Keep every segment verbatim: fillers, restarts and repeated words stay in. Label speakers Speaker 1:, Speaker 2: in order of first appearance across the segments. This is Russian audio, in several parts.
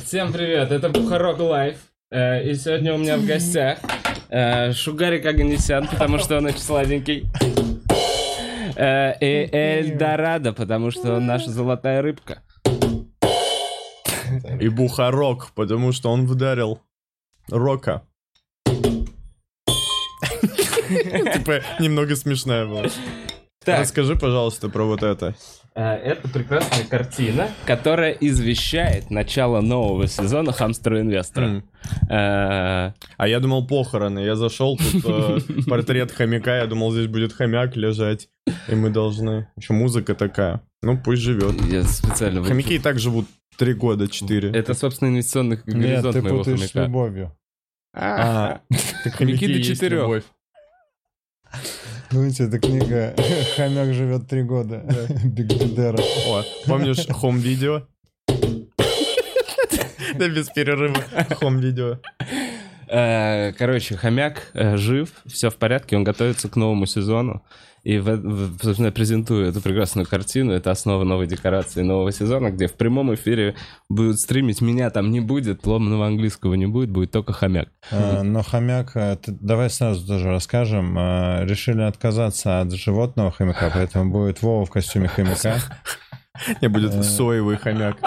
Speaker 1: Всем привет, это Бухарок Лайв. И сегодня у меня в гостях Шугарик Оганесян, потому что он очень сладенький. И Эльдорадо, потому что он наша золотая рыбка.
Speaker 2: И Бухарок, потому что он вдарил Рока. Типа, немного смешная была. Расскажи, пожалуйста, про вот это.
Speaker 1: Это прекрасная картина, которая извещает начало нового сезона «Хамстера Инвестора».
Speaker 2: Mm. А... а я думал похороны. Я зашел, тут э, портрет хомяка. Я думал, здесь будет хомяк лежать. И мы должны... Еще музыка такая. Ну, пусть живет.
Speaker 1: Я специально...
Speaker 2: Хомяки и так живут три года, четыре.
Speaker 1: Это, собственно, инвестиционный горизонт моего хомяка.
Speaker 3: Нет, ты путаешь с любовью.
Speaker 2: А,
Speaker 1: хомяки до четырех.
Speaker 3: Видите, эта книга «Хомяк живет три года». Биг Бедера.
Speaker 2: О, помнишь хом-видео? Да без перерыва. Хом-видео.
Speaker 1: Короче, хомяк жив, все в порядке, он готовится к новому сезону. И, собственно, я презентую эту прекрасную картину. Это основа новой декорации нового сезона, где в прямом эфире будут стримить. Меня там не будет, ломаного английского не будет, будет только хомяк.
Speaker 3: А, но хомяк, давай сразу тоже расскажем. Решили отказаться от животного хомяка, поэтому будет Вова в костюме хомяка.
Speaker 2: Не, будет соевый хомяк.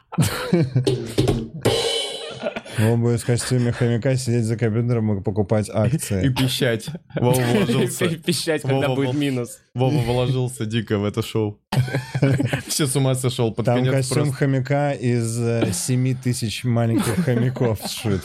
Speaker 3: Вова будет в костюме хомяка сидеть за компьютером и покупать акции.
Speaker 2: И пищать. Вова вложился.
Speaker 1: И пищать, когда
Speaker 2: Вова,
Speaker 1: будет минус.
Speaker 2: Вова вложился дико в это шоу. Все с ума сошел. Под
Speaker 3: Там
Speaker 2: конец
Speaker 3: костюм
Speaker 2: просто...
Speaker 3: хомяка из семи тысяч маленьких хомяков сшит.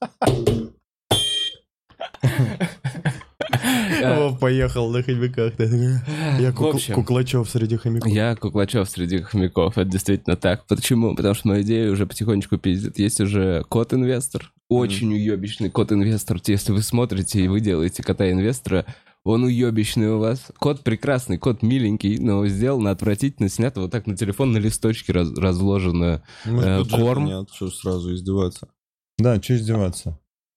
Speaker 2: Вова поехал на хомяках. Я кук...
Speaker 1: общем,
Speaker 2: Куклачев среди хомяков.
Speaker 1: Я Куклачев среди хомяков. Это действительно так. Почему? Потому что мою идею уже потихонечку пиздит. Есть уже кот-инвестор. Очень mm. уебищный кот-инвестор. Если вы смотрите и вы делаете кота-инвестора, он уебищный у вас. Кот прекрасный, кот миленький, но сделан отвратительно, снято вот так на телефон, на листочке раз, разложено э, корм.
Speaker 2: Нет, что сразу издеваться.
Speaker 3: Да, что издеваться?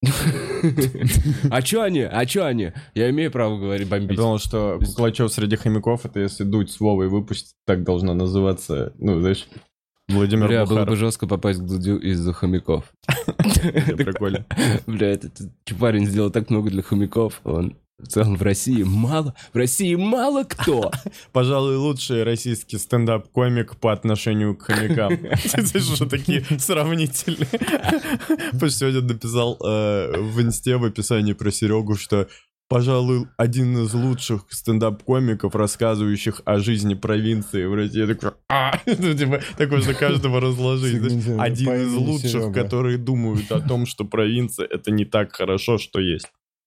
Speaker 1: А чё они? А чё они? Я имею право говорить бомбить.
Speaker 2: Я думал, что Куклачев среди хомяков, это если Дудь с Вовой выпустить, так должно называться, ну, знаешь, Владимир
Speaker 1: Бля,
Speaker 2: Бухаров.
Speaker 1: было бы жестко попасть к Дудю из-за хомяков.
Speaker 2: Прикольно.
Speaker 1: Бля, этот парень сделал так много для хомяков, он... В целом в России мало, в России мало кто.
Speaker 2: Пожалуй, лучший российский стендап-комик по отношению к хомякам. Это же такие сравнительные. Потому что сегодня написал в инсте в описании про Серегу, что, пожалуй, один из лучших стендап-комиков, рассказывающих о жизни провинции в России. Я такой, а, ну, типа, такой же каждого разложить. Один из лучших, которые думают о том, что провинция — это не так хорошо, что есть.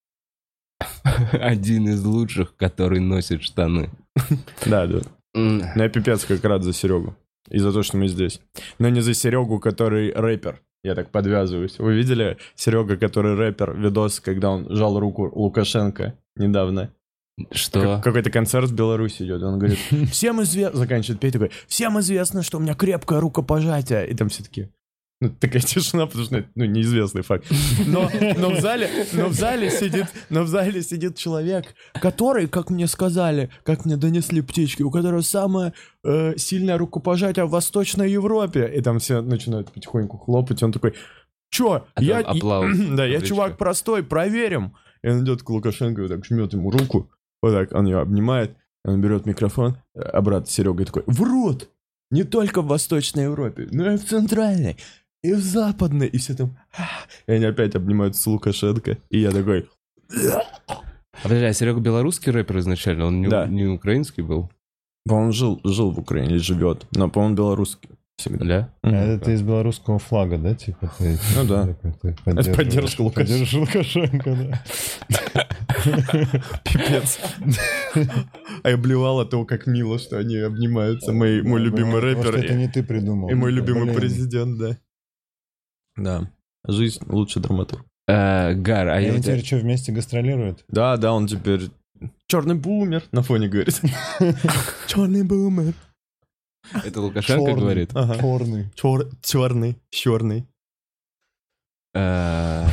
Speaker 1: Один из лучших, который носит штаны.
Speaker 2: Да, да. Ну, я пипец как рад за Серегу. И за то, что мы здесь. Но не за Серегу, который рэпер. Я так подвязываюсь. Вы видели Серега, который рэпер, видос, когда он жал руку Лукашенко недавно?
Speaker 1: Что?
Speaker 2: Как, какой-то концерт в Беларуси идет. Он говорит, всем известно... Заканчивает петь такой, всем известно, что у меня крепкое рукопожатие. И там все такие... Ну, такая тишина, потому что это, ну, неизвестный факт. Но, но, в зале, но, в зале сидит, но в зале сидит человек, который, как мне сказали, как мне донесли птички, у которого самое э, сильное рукопожатие в Восточной Европе. И там все начинают потихоньку хлопать. И он такой, чё?
Speaker 1: А
Speaker 2: я,
Speaker 1: аплаус.
Speaker 2: Да, я чувак простой, проверим. И он идет к Лукашенко и так жмет ему руку. Вот так, он ее обнимает. Он берет микрофон, а брат Серега такой, в рот! Не только в Восточной Европе, но и в Центральной. И в Западной, и все там... И они опять обнимаются с Лукашенко, и я такой...
Speaker 1: А подожди, а Серега белорусский рэпер изначально? Он не,
Speaker 2: да.
Speaker 1: не украинский был?
Speaker 2: Он жил, жил в Украине, живет, но, по-моему, белорусский всегда.
Speaker 1: Да?
Speaker 3: А это ты из белорусского флага, да? Типа, ты,
Speaker 2: ну да.
Speaker 3: Ты
Speaker 2: это поддержка Лукашенко.
Speaker 3: Поддержка Лукашенко, да.
Speaker 2: Пипец. А я блевал от того, как мило, что они обнимаются. Мой, мой любимый рэпер.
Speaker 3: Может, это не ты придумал.
Speaker 2: И мой любимый
Speaker 3: Блин.
Speaker 2: президент, да. Да. Жизнь лучше драматург.
Speaker 1: А, Гар, а
Speaker 3: Они
Speaker 1: я...
Speaker 3: теперь что, вместе гастролируют?
Speaker 2: Да, да, он теперь... Черный бумер на фоне говорит. Черный бумер.
Speaker 1: Это Лукашенко
Speaker 3: Черный.
Speaker 1: говорит?
Speaker 3: Ага. Черный.
Speaker 2: Чер... Черный. Черный.
Speaker 1: А...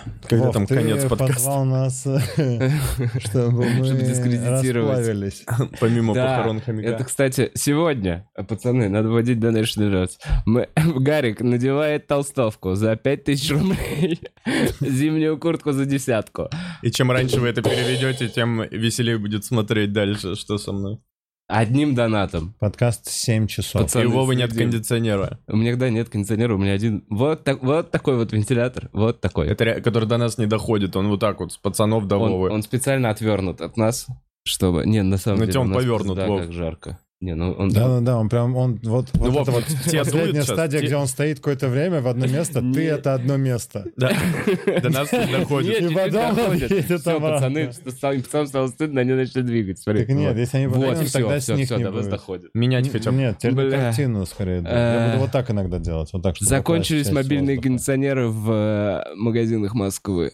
Speaker 2: Когда
Speaker 3: Вов,
Speaker 2: там
Speaker 3: ты
Speaker 2: конец подкаста.
Speaker 3: позвал нас, чтобы мы
Speaker 1: Чтобы дискредитировать.
Speaker 3: расплавились.
Speaker 2: Помимо
Speaker 1: Да,
Speaker 2: похорон хомяка.
Speaker 1: это, кстати, сегодня, пацаны, надо вводить Donation Alerts. Мы, Гарик надевает толстовку за пять тысяч рублей, зимнюю куртку за десятку.
Speaker 2: И чем раньше вы это переведете, тем веселее будет смотреть дальше, что со мной.
Speaker 1: Одним донатом.
Speaker 3: Подкаст семь часов.
Speaker 1: Пацаны,
Speaker 2: И у Вовы нет
Speaker 1: следим.
Speaker 2: кондиционера.
Speaker 1: У меня, да, нет кондиционера, у меня один... Вот, так, вот такой вот вентилятор, вот такой.
Speaker 2: Это, ре- который до нас не доходит, он вот так вот, с пацанов до
Speaker 1: он,
Speaker 2: Вовы.
Speaker 1: он специально отвернут от нас, чтобы... Не, на самом
Speaker 2: Но
Speaker 1: деле,
Speaker 2: тебе он
Speaker 1: у нас
Speaker 2: повернут,
Speaker 1: пизда,
Speaker 2: Вов.
Speaker 1: как жарко. Не, ну он...
Speaker 3: Да-да-да, он прям, он вот, вот
Speaker 2: Вов,
Speaker 3: это вот
Speaker 2: тебе
Speaker 3: последняя
Speaker 2: дует щас?
Speaker 3: стадия,
Speaker 2: Те-
Speaker 3: где он стоит какое-то время в одно место,
Speaker 1: Нет.
Speaker 3: ты — это одно место.
Speaker 2: Да, до нас не
Speaker 1: Нет,
Speaker 2: доходит.
Speaker 3: И
Speaker 1: чуть-чуть
Speaker 3: потом
Speaker 1: доходит.
Speaker 3: едет
Speaker 1: Всё,
Speaker 3: обратно.
Speaker 1: пацаны, что стало- пацанам стало стыдно, они начали двигать. Смотри.
Speaker 3: Так нет,
Speaker 1: вот.
Speaker 3: если они
Speaker 1: Вот,
Speaker 3: подойдут,
Speaker 1: все,
Speaker 3: тогда
Speaker 1: все,
Speaker 3: с них
Speaker 1: все,
Speaker 3: не
Speaker 1: до вас
Speaker 3: будет.
Speaker 1: доходит.
Speaker 2: Менять хотя бы.
Speaker 3: Нет, теперь на
Speaker 1: Бля.
Speaker 3: картину скорее. да.
Speaker 1: Э.
Speaker 3: Я буду вот так иногда делать. Вот так, чтобы
Speaker 1: Закончились
Speaker 3: попасть в часть
Speaker 1: мобильные
Speaker 3: воздуха.
Speaker 1: кондиционеры в э, магазинах Москвы.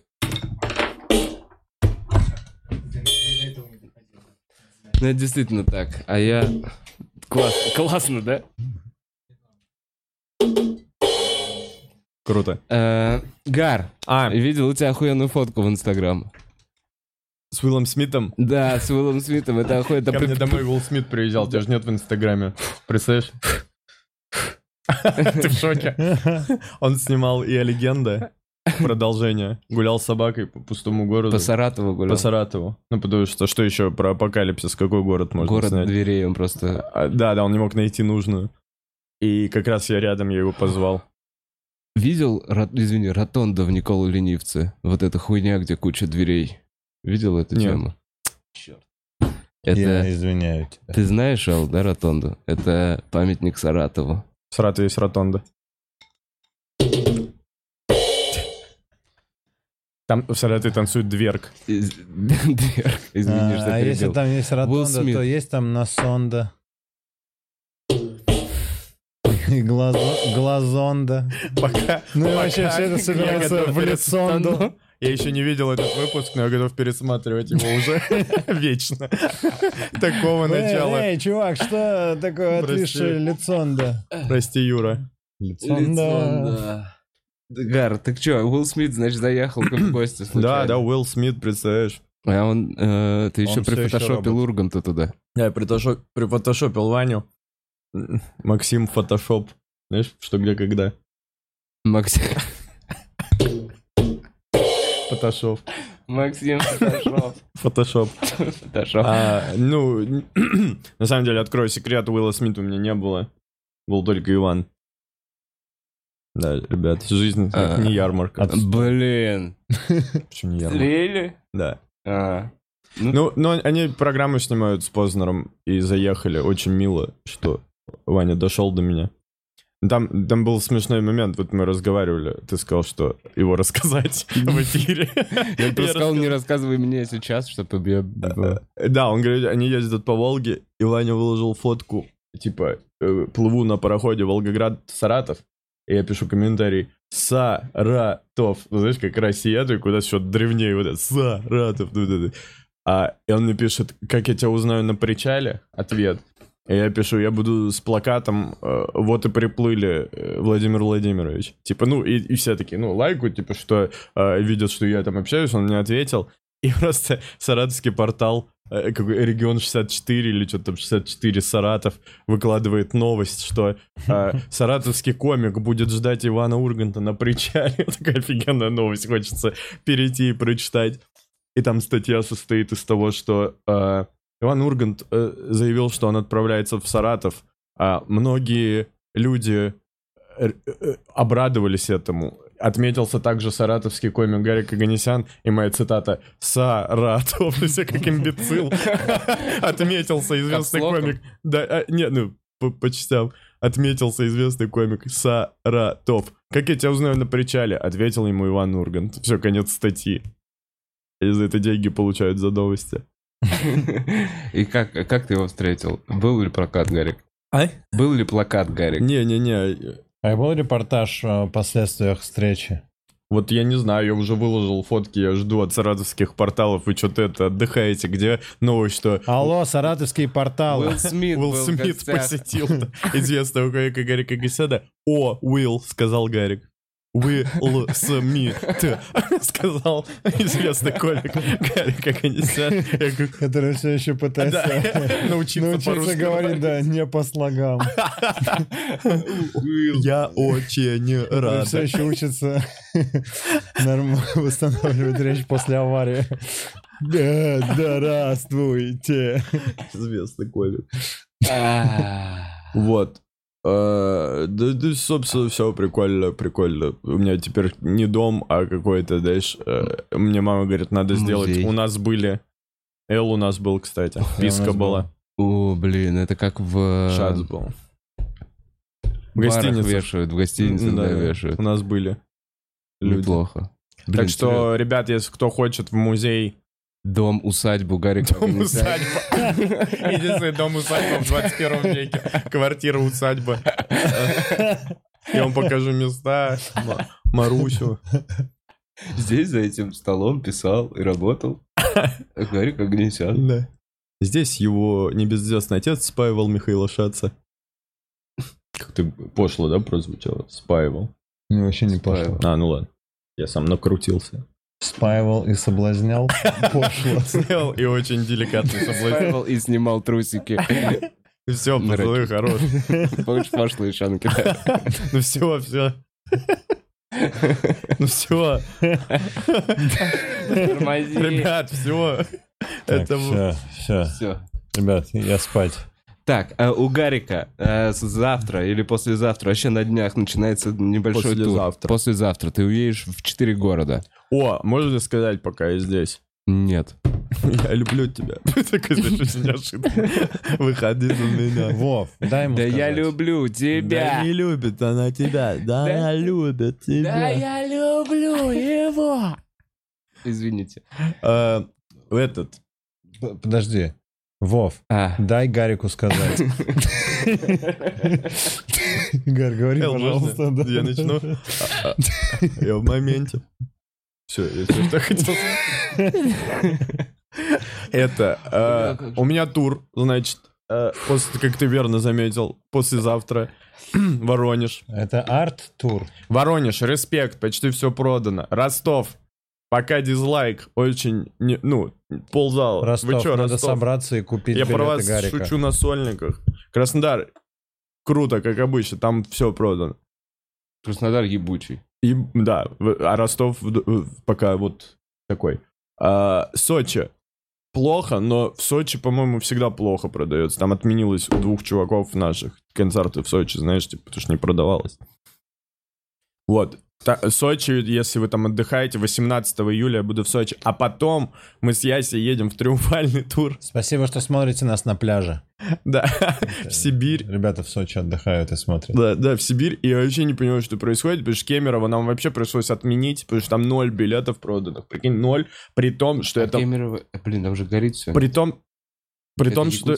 Speaker 1: Ну, это действительно так. А я... Класс, классно, да?
Speaker 2: Круто.
Speaker 1: Э, Гар,
Speaker 2: А,
Speaker 1: видел у тебя охуенную фотку в Инстаграм.
Speaker 2: с Уиллом Смитом.
Speaker 1: Да, с Уиллом Смитом. Это охуенно.
Speaker 2: Ко мне домой Уилл Смит приезжал, тебя же нет в Инстаграме. Представляешь? Ты в шоке? Он снимал «Я легенда», продолжение. Гулял с собакой по пустому городу.
Speaker 1: По Саратову гулял.
Speaker 2: По Саратову. Ну, потому что что еще про апокалипсис? Какой город можно
Speaker 1: Город
Speaker 2: снять?
Speaker 1: дверей, он просто...
Speaker 2: А, Да, да, он не мог найти нужную. И как раз я рядом, я его позвал.
Speaker 1: Видел, ро- извини, ротонда в Николу Ленивце? Вот эта хуйня, где куча дверей. Видел эту
Speaker 2: Нет.
Speaker 1: тему? Черт. Это...
Speaker 3: Я извиняю тебя.
Speaker 1: Ты знаешь, Ал, да, ротонду? Это памятник Саратову.
Speaker 2: В Саратове есть ротонда. Там в Саратове танцует дверк.
Speaker 1: Из- Дверь. Извини,
Speaker 3: А,
Speaker 1: что
Speaker 3: а если
Speaker 1: перебил.
Speaker 3: там есть
Speaker 1: Уилл
Speaker 3: ротонда,
Speaker 1: Смит.
Speaker 3: то есть там насонда. И глазо- глазонда.
Speaker 2: Пока,
Speaker 3: Ну и
Speaker 2: пока
Speaker 3: вообще все это
Speaker 2: я
Speaker 3: собирается
Speaker 2: готов
Speaker 3: в лицонду.
Speaker 2: Я еще не видел этот выпуск, но я готов пересматривать его уже вечно. Такого начала.
Speaker 3: Эй, эй, чувак, что такое
Speaker 2: Прости.
Speaker 3: отвисшее лицонда?
Speaker 2: Прости, Юра.
Speaker 3: Лицонда.
Speaker 1: Лицонда. Гар, так что, Уилл Смит, значит, заехал к нам в гости случайно.
Speaker 2: Да, да, Уилл Смит, представляешь?
Speaker 1: А он, э, ты еще
Speaker 3: Он всё еще
Speaker 1: прифотошопил
Speaker 3: робот.
Speaker 1: Урганта туда.
Speaker 2: Я притошо- прифотошопил Ваню. Максим Фотошоп. Знаешь, что, где, когда?
Speaker 1: Максим,
Speaker 2: Фотошоп.
Speaker 1: Максим Фотошоп.
Speaker 2: Фотошоп.
Speaker 1: Фотошоп.
Speaker 2: А, ну, на самом деле, открою секрет, Уилла Смита у меня не было. Был только Иван. Да, ребят, жизнь
Speaker 1: А.
Speaker 2: не ярмарка.
Speaker 1: Блин.
Speaker 2: Почему не ярмарка?
Speaker 1: Слили?
Speaker 2: Да.
Speaker 1: А.
Speaker 2: Ну, но они программу снимают с Познером и заехали. Очень мило, что Ваня дошел до меня. Там, там был смешной момент, вот мы разговаривали, ты сказал, что его рассказать в эфире.
Speaker 1: Я просто сказал, не
Speaker 2: рассказал.
Speaker 1: рассказывай мне сейчас, чтобы я...
Speaker 2: Да, он говорит, они ездят по Волге, и Ваня выложил фотку, типа, э, плыву на пароходе Волгоград-Саратов, и я пишу комментарий «Саратов». Ну, знаешь, как Россия, ты куда-то что-то древнее, вот это «Саратов». Ну, да, да. А, и он мне пишет «Как я тебя узнаю на причале?» Ответ. И я пишу, я буду с плакатом э, «Вот и приплыли, э, Владимир Владимирович». Типа, ну, и, и все такие, ну, лайкают, типа, что э, видят, что я там общаюсь, он мне ответил. И просто саратовский портал, э, какой регион шестьдесят четыре или что-то там шестьдесят четыре Саратов, выкладывает новость, что э, саратовский комик будет ждать Ивана Урганта на причале. Такая офигенная новость, хочется перейти и прочитать. И там статья состоит из того, что... э, Иван Ургант э, заявил, что он отправляется в Саратов, а многие люди э, э, обрадовались этому. Отметился также саратовский комик Гарик Оганесян, и моя цитата «Саратов», все как имбецил. Отметился известный комик. Да, а, нет, ну, по, по частям. Отметился известный комик Саратов. «Как я тебя узнаю на причале?» Ответил ему Иван Ургант. Все, конец статьи. И за это деньги получают за новости.
Speaker 1: И как, как ты его встретил? Был ли прокат, Гарик?
Speaker 2: А?
Speaker 1: Был ли плакат, Гарик?
Speaker 2: Не-не-не,
Speaker 3: А был репортаж о последствиях встречи?
Speaker 2: вот я не знаю, я уже выложил фотки, я жду от саратовских порталов, вы что-то это отдыхаете, где новость, что
Speaker 3: Алло, саратовские порталы.
Speaker 1: Уилл Смит
Speaker 2: Уилл
Speaker 1: был в
Speaker 2: Смит
Speaker 1: гостях.
Speaker 2: посетил известного комика Гарика Оганесяна. О, Уилл, сказал Гарик. Will Smith, сказал известный комик Гарри Кагнисян.
Speaker 3: Который все еще пытается
Speaker 2: научиться по-русски
Speaker 3: говорить, да, не по слогам.
Speaker 2: Я очень рад.
Speaker 3: Все еще учится нормально восстанавливать речь после аварии. Да, здравствуйте.
Speaker 2: Известный комик. Вот. Uh, да, да, собственно, все прикольно, прикольно. У меня теперь не дом, а какой-то, знаешь, uh, мне мама говорит, надо
Speaker 1: Музей.
Speaker 2: сделать. У нас были... Эл у нас был, кстати. Писка была.
Speaker 1: О, блин, это как в...
Speaker 2: Шац был.
Speaker 1: В гостинице вешают, в гостинице, да,
Speaker 2: да,
Speaker 1: вешают.
Speaker 2: У нас были люди.
Speaker 1: Неплохо. Блин,
Speaker 2: Так что,
Speaker 1: серьезно.
Speaker 2: ребят, если кто хочет в музей...
Speaker 1: Дом, усадьбу Гарика Кагнисяна.
Speaker 2: Дом-усадьба. Единственный дом-усадьба в двадцать первом веке. Квартира-усадьба. Я вам покажу места. Марусю.
Speaker 1: Здесь за этим столом писал и работал Гарик Кагнисян.
Speaker 2: Да. Здесь его небезызвестный отец спаивал Михаила Шаца. Как ты пошло, да, прозвучало? Спаивал.
Speaker 3: Ну, вообще не пошло.
Speaker 2: А, ну ладно. Я сам накрутился.
Speaker 3: Спаивал и соблазнял. Пошло.
Speaker 2: Снял и очень деликатно соблазнял.
Speaker 1: Спаивал и снимал трусики.
Speaker 2: Все, пацаны, хорош.
Speaker 1: Помнишь пошлые шанки? Да?
Speaker 2: Ну все, все. Ну все.
Speaker 1: Тормози.
Speaker 2: Ребят, все. Это
Speaker 3: все, все.
Speaker 1: Все.
Speaker 3: Ребят, я спать.
Speaker 1: Так, а у Гарика а, завтра или послезавтра, вообще на днях начинается небольшой
Speaker 2: Послезавтра.
Speaker 1: тур. Послезавтра. Ты уедешь в четыре города.
Speaker 2: О, можно сказать, пока я здесь?
Speaker 1: Нет.
Speaker 2: Я люблю тебя. Такой, знаешь, очень неожиданно. Выходи за меня.
Speaker 3: Вов, дай ему
Speaker 1: Да
Speaker 3: сказать.
Speaker 1: я люблю
Speaker 2: Да
Speaker 1: тебя.
Speaker 2: не любит она тебя. Да,
Speaker 1: Да?
Speaker 2: она любит
Speaker 1: Да
Speaker 2: тебя.
Speaker 1: я люблю его. Извините.
Speaker 2: А, Этот.
Speaker 3: П- Подожди. Вов,
Speaker 1: А.
Speaker 3: дай Гарику сказать. Гар, говори,
Speaker 2: Эл,
Speaker 3: пожалуйста.
Speaker 2: можно?
Speaker 3: да.
Speaker 2: Я начну. А, а, Я в моменте. Все, я все, что хотел сказать. Это, э, у меня тур, значит, э, после, как ты верно заметил, послезавтра Воронеж.
Speaker 3: Это арт-тур.
Speaker 2: Воронеж, респект, почти все продано. Ростов, пока дизлайк, очень, не- ну, ползала.
Speaker 3: Ростов,
Speaker 2: Вы чё,
Speaker 3: надо
Speaker 2: Ростов?
Speaker 3: собраться и купить
Speaker 2: Я про
Speaker 3: билеты
Speaker 2: вас
Speaker 3: Гарика.
Speaker 2: шучу на сольниках. Краснодар, круто, как обычно, там все продано.
Speaker 1: Краснодар ебучий.
Speaker 2: И, да, в- а Ростов в- в- пока вот такой. А, Сочи. Плохо, но в Сочи, по-моему, всегда плохо продается. Там отменилось у двух чуваков наших концерты в Сочи, знаешь, типа, потому что не продавалось. Вот. Та- Сочи, если вы там отдыхаете, восемнадцатого июля я буду в Сочи. А потом мы с Ясей едем в триумфальный тур.
Speaker 3: Спасибо, что смотрите нас на пляже.
Speaker 2: Да, в Сибирь.
Speaker 3: Ребята в Сочи отдыхают и смотрят.
Speaker 2: Да, да, в Сибирь. И я вообще не понимаю, что происходит, потому что Кемерово нам вообще пришлось отменить, потому что там ноль билетов проданных. Прикинь, ноль. При том, что
Speaker 1: А
Speaker 2: это...
Speaker 1: Кемерово... э, Блин, там же горит все.
Speaker 2: При том... При том, что...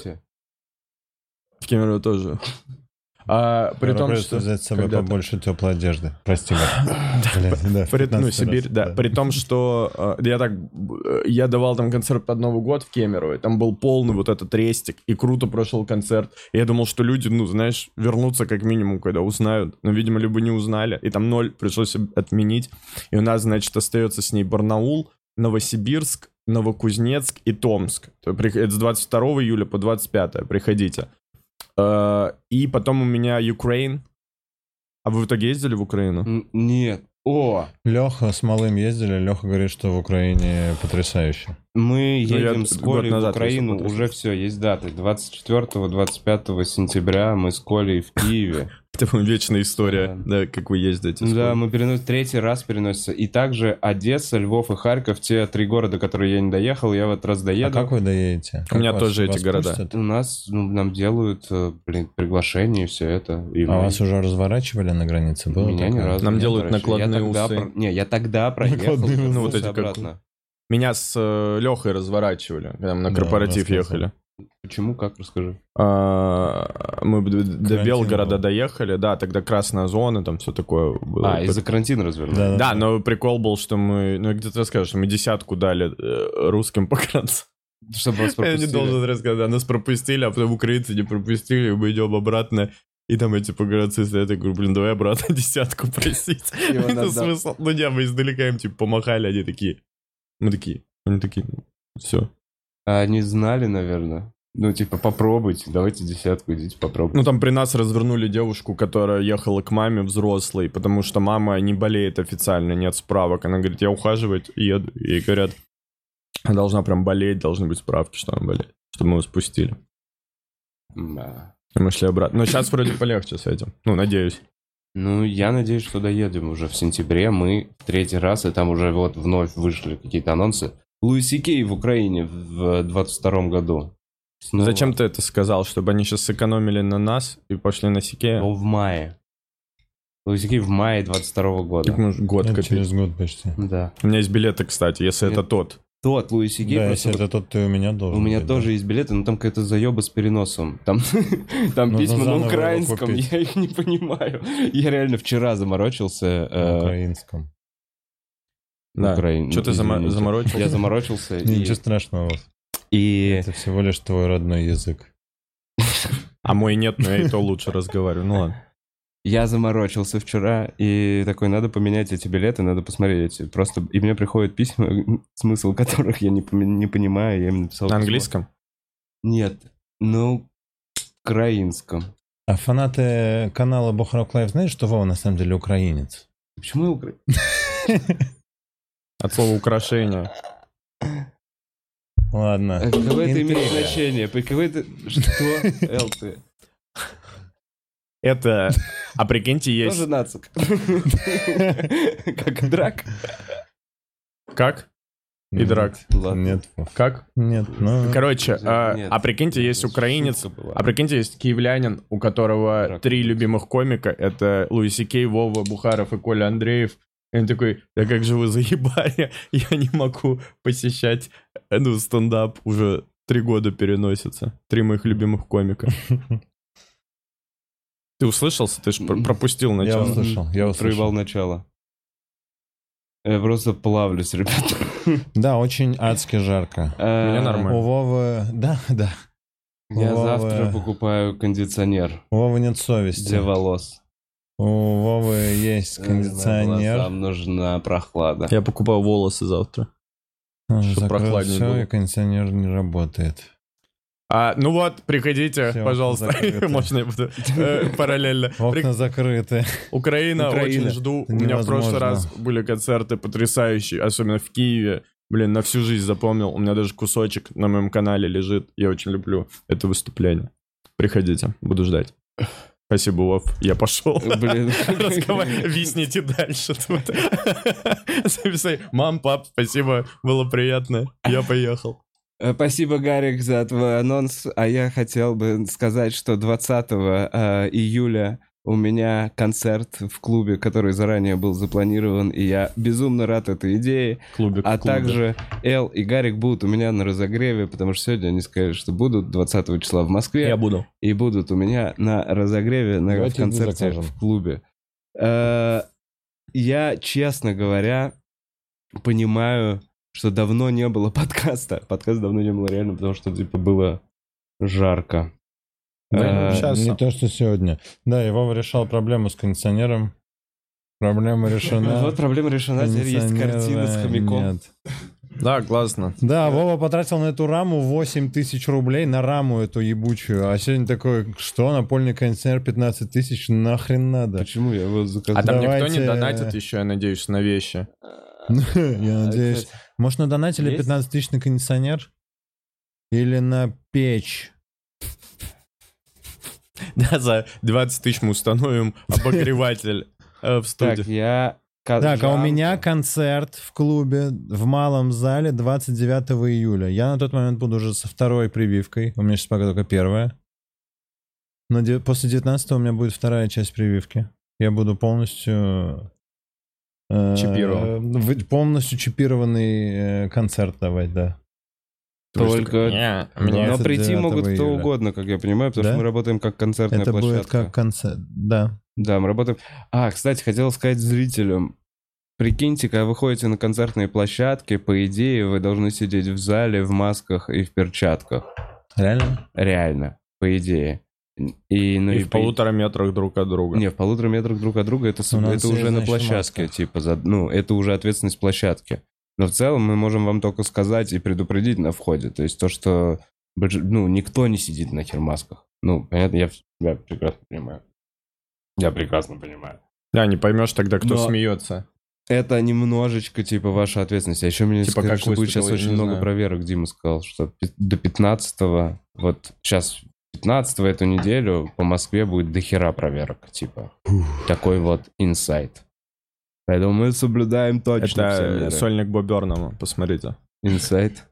Speaker 2: В Кемерово тоже. А, при
Speaker 3: Скоро
Speaker 2: том,
Speaker 3: придется
Speaker 2: что...
Speaker 3: взять с собой
Speaker 2: когда-то-
Speaker 3: побольше теплой одежды. Прости, Гар. Блин, да, в
Speaker 2: При- ну,
Speaker 3: пятнадцатый
Speaker 2: Сибирь,
Speaker 3: раз,
Speaker 2: да. При том, что э, я так... э, Я давал там концерт под Новый год в Кемерово, и там был полный вот этот рестик, и круто прошел концерт. И я думал, что люди, ну, знаешь, вернутся как минимум, когда узнают. Но, видимо, либо не узнали, и там ноль пришлось отменить. И у нас, значит, остается с ней Барнаул, Новосибирск, Новокузнецк и Томск. То при- Это с двадцать второго июля по двадцать пятое. Приходите. Э, И потом у меня Украин. А вы в итоге ездили в Украину?
Speaker 1: Н- Нет. О,
Speaker 3: Леха с Малым ездили. Леха говорит, что в Украине потрясающе.
Speaker 1: мы
Speaker 2: Ну, я
Speaker 1: едем с
Speaker 2: год
Speaker 1: Колей в
Speaker 2: назад
Speaker 1: Украину,
Speaker 2: ездил,
Speaker 1: уже все, есть даты. двадцать четвёртого двадцать пятого сентября мы с Колей в Киеве.
Speaker 2: Это вечная история,
Speaker 1: Да.
Speaker 2: да, как вы ездите.
Speaker 1: Да, мы переносим, третий раз переносится. И также Одесса, Львов и Харьков, те три города, которые я не доехал, я в этот раз
Speaker 3: А
Speaker 1: доеду.
Speaker 3: как вы доедете?
Speaker 2: У меня
Speaker 3: Как
Speaker 2: тоже
Speaker 3: вас
Speaker 2: эти города.
Speaker 3: пустят?
Speaker 1: У нас, ну, нам делают, э, блин, приглашение и все это. И
Speaker 3: А
Speaker 1: мы-
Speaker 3: вас уже разворачивали на границе? Было
Speaker 1: Меня ни
Speaker 3: такое?
Speaker 1: разу
Speaker 2: Нам
Speaker 1: не
Speaker 2: делают
Speaker 1: разворачивали.
Speaker 2: накладные
Speaker 1: Я тогда
Speaker 2: усы.
Speaker 1: про- Не, я тогда проехал.
Speaker 3: Накладные усы.
Speaker 1: вернулся
Speaker 2: Ну, вот эти как-
Speaker 1: обратно.
Speaker 2: Меня с Лехой разворачивали, когда мы на
Speaker 3: Да,
Speaker 2: корпоратив
Speaker 3: рассказывай.
Speaker 2: ехали.
Speaker 1: Почему, как, расскажи.
Speaker 2: А, Мы до до
Speaker 3: Карантин
Speaker 2: Белгорода
Speaker 3: был.
Speaker 2: доехали, да, тогда красная зона, там все такое было.
Speaker 1: А, из-за карантина развернули.
Speaker 3: Да,
Speaker 2: Да, но прикол был, что мы, ну я где-то расскажу, что мы десятку дали э, русским погранцам.
Speaker 1: Чтобы вас
Speaker 2: Я не
Speaker 1: пропустили.
Speaker 2: должен рассказать, да, нас пропустили, а потом украинцы не пропустили, и мы идем обратно. И там эти погородцы стоят, я говорю, блин, давай обратно десятку просить. Это смысл. Ну не, мы издалека им типа помахали, они такие. Мы такие, они такие, все.
Speaker 1: А они знали, наверное. Ну, типа, попробуйте, давайте десятку, идите попробуйте.
Speaker 2: Ну, там при нас развернули девушку, которая ехала к маме взрослой, потому что мама не болеет официально, нет справок. Она говорит, я ухаживать еду. Ей говорят, она должна прям болеть, должны быть справки, что она болеет, чтобы мы ее спустили.
Speaker 1: Да.
Speaker 2: Мы шли обратно. Но сейчас вроде полегче с этим. Ну, надеюсь.
Speaker 1: Ну, я надеюсь, что доедем уже в сентябре. Мы в третий раз, и там уже вот вновь вышли какие-то анонсы. Луи Си Кей в Украине в двадцать втором году. Снова.
Speaker 2: Зачем ты это сказал? Чтобы они сейчас сэкономили на нас и пошли на Сикея?
Speaker 1: Ну, в мае. Луи Си Кей в мае двадцать второго года.
Speaker 2: Так, может, год
Speaker 3: Это
Speaker 2: копить.
Speaker 3: через год почти.
Speaker 1: Да.
Speaker 2: У меня есть билеты, кстати, если
Speaker 1: Нет.
Speaker 2: это тот.
Speaker 1: Тот Луи Си Кей.
Speaker 3: Да,
Speaker 1: просто
Speaker 3: если это тот, то и у меня должен
Speaker 1: У меня
Speaker 3: быть,
Speaker 1: тоже
Speaker 3: да.
Speaker 1: есть билеты, но там какая-то заеба с переносом. Там, там
Speaker 3: Нужно
Speaker 1: письма на
Speaker 3: заново его
Speaker 1: украинском,
Speaker 3: купить.
Speaker 1: я их не понимаю. Я реально вчера заморочился.
Speaker 3: На
Speaker 1: э,
Speaker 3: украинском.
Speaker 2: Да.
Speaker 1: Украин-
Speaker 2: Что ты зама-
Speaker 1: извините.
Speaker 2: заморочился?
Speaker 1: Я заморочился. и-
Speaker 3: Ничего страшного.
Speaker 1: И
Speaker 3: Это всего лишь твой родной язык.
Speaker 2: А мой нет, но я и то лучше разговариваю. Ну ладно.
Speaker 1: я заморочился вчера, и такой, надо поменять эти билеты, надо посмотреть. Просто, и мне приходят письма, смысл которых я не, поми- не понимаю, я им написал
Speaker 2: На
Speaker 1: письмо.
Speaker 2: английском?
Speaker 1: Нет, ну, украинском.
Speaker 3: А фанаты канала Бухарок Лайв знают, что Вова на самом деле украинец?
Speaker 1: Почему я укра...
Speaker 2: От слова украшение.
Speaker 3: Ладно.
Speaker 1: Э, Какое это имеет
Speaker 3: Интрига.
Speaker 1: значение? Какое это... Что? Эл, ты?
Speaker 2: Это... А прикиньте, есть...
Speaker 1: Тоже нацик. Как драк.
Speaker 2: Как? И драк.
Speaker 1: Ладно.
Speaker 3: Нет, Вов.
Speaker 2: Как?
Speaker 3: Нет, ну...
Speaker 2: Короче, а,
Speaker 1: Нет.
Speaker 2: а прикиньте, есть
Speaker 1: Это
Speaker 2: украинец,
Speaker 1: шутка была.
Speaker 2: а прикиньте, есть киевлянин, у которого
Speaker 1: Драк.
Speaker 2: три любимых комика, это Луи Си Кей, Вова Бухаров и Коля Андреев. И он такой, да как же вы заебали, я не могу посещать, ну, стендап уже три года переносится. Три моих любимых комика. Ты услышался? Ты же пропустил
Speaker 3: Я
Speaker 2: начало.
Speaker 3: услышал, я услышал.
Speaker 1: Проебал начало. Я просто плавлюсь, ребята.
Speaker 3: Да, очень адски жарко.
Speaker 1: Мне
Speaker 2: нормально.
Speaker 3: У Вовы... Да, да.
Speaker 1: Я
Speaker 3: Вова-
Speaker 1: завтра покупаю кондиционер
Speaker 3: У Вовы нет совести.
Speaker 1: для волос.
Speaker 3: У Вовы есть кондиционер.
Speaker 1: Нам нужна прохлада.
Speaker 2: Я покупаю волосы завтра.
Speaker 3: Он
Speaker 2: чтоб
Speaker 3: закрыл
Speaker 2: прохладнее
Speaker 3: всё,
Speaker 2: было.
Speaker 3: и кондиционер не работает.
Speaker 2: А, ну вот, приходите,
Speaker 3: Всё,
Speaker 2: пожалуйста.
Speaker 3: закрыто.
Speaker 2: Можно я буду э, параллельно.
Speaker 3: Окна
Speaker 2: При-
Speaker 3: закрыты.
Speaker 2: Украина,
Speaker 1: Украина.
Speaker 2: очень жду.
Speaker 3: Это
Speaker 2: У меня в прошлый
Speaker 3: невозможно.
Speaker 2: раз были концерты потрясающие, особенно в Киеве. Блин, на всю жизнь запомнил. У меня даже кусочек на моем канале лежит. Я очень люблю это выступление. Приходите, буду ждать. Спасибо, Вов. Я пошел.
Speaker 1: Блин.
Speaker 2: Разговаривать. Висните дальше тут. Записай. Мам, пап, спасибо, было приятно. Я поехал.
Speaker 1: Э, Спасибо, Гарик, за твой анонс. А я хотел бы сказать, что двадцатого э, июля у меня концерт в клубе, который заранее был запланирован, и я безумно рад этой идее.
Speaker 2: Клубик
Speaker 1: А
Speaker 2: в клубе.
Speaker 1: также Эл и Гарик будут у меня на разогреве, потому что сегодня они сказали, что будут двадцатого числа в Москве.
Speaker 2: Я буду.
Speaker 1: И будут у меня на разогреве, на
Speaker 3: Давайте
Speaker 1: в концерте
Speaker 3: закажем.
Speaker 1: в клубе. Э, Я, честно говоря, понимаю, что давно не было подкаста. Подкаста давно не было реально, потому что типа было жарко.
Speaker 2: Да,
Speaker 1: Э,
Speaker 2: щас.
Speaker 3: Не то, что сегодня. Да, и Вова решал проблему с кондиционером. Проблема решена.
Speaker 1: Вот проблема решена, теперь есть
Speaker 3: Кондиционера
Speaker 1: картина с хомяком.
Speaker 3: нет.
Speaker 2: Да, классно.
Speaker 3: Да, Вова потратил на эту раму восемь тысяч рублей, на раму эту ебучую. А сегодня такой, что, напольный кондиционер пятнадцать тысяч, нахрен надо?
Speaker 1: Почему я его заказал?
Speaker 2: А там
Speaker 3: Давайте-
Speaker 2: никто не донатит еще, я надеюсь, на вещи.
Speaker 3: Я надеюсь.
Speaker 1: кстати,
Speaker 3: Может, на донатили
Speaker 1: есть?
Speaker 3: пятнадцать тысяч на кондиционер? Или на печь?
Speaker 2: Да, за двадцать тысяч мы установим обогреватель э, в
Speaker 1: Так,
Speaker 2: студии.
Speaker 1: я...
Speaker 3: Так, а у
Speaker 1: Жалко.
Speaker 3: меня концерт в клубе в малом зале двадцать девятого июля. Я на тот момент буду уже со второй прививкой. У меня сейчас пока только первая. Но де- после девятнадцатого у меня будет вторая часть прививки. Я буду полностью... э,
Speaker 2: Чипирован.
Speaker 3: в- Полностью чипированный э, концерт давать, да.
Speaker 1: Только...
Speaker 2: Не,
Speaker 3: у меня-
Speaker 1: Но прийти могут кто
Speaker 3: июля.
Speaker 1: угодно, как я понимаю, потому
Speaker 3: Да?
Speaker 1: что мы работаем как концертная
Speaker 3: Это
Speaker 1: площадка.
Speaker 3: будет как концерт, да.
Speaker 1: Да, мы работаем... А, кстати, хотел сказать зрителям. Прикиньте, когда вы ходите на концертные площадки, по идее, вы должны сидеть в зале в масках и в перчатках.
Speaker 3: Реально?
Speaker 1: Реально, по идее. И, ну,
Speaker 2: И,
Speaker 1: и
Speaker 2: в полутора метрах друг от друга.
Speaker 1: Не, в полутора метрах друг от друга это, с-
Speaker 3: У нас
Speaker 1: это
Speaker 3: есть,
Speaker 1: уже на
Speaker 3: значит,
Speaker 1: площадке,
Speaker 3: маска.
Speaker 1: типа, за, ну, это уже ответственность площадки. Но в целом мы можем вам только сказать и предупредить на входе. То есть то, что, больш- ну, никто не сидит на хермасках. Ну, понятно, я, я прекрасно понимаю. Я прекрасно понимаю.
Speaker 2: Да, не поймешь тогда, кто
Speaker 1: Но-
Speaker 2: смеется.
Speaker 1: Это немножечко, типа, ваша ответственность. А еще мне
Speaker 2: Типа,
Speaker 1: сказали,
Speaker 2: как
Speaker 1: что будет
Speaker 2: выступил,
Speaker 1: сейчас
Speaker 2: я
Speaker 1: очень
Speaker 2: не
Speaker 1: много
Speaker 2: знаю.
Speaker 1: проверок. Дима сказал, что пи- до пятнадцатого, вот сейчас пятнадцатого эту неделю по Москве будет дохера проверок. Типа, такой вот инсайт. Поэтому мы соблюдаем точно все
Speaker 2: Это
Speaker 1: меры.
Speaker 2: сольник Бо Бёрнама, посмотрите.
Speaker 1: Инсайт.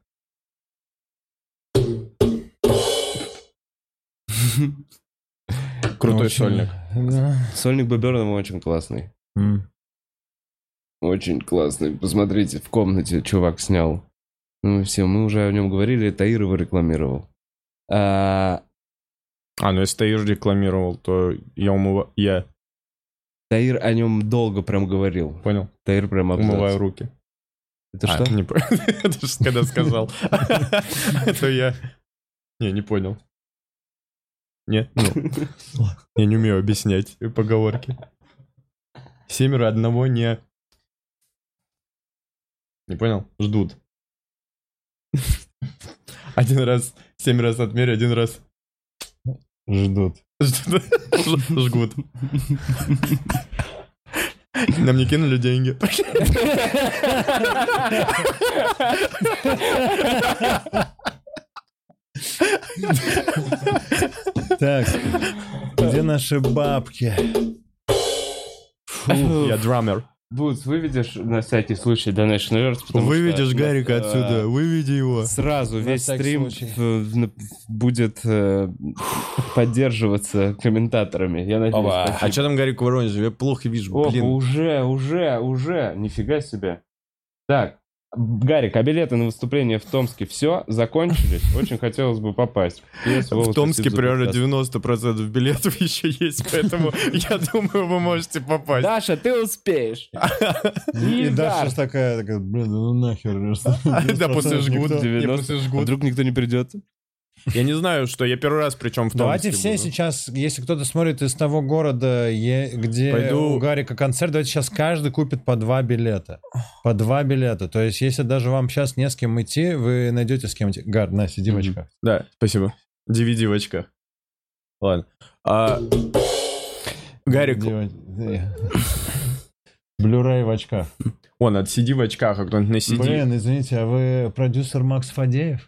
Speaker 2: Крутой
Speaker 3: Очень-
Speaker 2: сольник.
Speaker 3: Да.
Speaker 1: Сольник Бобернова очень классный.
Speaker 3: М.
Speaker 1: Очень классный. Посмотрите, в комнате чувак снял. Ну все, мы уже о нем говорили, Таир его рекламировал. А,
Speaker 2: А, ну если Таир рекламировал, то я умываю... Я
Speaker 1: Таир о нем долго прям говорил.
Speaker 2: понял.
Speaker 1: Таир прям абзац.
Speaker 2: Умываю руки.
Speaker 1: Это
Speaker 2: А,
Speaker 1: что?
Speaker 2: не понял. Это же когда сказал. Это я... Не, не понял. Нет? Ну, я не умею объяснять поговорки. Семеро одного не... Не понял? Ждут. Один раз, семь раз отмерь, один раз
Speaker 3: Ждут.
Speaker 2: ждут. Ж- жгут. Нам не кинули деньги.
Speaker 3: Так, где наши бабки?
Speaker 2: Я драмер.
Speaker 1: Бутс, выведешь на всякий случай Donation Alerts, потому
Speaker 2: Выведешь
Speaker 1: что,
Speaker 2: Гарика
Speaker 1: э,
Speaker 2: отсюда, выведи его.
Speaker 1: Сразу
Speaker 3: На
Speaker 1: весь
Speaker 3: всякий
Speaker 1: стрим
Speaker 3: случай.
Speaker 1: в- в- будет э, поддерживаться комментаторами. Я надеюсь.
Speaker 2: А
Speaker 1: спасибо.
Speaker 2: что там Гарик в Воронеже? Я плохо вижу,
Speaker 1: Опа,
Speaker 2: блин.
Speaker 1: уже, уже, уже. Нифига себе. Так, Гарик, а билеты на выступление в Томске все закончились? Очень хотелось бы попасть. Пи эс, Вова,
Speaker 2: В Томске
Speaker 1: спасибо за
Speaker 2: примерно
Speaker 1: подкаст.
Speaker 2: девяносто процентов билетов еще есть, поэтому я думаю, вы можете попасть.
Speaker 1: Даша, ты успеешь.
Speaker 3: И
Speaker 1: Ильдар.
Speaker 3: Даша такая, такая, блин, ну нахер.
Speaker 2: Да, после жгут.
Speaker 3: Никто-
Speaker 2: Не,
Speaker 1: девяносто.
Speaker 2: после
Speaker 1: А
Speaker 2: жгут.
Speaker 1: вдруг никто не придет?
Speaker 2: Я не знаю, что я первый раз, причем в
Speaker 3: Давайте
Speaker 2: Томске
Speaker 3: все
Speaker 2: буду.
Speaker 3: сейчас, если кто-то смотрит из того города, е- где
Speaker 2: Пойду-
Speaker 3: у Гарика концерт, давайте сейчас каждый купит по два билета. По два билета. То есть, если даже вам сейчас не с кем идти, вы найдете с кем идти. Гар, на, сиди в
Speaker 1: Мгм.
Speaker 3: очках.
Speaker 2: Да, спасибо. ди ви ди в очках. Ладно. А, Гарик,
Speaker 3: Блюрей в очках.
Speaker 2: он от сиди в очках, а кто-нибудь на сиди.
Speaker 3: Блин, извините, а вы продюсер Макс Фадеев?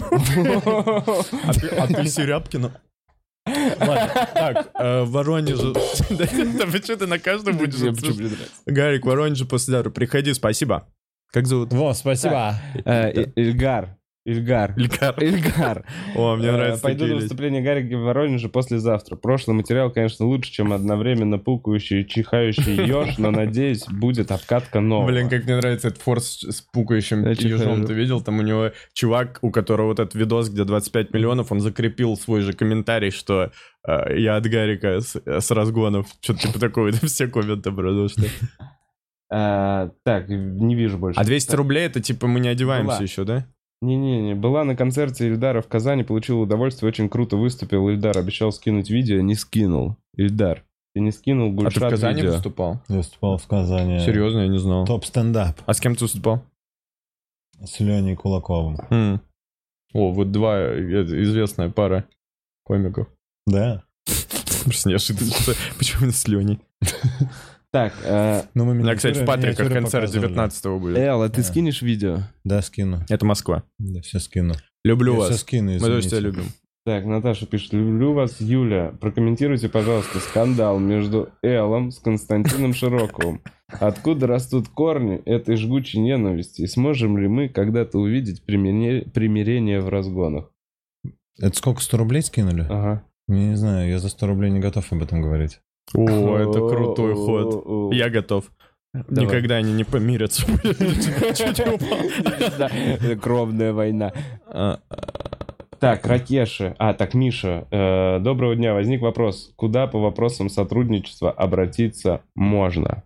Speaker 2: А ты, а ты Серябкина? Ладно, так, э, в Воронеже... Да да почему ты на каждом будешь?
Speaker 1: Я почему мне нравится.
Speaker 2: Гарик, в Воронеже послезавтра. Приходи, спасибо. Как зовут?
Speaker 3: Во, спасибо.
Speaker 1: Э, И- Ильгар. Ильгар.
Speaker 2: Ильгар.
Speaker 1: Ильгар.
Speaker 2: О, мне
Speaker 1: Э,
Speaker 2: нравится
Speaker 1: Пойду
Speaker 2: такие
Speaker 1: на
Speaker 2: люди.
Speaker 1: выступление Гарика в Воронеже послезавтра. Прошлый материал, конечно, лучше, чем одновременно пукающий и чихающий еж, но, надеюсь, будет обкатка нового.
Speaker 2: Блин, как мне нравится этот форс с пукающим
Speaker 1: Я
Speaker 2: ежом.
Speaker 1: чихаю.
Speaker 2: Ты видел? Там у него чувак, у которого вот этот видос, где двадцать пять миллионов, он закрепил свой же комментарий, что э, я от Гарика с, с разгонов. Что-то типа такое. Там все комменты, потому что...
Speaker 1: А, Так, не вижу больше.
Speaker 2: А двести рублей это типа мы не одеваемся
Speaker 1: Была.
Speaker 2: еще, да?
Speaker 1: Не-не-не, была на концерте Ильдара в Казани, получил удовольствие, очень круто выступил. Ильдар обещал скинуть видео, не скинул. Ильдар, ты не скинул
Speaker 2: А ты
Speaker 1: Гульшат
Speaker 2: в Казани
Speaker 1: видео.
Speaker 2: выступал?
Speaker 3: Я выступал в Казани.
Speaker 2: Серьезно, я не знал.
Speaker 3: Топ стендап
Speaker 2: А с кем ты выступал?
Speaker 3: с Леней Кулаковым.
Speaker 2: М. О, вот два э, известная пара комиков.
Speaker 3: Да.
Speaker 2: Просто неожиданно. что- Почему с Леней?
Speaker 1: Так, э,
Speaker 3: Ну, мы
Speaker 2: У меня, кстати, в
Speaker 3: миниатюры-
Speaker 2: Патриках
Speaker 3: миниатюры
Speaker 2: концерт
Speaker 3: показывали.
Speaker 2: девятнадцатого будет.
Speaker 1: Эл, а ты
Speaker 3: Да.
Speaker 1: скинешь видео?
Speaker 3: Да, скину.
Speaker 2: Это Москва.
Speaker 3: Да, все скину.
Speaker 2: Люблю
Speaker 3: Я все
Speaker 2: вас.
Speaker 3: скину,
Speaker 2: Мы тоже
Speaker 3: извините.
Speaker 2: тебя любим.
Speaker 1: Так, Наташа пишет, люблю вас, Юля. Прокомментируйте, пожалуйста, скандал между Элом с Константином Широковым. Откуда растут корни этой жгучей ненависти? И сможем ли мы когда-то увидеть примире- примирение в разгонах?
Speaker 3: Это сколько, сто рублей скинули?
Speaker 1: Ага.
Speaker 3: Я не знаю, я за сто рублей не готов об этом говорить.
Speaker 2: О, это крутой ход. Я готов.
Speaker 1: Давай.
Speaker 2: Никогда они не помирятся. Чуть не упал.
Speaker 1: Да, кровная война.
Speaker 2: А,
Speaker 1: Так, Ракеши. А, так, Миша. э, Доброго дня. Возник вопрос. Куда по вопросам сотрудничества обратиться можно?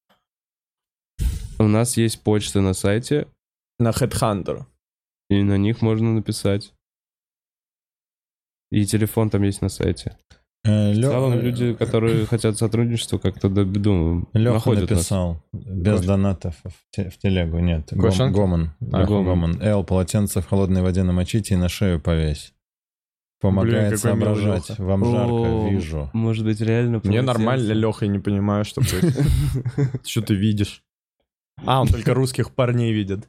Speaker 1: У нас есть почта на сайте,
Speaker 2: На Headhunter.
Speaker 1: и на них можно написать. И телефон там есть на сайте.
Speaker 3: Э,
Speaker 1: В
Speaker 3: Лё-
Speaker 1: целом люди, которые хотят сотрудничества, как-то, думаю,
Speaker 3: Лёха
Speaker 1: находят нас.
Speaker 3: написал, без
Speaker 2: Гош.
Speaker 3: донатов в, те- в телегу, нет. Гом-
Speaker 2: Гошенко?
Speaker 3: Гомон.
Speaker 1: А,
Speaker 3: Лёха
Speaker 1: Гомон.
Speaker 3: Гомон. Эл, полотенце в холодной воде намочите и на шею повесь. Помогает
Speaker 2: какой милый
Speaker 3: соображать.
Speaker 2: Лёха.
Speaker 3: Вам жарко,
Speaker 1: О,
Speaker 3: вижу.
Speaker 1: Может быть, реально
Speaker 2: Мне
Speaker 1: полотенце.
Speaker 2: нормально, Леха, я не понимаю, что происходит. Что ты видишь? А, он только русских парней видит.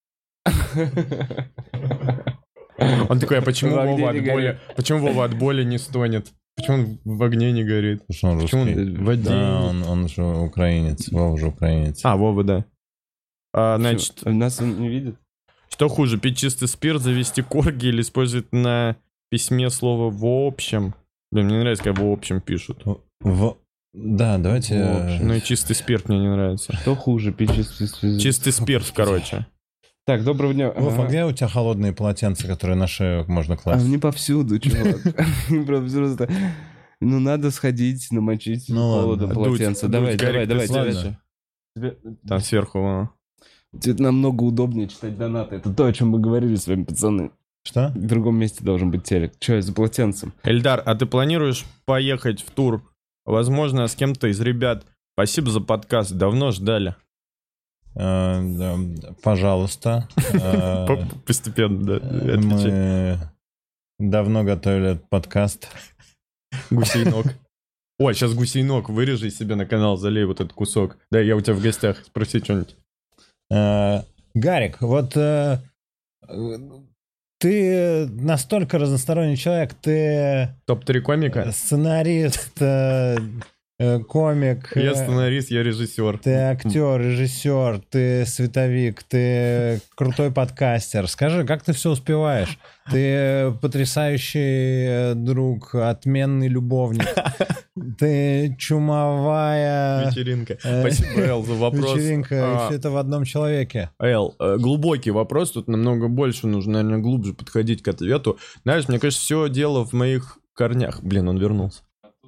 Speaker 2: Он такой, а почему
Speaker 1: В огне
Speaker 2: Вова от
Speaker 1: не
Speaker 2: боли...
Speaker 1: горит.
Speaker 2: Почему Вова от боли не стонет? Почему он в огне не горит?
Speaker 3: Потому что он
Speaker 2: Почему он
Speaker 3: русский.
Speaker 2: в воде
Speaker 3: Да,
Speaker 2: не-
Speaker 3: он, он же украинец. Вова же украинец.
Speaker 2: А, Вова, да. А, значит,
Speaker 1: Что, нас он не видит?
Speaker 2: что хуже, пить чистый спирт, завести корги или использовать на письме слово «в общем»? Блин, мне нравится, когда «в общем» пишут.
Speaker 3: В... Да, давайте...
Speaker 1: В общем.
Speaker 2: Ну и чистый спирт мне не нравится.
Speaker 1: Что хуже, пить чистый...
Speaker 2: Чистый спирт, короче.
Speaker 1: Так, доброго дня.
Speaker 3: Вов, а
Speaker 1: Ага.
Speaker 3: где у тебя холодные полотенца, которые на шею можно
Speaker 1: А
Speaker 3: класть?
Speaker 1: они повсюду, чувак. Просто, просто- Ну, надо сходить, намочить
Speaker 3: Ну ладно.
Speaker 1: холодом
Speaker 2: Дуть,
Speaker 1: полотенце.
Speaker 2: дуть,
Speaker 1: Давай,
Speaker 2: Гарик,
Speaker 1: давай,
Speaker 2: ты
Speaker 1: давай.
Speaker 3: ладно.
Speaker 1: тебе-
Speaker 2: Там сверху, вон.
Speaker 1: тебе намного удобнее читать донаты. Это то, о чем мы говорили с вами, пацаны.
Speaker 3: Что?
Speaker 1: В другом месте должен быть телек. Че, за полотенцем?
Speaker 2: Эльдар, а ты планируешь поехать в тур? Возможно, с кем-то из ребят. Спасибо за подкаст, давно ждали.
Speaker 3: Э, да, Пожалуйста. Э,
Speaker 2: По- Постепенно, да. отвечай.
Speaker 3: Мы давно готовили этот подкаст.
Speaker 2: Гусейнок. Ой, сейчас гусейнок, вырежи себе на канал, залей вот этот кусок. Да, я у тебя в гостях, спроси что-нибудь.
Speaker 3: Э, Гарик, вот э, э, ты настолько разносторонний человек, ты
Speaker 2: топ три комика?
Speaker 3: сценарист, э, э, комик,
Speaker 2: Я
Speaker 3: э,
Speaker 2: сценарист, я режиссер.
Speaker 3: ты актер, режиссер, ты световик, ты крутой подкастер. Скажи, как ты все успеваешь? Ты потрясающий э, друг, отменный любовник. Ты чумовая
Speaker 2: Вечеринка.
Speaker 3: э,
Speaker 2: Спасибо, Эл, за вопрос.
Speaker 3: вечеринка, и
Speaker 2: А,
Speaker 3: все это в одном человеке.
Speaker 2: Эл, э, глубокий вопрос, тут намного больше нужно, наверное, глубже подходить к ответу. Знаешь, мне кажется, все дело в моих корнях. Блин, он вернулся.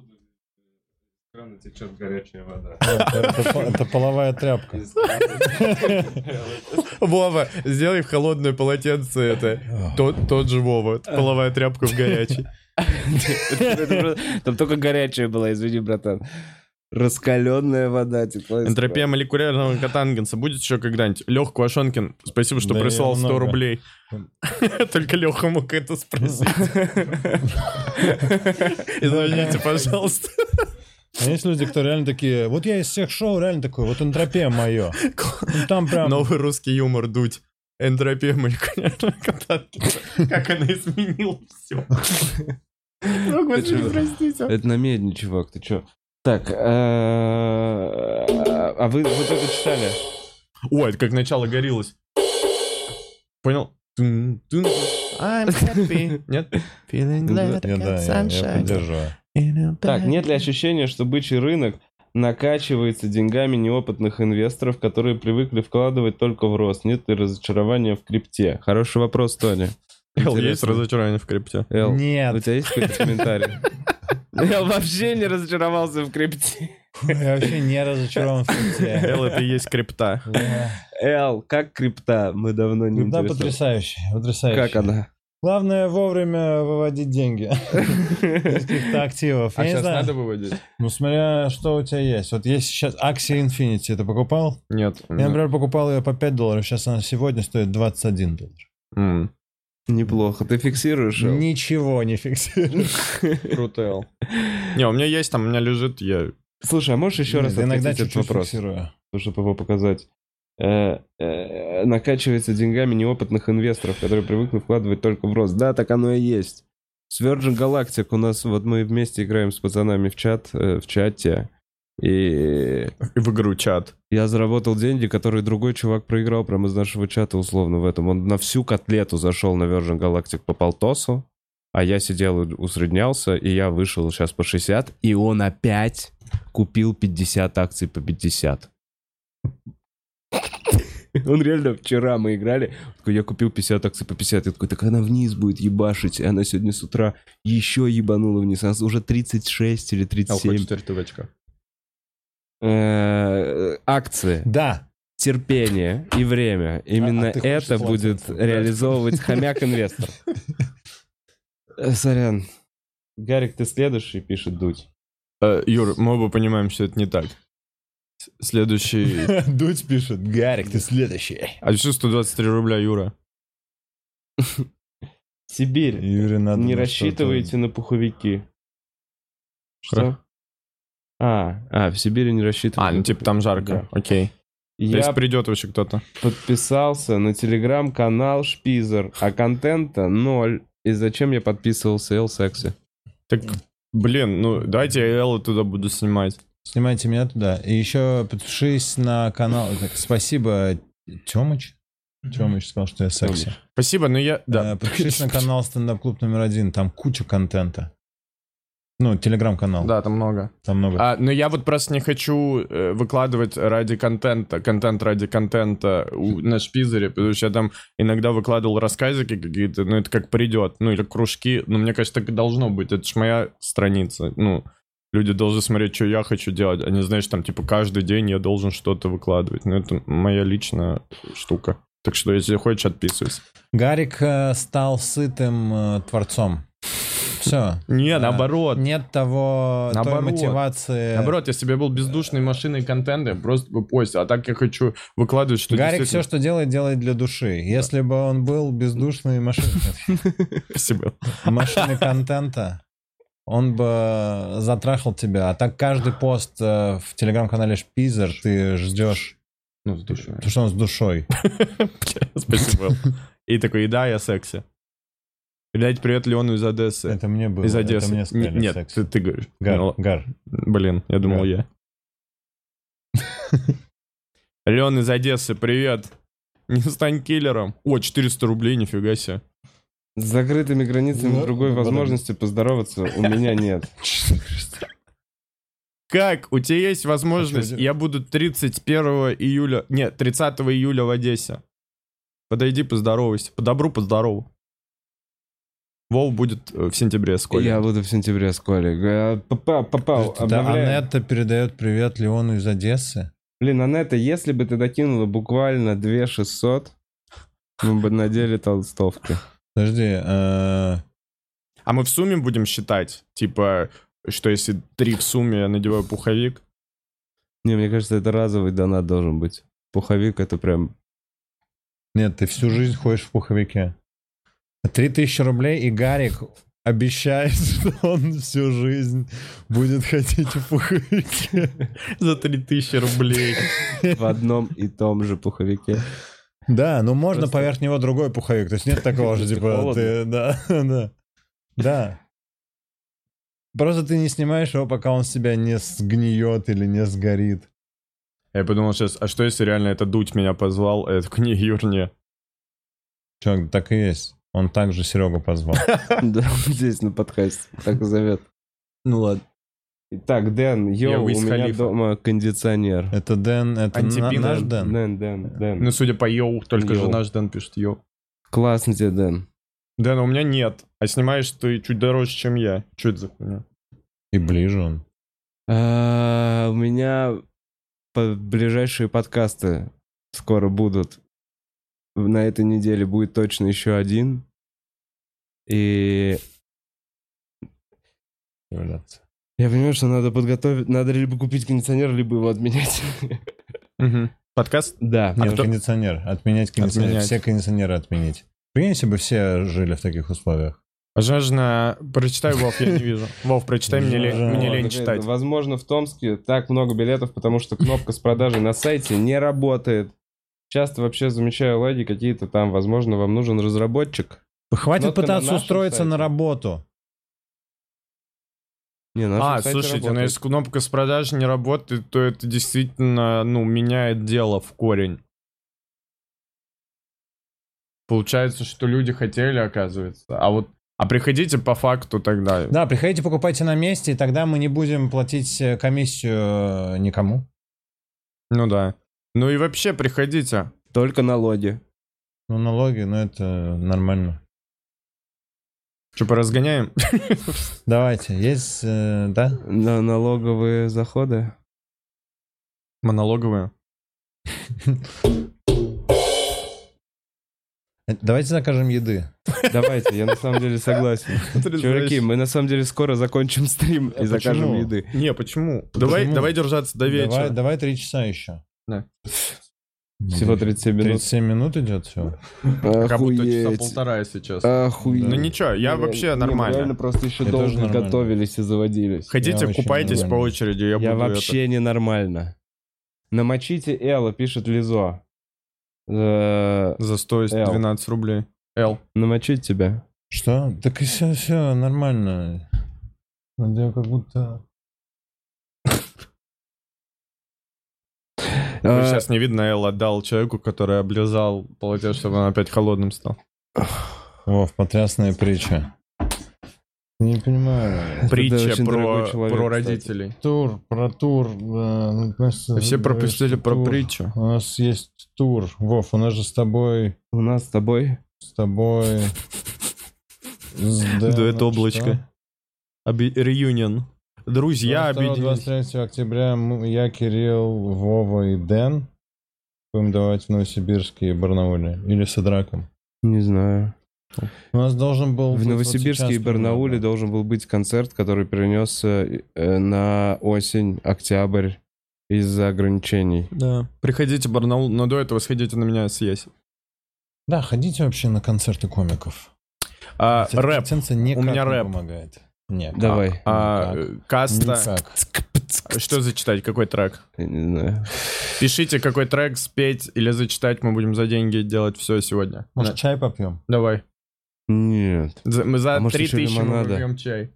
Speaker 1: течет горячая вода.
Speaker 3: Это, это- это половая тряпка.
Speaker 2: Вова, сделай в холодное полотенце это. Тот, тот же Вова, половая тряпка в горячей.
Speaker 1: Там только горячая была, извини, братан. Раскаленная вода текла. из
Speaker 2: Энтропия
Speaker 1: крана.
Speaker 2: молекулярного катангенса будет еще когда-нибудь? Лех Квашонкин, спасибо, что
Speaker 3: Да
Speaker 2: прислал
Speaker 3: я
Speaker 2: сто
Speaker 3: много.
Speaker 2: рублей. Только Леха мог это спросить. Извините, пожалуйста.
Speaker 3: А есть люди, кто реально такие, вот я из всех шоу реально такой, вот энтропия мое. Ну, там прям...
Speaker 2: Новый русский юмор дуть. Энтропия молекулярного катангенса. Как она изменила все.
Speaker 1: Почему?
Speaker 2: Простите.
Speaker 1: Это на медне, чувак, ты чё? Так, э, а вы вот это читали?
Speaker 2: Ой, это как начало горилось. Понял? Тун, тун. I'm happy. Нет? Feeling
Speaker 1: like
Speaker 3: Я, да, я, я поддерживаю.
Speaker 1: Так, нет ли ощущения, что бычий рынок накачивается деньгами неопытных инвесторов, которые привыкли вкладывать только в рост? Нет ли разочарования в крипте? Хороший вопрос, Тоня.
Speaker 2: Эл, есть
Speaker 1: Интересно.
Speaker 2: разочарование в крипте.
Speaker 1: Эл,
Speaker 3: Нет.
Speaker 1: у тебя есть какой-то комментарий? Я вообще не разочаровался в крипте.
Speaker 3: Я вообще не разочарован в крипте.
Speaker 2: Эл, это и есть крипта.
Speaker 1: Эл, как крипта? Мы давно не
Speaker 3: Крипта
Speaker 1: интересовались.
Speaker 3: потрясающая, потрясающая.
Speaker 1: Как она?
Speaker 3: Главное вовремя выводить деньги из каких-то активов.
Speaker 2: А
Speaker 3: Я не
Speaker 2: сейчас
Speaker 3: знаю.
Speaker 2: надо выводить?
Speaker 3: Ну, смотря, что у тебя есть. Вот есть сейчас акция Infinity, ты покупал?
Speaker 2: Нет.
Speaker 3: Я, например, покупал ее по пять долларов, сейчас она сегодня стоит двадцать один доллар.
Speaker 2: М,
Speaker 1: Неплохо. Ты фиксируешь? Эл?
Speaker 3: Ничего не фиксируешь.
Speaker 2: Круто, Эл. Не, у меня есть, там у меня лежит, я...
Speaker 1: Слушай, а можешь еще раз
Speaker 3: Нет, иногда
Speaker 1: ответить этот
Speaker 3: чуть-чуть
Speaker 1: вопрос,
Speaker 3: фиксирую.
Speaker 1: чтобы его показать? Э, э, накачивается деньгами неопытных инвесторов, которые привыкли вкладывать только в рост. Да, так оно и есть. С Virgin Galactic у нас, вот мы вместе играем с пацанами в чат, э, в чате, и
Speaker 2: В игру чат.
Speaker 1: я заработал деньги, которые другой чувак проиграл прямо из нашего чата условно в этом. Он на всю котлету зашел на Virgin Galactic по полтосу, а я сидел и усреднялся, и я вышел сейчас по шестьдесят, и он опять купил пятьдесят акций по пятьдесят. Он реально, вчера мы играли, такой, я купил пятьдесят акций по пятьдесят, я такой, так она вниз будет ебашить, и она сегодня с утра еще ебанула вниз, она уже тридцать шесть или тридцать
Speaker 2: Эл,
Speaker 1: семь.
Speaker 2: хочешь теперь ты в очках?
Speaker 1: Э, акции,
Speaker 3: Да.
Speaker 1: терпение и время. Именно
Speaker 3: А- а ты хочешь
Speaker 1: это будет
Speaker 3: полотенце? Да.
Speaker 1: реализовывать хомяк-инвестор. Э, Сорян. Гарик, ты следующий, пишет Дудь.
Speaker 2: Э, Юр, мы оба понимаем, что это не так. С- Следующий...
Speaker 3: Дудь пишет, Гарик, ты следующий.
Speaker 2: А что сто двадцать три рубля, Юра?
Speaker 1: Сибирь.
Speaker 3: Юре надо
Speaker 1: Не
Speaker 3: на
Speaker 1: рассчитывайте на пуховики. Что?
Speaker 2: Хра-
Speaker 1: А, а, в Сибири не рассчитывайте.
Speaker 2: А, ну типа там жарко,
Speaker 1: Да.
Speaker 2: окей. То
Speaker 1: Я
Speaker 2: есть придет вообще кто-то.
Speaker 1: подписался на телеграм-канал Шпизер, а контента ноль. И зачем я подписывался Эл Секси?
Speaker 2: Так, блин, ну давайте я Эллу туда буду снимать.
Speaker 3: Снимайте меня туда. И еще подпишись на канал. Так, спасибо, Тёмыч. Тёмыч сказал, что я секси.
Speaker 2: Спасибо, но я...
Speaker 3: Э,
Speaker 2: Да.
Speaker 3: Подпишись на канал Стендап-клуб номер один. Там куча контента. Ну, телеграм-канал.
Speaker 2: Да, там много.
Speaker 3: Там много.
Speaker 2: А, но я вот просто не хочу э, выкладывать ради контента, контент ради контента у- на Шпизере, потому что я там иногда выкладывал рассказики какие-то, ну это как придет, ну или кружки, но мне кажется, так и должно быть, это ж моя страница, ну люди должны смотреть, что я хочу делать, а не, знаешь, там типа каждый день я должен что-то выкладывать, ну это моя личная штука. Так что, если хочешь, отписывайся.
Speaker 3: Гарик э, стал сытым э, творцом. Все.
Speaker 2: Не, наоборот.
Speaker 3: Нет того, той
Speaker 2: Наоборот.
Speaker 3: мотивации.
Speaker 2: Наоборот, если бы я был бездушной машиной контента, я просто бы постил. А так я хочу выкладывать, что
Speaker 3: Гарик
Speaker 2: действительно...
Speaker 3: все, что делает, делает для души. Если бы он был бездушной машиной,
Speaker 2: Спасибо.
Speaker 3: машиной контента, он бы затрахал тебя. А так каждый пост э, в телеграм-канале Шпизер ты ждешь,
Speaker 2: Ну, с душой.
Speaker 3: потому что он с душой.
Speaker 2: Спасибо. И такой, и да, я секси. Передайте привет Леону из Одессы.
Speaker 3: Это мне было.
Speaker 2: Из
Speaker 3: Это
Speaker 2: Одессы.
Speaker 3: мне
Speaker 2: Н-
Speaker 3: сказали
Speaker 2: Нет,
Speaker 3: секс.
Speaker 2: ты, ты говоришь.
Speaker 3: Гар,
Speaker 2: Ну,
Speaker 3: Гар.
Speaker 2: блин, я думал
Speaker 3: Гар.
Speaker 2: я. Леон из Одессы, привет. Не стань киллером. О, четыреста рублей, нифига себе.
Speaker 1: С закрытыми границами
Speaker 3: Ну,
Speaker 1: другой
Speaker 3: ну,
Speaker 1: возможности поздороваться у меня нет.
Speaker 2: Как? У тебя есть возможность?
Speaker 3: А чё,
Speaker 2: Я буду тридцать первого июля... Нет, тридцатого июля в Одессе. Подойди, поздоровайся. По добру, по здорову. Вов будет э, в сентябре с Колей.
Speaker 1: Я буду в сентябре с Колей. Га- Попал, попал,
Speaker 3: Да,
Speaker 1: обновляем.
Speaker 3: Анетта передает привет Леону из Одессы.
Speaker 1: Блин, Анетта, если бы ты докинула буквально две шестьсот, мы бы надели толстовки.
Speaker 3: Подожди, э,
Speaker 2: А мы в сумме будем считать? Типа, что если три в сумме я надеваю пуховик?
Speaker 1: Не, мне кажется, это разовый донат должен быть. Пуховик это прям...
Speaker 3: нет, ты всю жизнь ходишь в пуховике. Три тысячи рублей, и Гарик обещает, что он всю жизнь будет ходить в пуховике.
Speaker 2: За три тысячи рублей.
Speaker 1: в одном и том же пуховике.
Speaker 3: Да, ну можно
Speaker 1: Просто-
Speaker 3: поверх него другой пуховик. То есть нет такого же,
Speaker 1: Если
Speaker 3: типа,
Speaker 1: холодно.
Speaker 3: ты, да, да, да. Просто ты не снимаешь его, пока он с тебя не сгниет или не сгорит.
Speaker 2: Я подумал сейчас, а что если реально это Дудь меня позвал? А я такой, не, Юр, не.
Speaker 3: Че, так и есть. Он также Серегу позвал.
Speaker 1: Да, здесь на подкасте. Так и зовет.
Speaker 2: Ну ладно.
Speaker 1: Итак, Дэн,
Speaker 2: Я
Speaker 1: йоу, у
Speaker 2: Уиз
Speaker 1: меня
Speaker 2: Халифа.
Speaker 1: дома кондиционер.
Speaker 3: Это Дэн, это на-
Speaker 2: Антипин.
Speaker 3: наш Дэн.
Speaker 1: Дэн, Дэн, Дэн.
Speaker 2: Ну, судя по йоу, только
Speaker 1: Йоу.
Speaker 2: же наш Дэн пишет йоу.
Speaker 1: Классно тебе, Дэн.
Speaker 2: Дэн, у меня нет. А снимаешь ты чуть дороже, чем я. Что это за хуйня?
Speaker 3: И ближе он.
Speaker 1: А, У меня по- ближайшие подкасты скоро будут. На этой неделе будет точно еще один. И я понимаю, что надо подготовить, надо либо купить кондиционер, либо его отменять.
Speaker 2: Угу. Подкаст?
Speaker 1: Да.
Speaker 3: Нет,
Speaker 2: кто-
Speaker 3: кондиционер. Отменять кондиционер.
Speaker 2: Отменять.
Speaker 3: Все кондиционеры отменить. Прикинь, если бы все жили в таких условиях.
Speaker 2: Жажно. Прочитай, Вов, я не вижу. Вов, прочитай, мне, лень-
Speaker 3: Жажно.
Speaker 2: мне
Speaker 1: Вот,
Speaker 2: лень
Speaker 1: это-
Speaker 2: читать.
Speaker 1: Возможно, в Томске так много билетов, потому что кнопка с продажей на сайте не работает. Часто вообще замечаю лаги какие-то там. Возможно, вам нужен разработчик.
Speaker 3: Хватит
Speaker 1: Кнопка на
Speaker 3: пытаться
Speaker 1: нашем
Speaker 3: устроиться
Speaker 1: сайте.
Speaker 3: на работу.
Speaker 1: Не, на нашем
Speaker 2: А,
Speaker 1: сайте
Speaker 2: слушайте, ну
Speaker 1: работает.
Speaker 2: если кнопка с продаж не работает, то это действительно, ну, меняет дело в корень. Получается, что люди хотели, оказывается. А вот, а приходите по факту тогда.
Speaker 3: Да, приходите, покупайте на месте, и тогда мы не будем платить э, комиссию э, никому.
Speaker 2: Ну да. Ну и вообще приходите.
Speaker 1: Только налоги.
Speaker 3: Ну, налоги, ну это нормально.
Speaker 2: Что, поразгоняем?
Speaker 3: Давайте, есть, э, да?
Speaker 1: На налоговые заходы.
Speaker 2: Монологовые.
Speaker 3: Давайте закажем еды.
Speaker 1: Давайте, я на самом деле согласен. Чуваки, мы на самом деле скоро закончим стрим и закажем еды.
Speaker 2: Не, почему? Давай, давай держаться до вечера.
Speaker 3: Давай, давай три часа еще.
Speaker 2: Да.
Speaker 1: Всего тридцать семь минут.
Speaker 3: тридцать семь минут идет все.
Speaker 2: Как будто часа полтора, если честно.
Speaker 1: Охуеть.
Speaker 2: Ну ничего, я вообще нормально.
Speaker 1: Реально просто еще
Speaker 3: Я
Speaker 1: долго
Speaker 3: тоже нормально.
Speaker 1: готовились и заводились.
Speaker 2: Хотите,
Speaker 3: Я
Speaker 2: купайтесь
Speaker 3: очень
Speaker 2: по очереди, я,
Speaker 1: Я
Speaker 2: буду
Speaker 1: вообще ненормально. Намочите Элла, пишет Лизо. Э,
Speaker 2: это... За сто двенадцать рублей. Эл.
Speaker 1: Намочить тебя.
Speaker 3: Что? Так и все, все, нормально. Я как будто...
Speaker 2: Ну, сейчас не видно, Эл отдал человеку, который облизал полотенце, чтобы он опять холодным стал.
Speaker 3: Вов, потрясная притча. Не понимаю.
Speaker 2: Притча
Speaker 1: очень
Speaker 2: про,
Speaker 1: дорогой человек,
Speaker 2: про
Speaker 1: кстати.
Speaker 2: родителей.
Speaker 3: Тур, про тур. Да, ну, кажется,
Speaker 2: Все
Speaker 3: говоришь,
Speaker 2: пропустили про
Speaker 3: тур.
Speaker 2: притчу.
Speaker 3: У нас есть тур. Вов, у нас же с тобой...
Speaker 1: У нас с тобой.
Speaker 3: С тобой... с Дэном,
Speaker 2: Дуэт
Speaker 3: что?
Speaker 2: облачко. Оби- Реюнион. Друзья объединились.
Speaker 3: двадцать третьего октября мы- я, Кирилл, Вова и Дэн будем давать в Новосибирске и Барнауле. Или с Идраком.
Speaker 1: Не знаю.
Speaker 3: У нас должен был...
Speaker 1: В
Speaker 3: быть вот
Speaker 1: Новосибирске
Speaker 3: сейчас
Speaker 1: и Барнауле
Speaker 3: примерно.
Speaker 1: должен был быть концерт, который перенесся э, на осень, октябрь из-за ограничений.
Speaker 2: Да. Приходите в Барнаул, но до этого сходите на меня съесть.
Speaker 3: Да, ходите вообще на концерты комиков.
Speaker 2: А,
Speaker 3: Хотя
Speaker 2: рэп.
Speaker 3: концерты никак
Speaker 2: У меня
Speaker 3: не
Speaker 2: рэп.
Speaker 3: помогает. Нет.
Speaker 1: Давай.
Speaker 2: А,
Speaker 3: Никак.
Speaker 2: каста.
Speaker 3: Никак.
Speaker 2: Что зачитать? Какой трек?
Speaker 1: Я не знаю.
Speaker 2: Пишите, какой трек спеть или зачитать. Мы будем за деньги делать все сегодня.
Speaker 3: Может,
Speaker 2: Да.
Speaker 3: чай попьем?
Speaker 2: Давай.
Speaker 1: Нет.
Speaker 2: За, мы за
Speaker 1: А может,
Speaker 2: три
Speaker 1: еще
Speaker 2: тысячи мы
Speaker 1: лимонада?
Speaker 2: выпьем чай.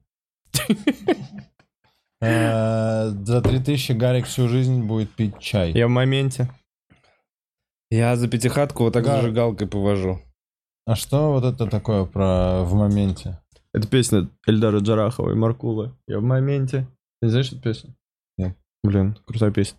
Speaker 3: Э, За три тысячи Гарик всю жизнь будет пить чай.
Speaker 2: Я в моменте.
Speaker 1: Я за пятихатку вот так
Speaker 3: Гар.
Speaker 1: зажигалкой повожу.
Speaker 3: А что вот это такое про в моменте?
Speaker 2: Это песня Эльдара Джарахова и Маркула. Я в моменте. Ты знаешь эту песню?
Speaker 3: Нет.
Speaker 2: Блин, крутая песня.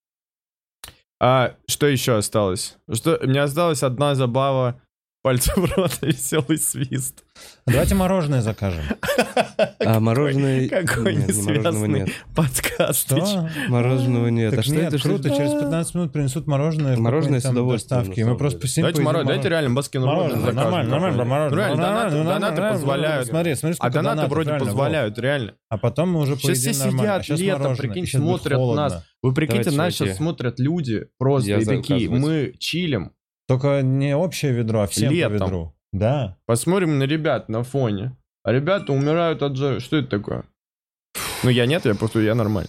Speaker 2: А что еще осталось? Что? У меня осталась одна забава. Пальцы в рот и веселый свист.
Speaker 3: Давайте мороженое закажем.
Speaker 1: А мороженое...
Speaker 2: Какой
Speaker 1: Нет, мороженого
Speaker 2: несвязный
Speaker 1: нет.
Speaker 2: подкаст.
Speaker 3: Что?
Speaker 1: Мороженого нет.
Speaker 3: Так
Speaker 1: а что
Speaker 3: нет,
Speaker 1: это? Что
Speaker 3: круто,
Speaker 1: это?
Speaker 3: через пятнадцать минут принесут мороженое в
Speaker 1: Мороженое
Speaker 3: какой-нибудь
Speaker 1: с
Speaker 3: там
Speaker 1: удовольствием,
Speaker 3: доставке.
Speaker 1: на
Speaker 3: Мы
Speaker 1: самом
Speaker 3: просто
Speaker 1: деле.
Speaker 3: посидим,
Speaker 2: Давайте,
Speaker 3: поедим
Speaker 2: мороженое, дайте реально Баскин
Speaker 3: Мороженое, нормально, нормально, мороженое.
Speaker 2: Ну, реально,
Speaker 3: Нормально,
Speaker 2: донаты,
Speaker 3: нормально,
Speaker 2: донаты
Speaker 3: нормально.
Speaker 2: позволяют.
Speaker 3: Смотри, смотри,
Speaker 2: А
Speaker 3: сколько
Speaker 2: донаты
Speaker 3: донатов,
Speaker 2: вроде
Speaker 3: реально,
Speaker 2: позволяют, реально.
Speaker 3: Вов. А потом мы уже
Speaker 2: Сейчас все
Speaker 3: поедим нормально. А
Speaker 2: сидят
Speaker 3: щас
Speaker 2: летом,
Speaker 3: мороженое.
Speaker 2: прикинь,
Speaker 3: Щас будет
Speaker 2: смотрят
Speaker 3: холодно.
Speaker 2: нас. Вы прикиньте,
Speaker 1: Давайте,
Speaker 2: нас
Speaker 1: чуваки.
Speaker 2: сейчас смотрят люди просто
Speaker 1: Я
Speaker 2: и такие,
Speaker 1: заказывать.
Speaker 2: мы чилим.
Speaker 3: Только не общее ведро, а всем
Speaker 2: Летом.
Speaker 3: по ведру. Да.
Speaker 2: Посмотрим на ребят на фоне. А ребята умирают от жары. Что это такое? Ну, я нет, я просто, я нормально.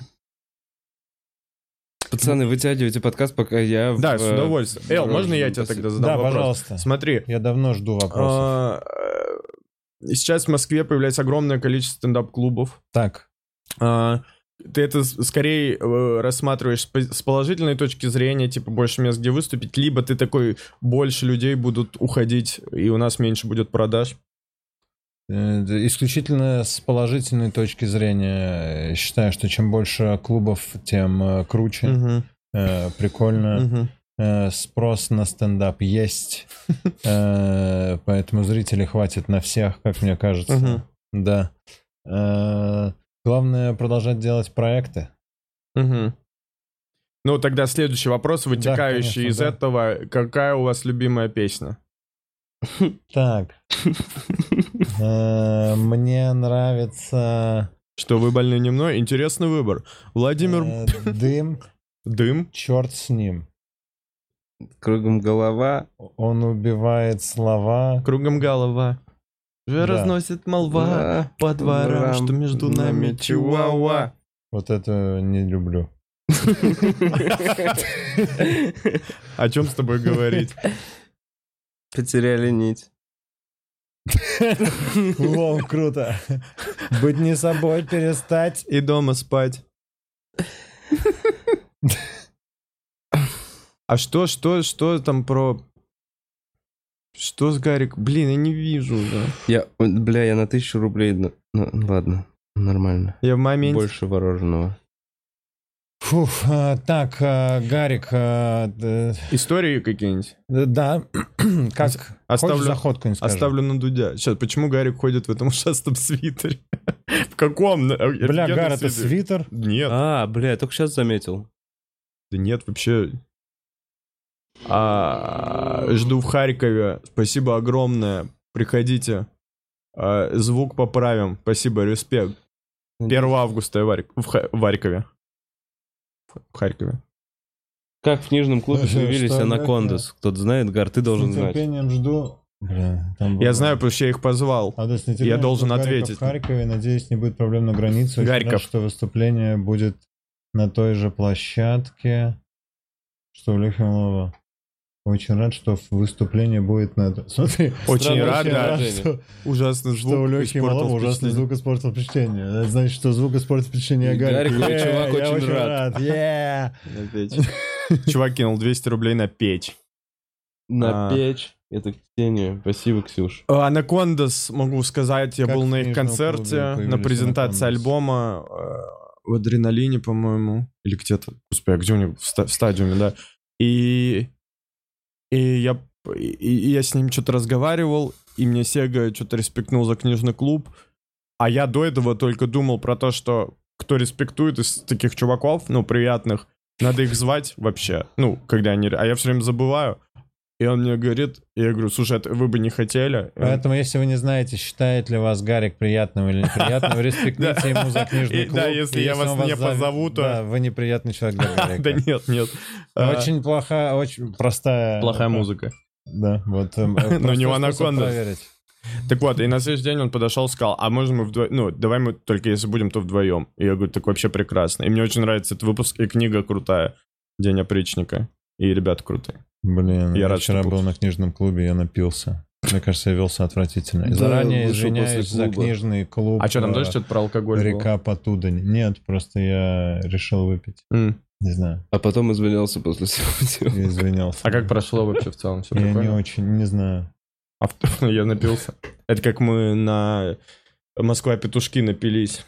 Speaker 1: Пацаны, вытягивайте подкаст, пока я... в,
Speaker 2: Да, с
Speaker 1: э,
Speaker 2: удовольствием. Эл, можно я тебе тогда задам
Speaker 3: Да,
Speaker 2: вопрос?
Speaker 3: пожалуйста.
Speaker 2: Смотри.
Speaker 3: Я давно жду вопросов.
Speaker 2: а, э, Сейчас в Москве появляется огромное количество стендап-клубов.
Speaker 3: Так.
Speaker 2: А, Ты это с- скорее э, рассматриваешь с пози- с положительной точки зрения, типа больше мест, где выступить, либо ты такой, больше людей будут уходить, и у нас меньше будет продаж.
Speaker 3: Э, Исключительно с положительной точки зрения э, считаю, что чем больше клубов, тем э, круче,
Speaker 2: Мгм.
Speaker 3: э, прикольно.
Speaker 2: Мгм.
Speaker 3: Э, Спрос на стендап есть, э, поэтому зрителей хватит на всех, как мне кажется.
Speaker 2: Мгм.
Speaker 3: Да. Э, Главное продолжать делать проекты.
Speaker 2: Мгм. Ну, тогда следующий вопрос, вытекающий
Speaker 3: конечно,
Speaker 2: из
Speaker 3: да.
Speaker 2: этого. Какая у вас любимая песня?
Speaker 3: Так. Э, Мне нравится
Speaker 2: Что, вы больны не мной? Интересный выбор. Владимир
Speaker 3: э, Дым,
Speaker 2: Дым.
Speaker 3: черт с ним.
Speaker 1: Кругом голова.
Speaker 3: Он убивает слова.
Speaker 2: Кругом голова. Уже
Speaker 3: Да.
Speaker 2: разносит молва
Speaker 1: Да,
Speaker 2: по дворам, что между нами чиуауа.
Speaker 3: Вот это не люблю.
Speaker 2: О чем с тобой говорить?
Speaker 1: Потеряли нить.
Speaker 3: Вау, круто. Быть не собой, перестать.
Speaker 2: И дома спать. А что, что, что там про... Что с Гарик? Блин, я не вижу уже.
Speaker 1: Я, бля, я на тысячу рублей... на- ну, ладно, нормально.
Speaker 2: Я в моменте...
Speaker 1: Больше мороженого.
Speaker 3: Фуф, а, так, а, Гарик, а, д-
Speaker 2: Истории какие-нибудь?
Speaker 3: да, как?
Speaker 2: Оставлю-
Speaker 3: Хочешь заходку не скажу?
Speaker 2: Оставлю на Дудя. Сейчас, почему Гарик ходит в этом ужасном свитере? В каком?
Speaker 3: Бля, Гар, это свитер?
Speaker 2: Нет.
Speaker 1: А, бля, я только сейчас заметил.
Speaker 2: Да нет, вообще... А, жду в Харькове. Спасибо огромное. Приходите. А, звук поправим. Спасибо, респект. первого августа в, Харь... в, Ха... в Харькове. В Харькове.
Speaker 1: Как в книжном клубе
Speaker 3: Слушай,
Speaker 1: появились
Speaker 3: что
Speaker 1: Анакондас? Кто-то знает, Гар, ты должен
Speaker 3: С
Speaker 1: знать.
Speaker 3: нетерпением жду. Блин, там
Speaker 2: Я
Speaker 3: было-
Speaker 2: знаю, потому что я их позвал.
Speaker 3: А, да, с нетерпением
Speaker 2: Я должен
Speaker 3: жду Гарика
Speaker 2: ответить.
Speaker 3: В Харькове, надеюсь, не будет проблем на границе. Очень
Speaker 2: Гарьков.
Speaker 3: рад, что выступление будет на той же площадке, что у Лехи Малова. Очень рад, что выступление будет на... Смотри,
Speaker 2: Очень
Speaker 3: странно,
Speaker 2: рад, да.
Speaker 3: что,
Speaker 2: Ужасный звук.
Speaker 3: что у Лехи
Speaker 2: испортил
Speaker 3: Малова ужасный
Speaker 2: впечатление.
Speaker 3: звук испортил впечатление. Это значит, что звук испортил впечатление Гарика.
Speaker 1: Гарик,
Speaker 3: Е,
Speaker 1: чувак,
Speaker 3: я
Speaker 1: очень рад.
Speaker 3: Е.
Speaker 2: На печь. Чувак кинул двести рублей на печь.
Speaker 1: На
Speaker 2: А.
Speaker 1: печь. Это к Ксении. Спасибо, Ксюш.
Speaker 2: Анакондас, могу сказать, я
Speaker 3: Как
Speaker 2: был
Speaker 3: в
Speaker 2: на их
Speaker 3: книжном
Speaker 2: концерте,
Speaker 3: клубе появились
Speaker 2: на презентации
Speaker 3: Анакондас.
Speaker 2: альбома э, в Адреналине, по-моему, или где-то, господи, а где у них, в, ста- в стадиуме, да. И, и, я, и, и я с ним что-то разговаривал, и мне Сега что-то респектнул за книжный клуб, а я до этого только думал про то, что кто респектует из таких чуваков, ну, приятных, надо их звать вообще, ну, когда они... А я все время забываю. И он мне говорит, и я говорю, слушай, это вы бы не хотели? И он-
Speaker 3: Поэтому, если вы не знаете, считает ли вас Гарик приятным или неприятным, вы респектуйте ему за книжный
Speaker 2: И
Speaker 3: клуб.
Speaker 2: да, если я вас
Speaker 3: он
Speaker 2: не
Speaker 3: зовет-
Speaker 2: позову, то-
Speaker 3: Да, вы неприятный человек для Гарика.
Speaker 2: Да нет, нет. А,
Speaker 3: Очень плохая, очень простая...
Speaker 2: Плохая музыка.
Speaker 3: Да, вот. эм,
Speaker 2: Но
Speaker 3: простой
Speaker 2: не у
Speaker 3: способ
Speaker 2: Анакондас.
Speaker 3: проверить.
Speaker 2: Так вот, и на следующий день он подошел, сказал, а можно мы вдвоем, ну, давай мы только если будем, то вдвоем. И я говорю, так вообще прекрасно. И мне очень нравится этот выпуск, и книга крутая. День опричника. И ребята крутые.
Speaker 3: Блин,
Speaker 2: Я
Speaker 3: я
Speaker 2: рад,
Speaker 3: вчера
Speaker 2: что
Speaker 3: был
Speaker 2: пусть.
Speaker 3: на книжном клубе, я напился. Мне кажется, я велся отвратительно. И
Speaker 1: Да,
Speaker 3: заранее
Speaker 1: вышел
Speaker 3: извиняюсь
Speaker 1: после
Speaker 3: за
Speaker 1: клуба.
Speaker 3: книжный клуб.
Speaker 2: А что, там
Speaker 3: э,
Speaker 2: тоже что-то про алкоголь было?
Speaker 3: Река Потудань. Нет, просто я решил выпить.
Speaker 2: М.
Speaker 3: Не знаю,
Speaker 1: А потом извинялся после всего.
Speaker 3: я извинялся.
Speaker 2: А как прошло вообще в целом? Все
Speaker 3: Я не
Speaker 2: прикольно?
Speaker 3: очень, не знаю.
Speaker 2: А в- я напился. Это как мы на Москва-петушки напились.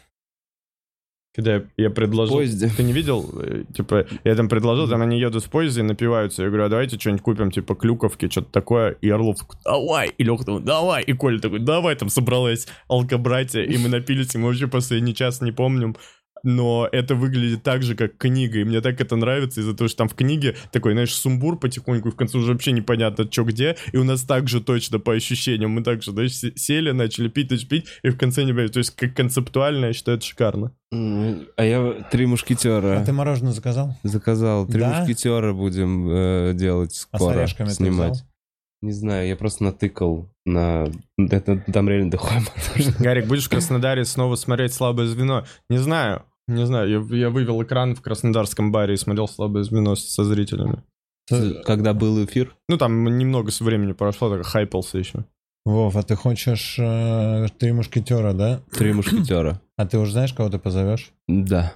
Speaker 2: Когда я, я
Speaker 1: В
Speaker 2: предложил...
Speaker 1: поезде.
Speaker 2: Ты не видел? Э, Типа, я там предложил, там они едут в поезде и напиваются. Я говорю, а давайте что-нибудь купим, типа, клюковки, что-то такое. И Орлов такой, давай. И Леха такой, давай. И Коля такой, давай. Там собралась алкобратья, и мы напились, и мы вообще последний час не помним. Но это выглядит так же, как книга. И мне так это нравится из-за того, что там в книге такой, знаешь, сумбур потихоньку, и в конце уже вообще непонятно, что где. И у нас так же точно по ощущениям. Мы так же, знаешь, се- сели, начали пить, начали пить, и в конце не понимаю. То есть как концептуально, я считаю, это шикарно.
Speaker 1: М, А я три
Speaker 3: А
Speaker 1: мушкетера
Speaker 3: ты мороженое заказал?
Speaker 1: заказал. Три
Speaker 3: Да?
Speaker 1: мушкетера будем э, делать
Speaker 3: А с
Speaker 1: скоро.
Speaker 3: орешками ты
Speaker 1: снимать.
Speaker 3: взял?
Speaker 1: Не знаю, я просто натыкал на... Это, там реально дохуя мороженое.
Speaker 2: Гарик, будешь в Краснодаре снова смотреть «Слабое звено»? Не знаю, не знаю. Я, я вывел экран в краснодарском баре и смотрел «Слабое звено» с- со зрителями.
Speaker 1: Когда был эфир,
Speaker 2: Ну, там немного с времени прошло, так хайпался еще.
Speaker 3: Вов, а ты хочешь э, три мушкетера, да?
Speaker 1: три мушкетера.
Speaker 3: А ты уже знаешь, кого ты позовешь?
Speaker 1: Да.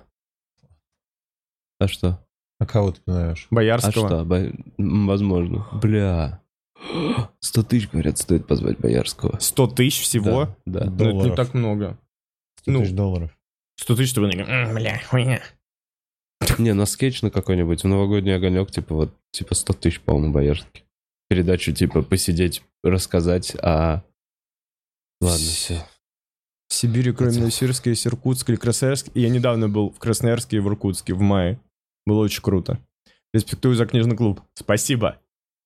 Speaker 1: А что?
Speaker 3: А кого ты позовешь?
Speaker 1: А
Speaker 2: Боярского.
Speaker 1: что? Бо- м, Возможно. Бля. Сто тысяч, говорят, стоит позвать Боярского.
Speaker 2: сто тысяч всего?
Speaker 1: Да. да.
Speaker 2: Ну, это не
Speaker 3: Долларов.
Speaker 2: так много.
Speaker 3: сто
Speaker 2: Ну.
Speaker 3: тысяч долларов.
Speaker 2: сто тысяч, чтобы они говорят, «М, бля, хуйня».
Speaker 1: Не, на скетч на какой-нибудь, в новогодний огонек, типа вот, типа сто тысяч, по-моему, Боярский. Передачу, типа, посидеть, рассказать, а... Ладно, все.
Speaker 2: В Сибири, кроме Новосибирска, есть Иркутск или Красноярск. И я недавно был в Красноярске и в Иркутске в мае. Было очень круто. Респектую за книжный клуб. Спасибо.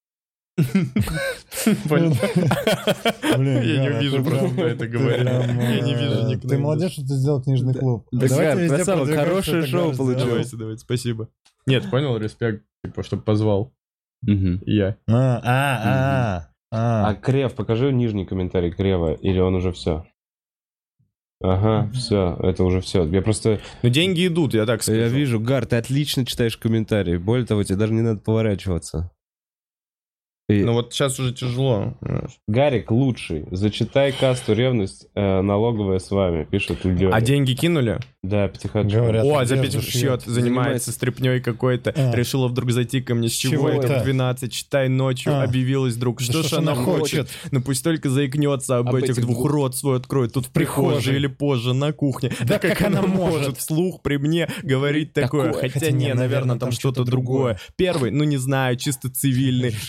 Speaker 2: Понял?
Speaker 3: Блин,
Speaker 2: Я
Speaker 3: Гара,
Speaker 2: не вижу
Speaker 3: ты
Speaker 2: просто,
Speaker 3: прям-
Speaker 2: кто это
Speaker 3: ты
Speaker 2: говорит.
Speaker 3: прям,
Speaker 2: Я не вижу
Speaker 3: э,
Speaker 2: никто.
Speaker 3: Ты молодец, что ты сделал книжный клуб.
Speaker 1: Да,
Speaker 3: Давайте
Speaker 1: Гар,
Speaker 3: везде
Speaker 1: красава,
Speaker 3: продвигать,
Speaker 1: хорошее
Speaker 3: что это
Speaker 1: шоу
Speaker 3: Гар
Speaker 1: получилось.
Speaker 3: сделал.
Speaker 2: Давайте, давайте, спасибо. Нет, понял, респект, типа, чтобы позвал.
Speaker 1: Мгм.
Speaker 2: И я.
Speaker 3: А, а, а,
Speaker 1: А
Speaker 3: а.
Speaker 1: Крев, покажи нижний комментарий Крева, или он уже все? Ага, все, это уже все. Я просто...
Speaker 2: Ну, деньги идут, я так скажу.
Speaker 1: Я вижу, Гар, ты отлично читаешь комментарии. Более того, тебе даже не надо поворачиваться. И-
Speaker 2: Ну, вот сейчас уже тяжело. понимаешь.
Speaker 1: Гарик лучший. Зачитай касту ревность, э, налоговая с вами, пишет Лёня.
Speaker 2: А деньги кинули?
Speaker 1: Да, пятихатчик.
Speaker 3: Говорят,
Speaker 2: О,
Speaker 3: где
Speaker 2: за пять
Speaker 3: зашьёт?
Speaker 2: счет занимается
Speaker 1: Занимается.
Speaker 2: стряпнёй какой-то.
Speaker 3: А.
Speaker 2: Решила вдруг зайти ко мне. С чего,
Speaker 3: чего
Speaker 2: это
Speaker 3: это?
Speaker 2: в двенадцать? Читай ночью.
Speaker 3: А.
Speaker 2: Объявилась вдруг.
Speaker 3: Да
Speaker 2: Что ж она хочет? Ну пусть только заикнется об,
Speaker 1: Об
Speaker 2: этих
Speaker 1: этих
Speaker 2: двух,
Speaker 1: двух.
Speaker 2: рот свой откроет. Тут в прихожей
Speaker 3: прихожей.
Speaker 2: или позже на кухне. Да, как она может вслух при мне говорить такое?
Speaker 3: Такое.
Speaker 2: Хотя,
Speaker 3: Хотя
Speaker 2: не,
Speaker 3: не,
Speaker 2: наверное,
Speaker 3: наверное,
Speaker 2: там
Speaker 3: там
Speaker 2: что-то
Speaker 3: что-то
Speaker 2: другое. Первый, ну не знаю, чисто цивильный, жирный,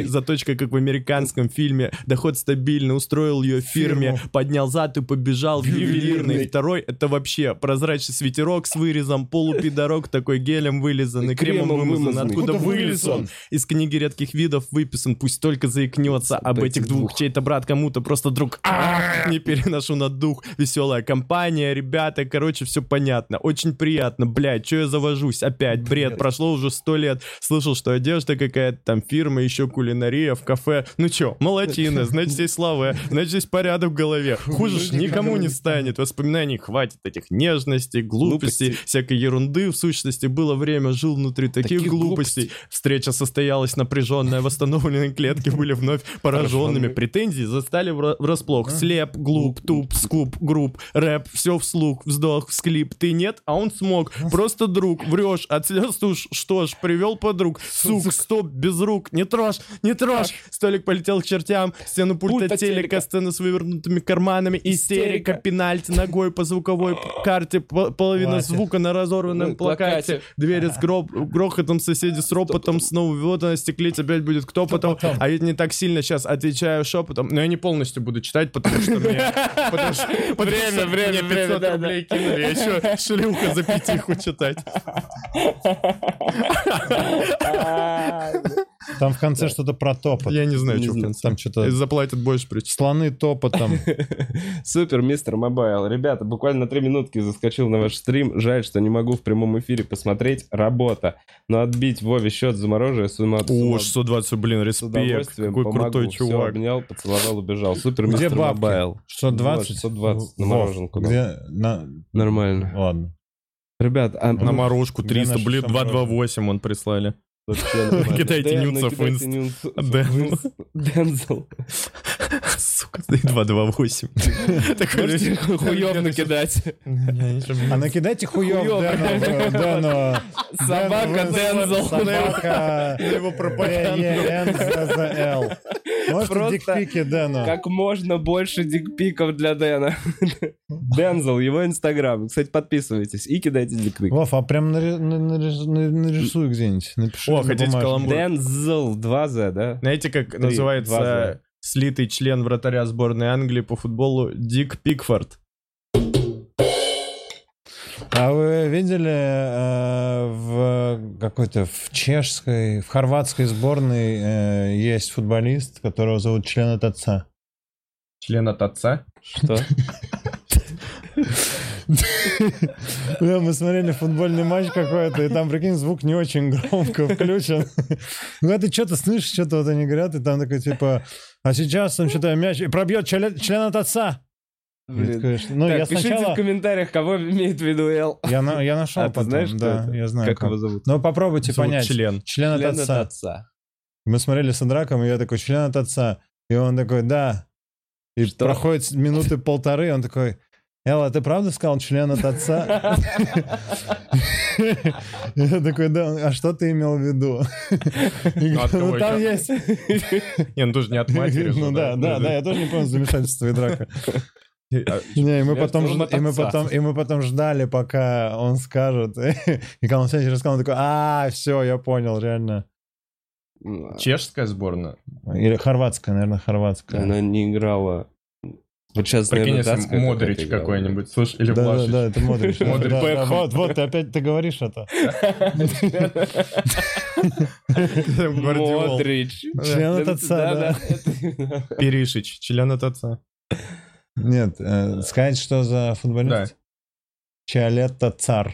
Speaker 2: заточка, как в американском фильме. Доход стабильный, устроил ее в фирме,
Speaker 3: Фирму.
Speaker 2: поднял зад и побежал в ювелирный.
Speaker 1: Ювелирный.
Speaker 2: Второй, это вообще прозрачный свитерок с вырезом, полупидорок такой гелем вылизанный, кремом
Speaker 1: Кремом
Speaker 2: вымазан.
Speaker 1: вымазанный.
Speaker 2: Откуда
Speaker 3: Откуда
Speaker 2: вылез
Speaker 3: вылез
Speaker 2: он?
Speaker 3: он?
Speaker 2: Из книги редких видов выписан, пусть только заикнется об этих двух. Чей-то брат, кому-то просто друг. А, не переношу на дух. Веселая компания, ребята, короче, все понятно. Очень приятно, блядь, что я завожусь? Опять бред, прошло уже сто лет. Слышал, что одежда какая-то там фирма, еще кулинария в кафе. Ну чё, молодчина, значит здесь слава, значит здесь порядок в голове. Хуже ж никому не станет. Воспоминаний хватит этих нежностей, глупостей,
Speaker 1: Глупостей.
Speaker 2: всякой ерунды. В сущности, было время, жил внутри таких,
Speaker 1: Таких
Speaker 2: глупостей. Встреча состоялась напряженная, восстановленные клетки были вновь пораженными. Претензии застали вра- врасплох. Слеп, глуп, туп, скуп, групп, рэп, все вслух, вздох, всклип. Ты нет, а он смог. Просто друг, врешь, от слез тушь. Что ж, привел подруг. Сук, стоп, без рук, не трожь, не трожь. Столик полетел к чертям, стену пульта
Speaker 1: Пульта
Speaker 2: телека,
Speaker 1: телека.
Speaker 2: сцена с вывернутыми карманами, истерика, пенальти, ногой по звуковой п- карте, по- половина
Speaker 3: Хватит.
Speaker 2: звука на разорванном
Speaker 1: Ну,
Speaker 2: плакате,
Speaker 1: плакате.
Speaker 2: двери с гроб- грохотом, соседи с ропотом, снова вот она стеклить, опять будет кто потом,
Speaker 3: потом?
Speaker 2: а я не так сильно сейчас отвечаю шепотом, но я не полностью буду читать, потому что мне потому что- потому
Speaker 1: Время,
Speaker 2: что
Speaker 1: время,
Speaker 2: мне
Speaker 1: время,
Speaker 2: пятьсот
Speaker 1: да,
Speaker 2: рублей кинули, я еще шлюха за пятиху читать.
Speaker 3: Там в конце что-то про топот.
Speaker 2: Я не знаю,
Speaker 1: Не
Speaker 2: что в
Speaker 1: знаю.
Speaker 2: конце.
Speaker 3: Там что-то
Speaker 2: Заплатят больше причем.
Speaker 3: слоны топотом.
Speaker 1: Супер, мистер Мобайл. Ребята, буквально на три минутки заскочил на ваш стрим. Жаль, что не могу в прямом эфире посмотреть. Работа. Но отбить Вове счет замороженное с ума- с
Speaker 2: О,
Speaker 1: ума-
Speaker 2: шестьсот двадцать, блин,
Speaker 1: с
Speaker 2: респект.
Speaker 1: удовольствием
Speaker 2: Какой
Speaker 1: помогу.
Speaker 2: крутой
Speaker 1: Всё,
Speaker 2: чувак.
Speaker 1: обнял, поцеловал, убежал. Супер,
Speaker 3: Где
Speaker 1: мистер
Speaker 3: бабки?
Speaker 1: Мобайл.
Speaker 3: шестьсот двадцать?
Speaker 1: шестьсот двадцать на
Speaker 3: Вов,
Speaker 1: мороженку. да.
Speaker 3: Где? На...
Speaker 1: Нормально.
Speaker 3: Ладно.
Speaker 1: Ребят, а...
Speaker 2: На морожку
Speaker 3: Где
Speaker 2: триста,
Speaker 3: наше
Speaker 2: блин,
Speaker 3: самое
Speaker 2: два двадцать восемь он прислали.
Speaker 1: вообще нормально.
Speaker 2: Кидайте
Speaker 1: Дэн,
Speaker 2: нюцев в
Speaker 1: накидайте
Speaker 2: инст.
Speaker 1: нюцев
Speaker 2: Дэн.
Speaker 1: в инст. Дензел.
Speaker 2: Сука, два двадцать восемь.
Speaker 1: Можете хуёв накидать.
Speaker 3: А накидайте хуёв
Speaker 1: Хуёв.
Speaker 3: Дэну. Дэну.
Speaker 1: Собака
Speaker 3: Дэну,
Speaker 1: Дензел.
Speaker 3: Собака.
Speaker 2: его пропаганду.
Speaker 3: Д Е Н З З Л. Можете
Speaker 1: Просто
Speaker 3: дикпики Дэну.
Speaker 1: Как можно больше дикпиков для Дэна. Дензел, его инстаграм. Кстати, подписывайтесь и кидайте дикпик.
Speaker 3: Вов, а прям нари- на- нарис- на- нарисуй где-нибудь. Напиши
Speaker 2: О,
Speaker 3: на
Speaker 2: хотите
Speaker 3: бумажке.
Speaker 2: каламбур?
Speaker 1: Дензел, два зэ, да?
Speaker 2: Знаете, как
Speaker 1: Три,
Speaker 2: называется
Speaker 1: два
Speaker 2: слитый член вратаря сборной Англии по футболу Дик Пикфорд?
Speaker 3: А вы видели э, в какой-то в чешской, в хорватской сборной э, есть футболист, которого зовут член от отца?
Speaker 2: Член от отца?
Speaker 1: Что?
Speaker 3: Да, мы смотрели футбольный матч какой-то, и там, прикинь, звук не очень громко включен. Ну, ты что-то слышишь, что-то вот они говорят, и там такой, типа, а сейчас там что-то мяч, и пробьет член, член от отца.
Speaker 1: Блин.
Speaker 3: Я такой, что- Ну,
Speaker 1: Так,
Speaker 3: я
Speaker 1: пишите
Speaker 3: сначала...
Speaker 1: в комментариях, кого имеет в виду Эл.
Speaker 3: Я, на- я нашел
Speaker 1: А ты
Speaker 3: потом,
Speaker 1: знаешь, кто
Speaker 3: да,
Speaker 1: это?
Speaker 3: я знаю.
Speaker 1: Как его зовут?
Speaker 3: Ну, попробуйте
Speaker 2: Зовут
Speaker 3: понять.
Speaker 2: член.
Speaker 3: Член от
Speaker 1: Член от
Speaker 3: отца.
Speaker 1: отца.
Speaker 3: Мы смотрели с Андраком, и я такой, член от отца. И он такой, да. И
Speaker 1: Что?
Speaker 3: проходит минуты полторы, он такой, Элла, ты правда сказал член от отца? Я такой, да, а что ты имел в виду?
Speaker 2: Ну, от кого
Speaker 3: Ну, там
Speaker 2: еще?
Speaker 3: есть...
Speaker 2: Не, ну тоже не от матери. же,
Speaker 3: Ну да, да, да, я тоже не понял замешательства и драка.
Speaker 2: А,
Speaker 3: Не, и мы
Speaker 1: Я
Speaker 3: потом,
Speaker 1: сказал,
Speaker 3: жд-
Speaker 1: от
Speaker 3: и мы
Speaker 1: отца.
Speaker 3: потом, и мы потом ждали, пока он скажет. И когда он следующий раз сказал, он такой, а, все, я понял, реально.
Speaker 1: Ну,
Speaker 2: Чешская сборная?
Speaker 3: Или хорватская, наверное, хорватская.
Speaker 1: Она не играла. Вот сейчас,
Speaker 2: Прикинь,
Speaker 1: наверное,
Speaker 2: если
Speaker 1: датская
Speaker 2: Модрич
Speaker 1: какая-то играла.
Speaker 2: какой-нибудь, слышь, или
Speaker 3: Да, да,
Speaker 2: Влашич.
Speaker 3: да, это Модрич.
Speaker 2: Модрич.
Speaker 3: Да, да,
Speaker 2: Бэкхед.
Speaker 3: Вот, вот, ты опять ты говоришь это.
Speaker 2: Гвардиол.
Speaker 1: Модрич.
Speaker 3: Член от отца, да.
Speaker 1: да.
Speaker 2: Перишич, член от отца.
Speaker 3: Нет, э, сказать, что за
Speaker 2: Да.
Speaker 3: футболист? Чиолетто Цар.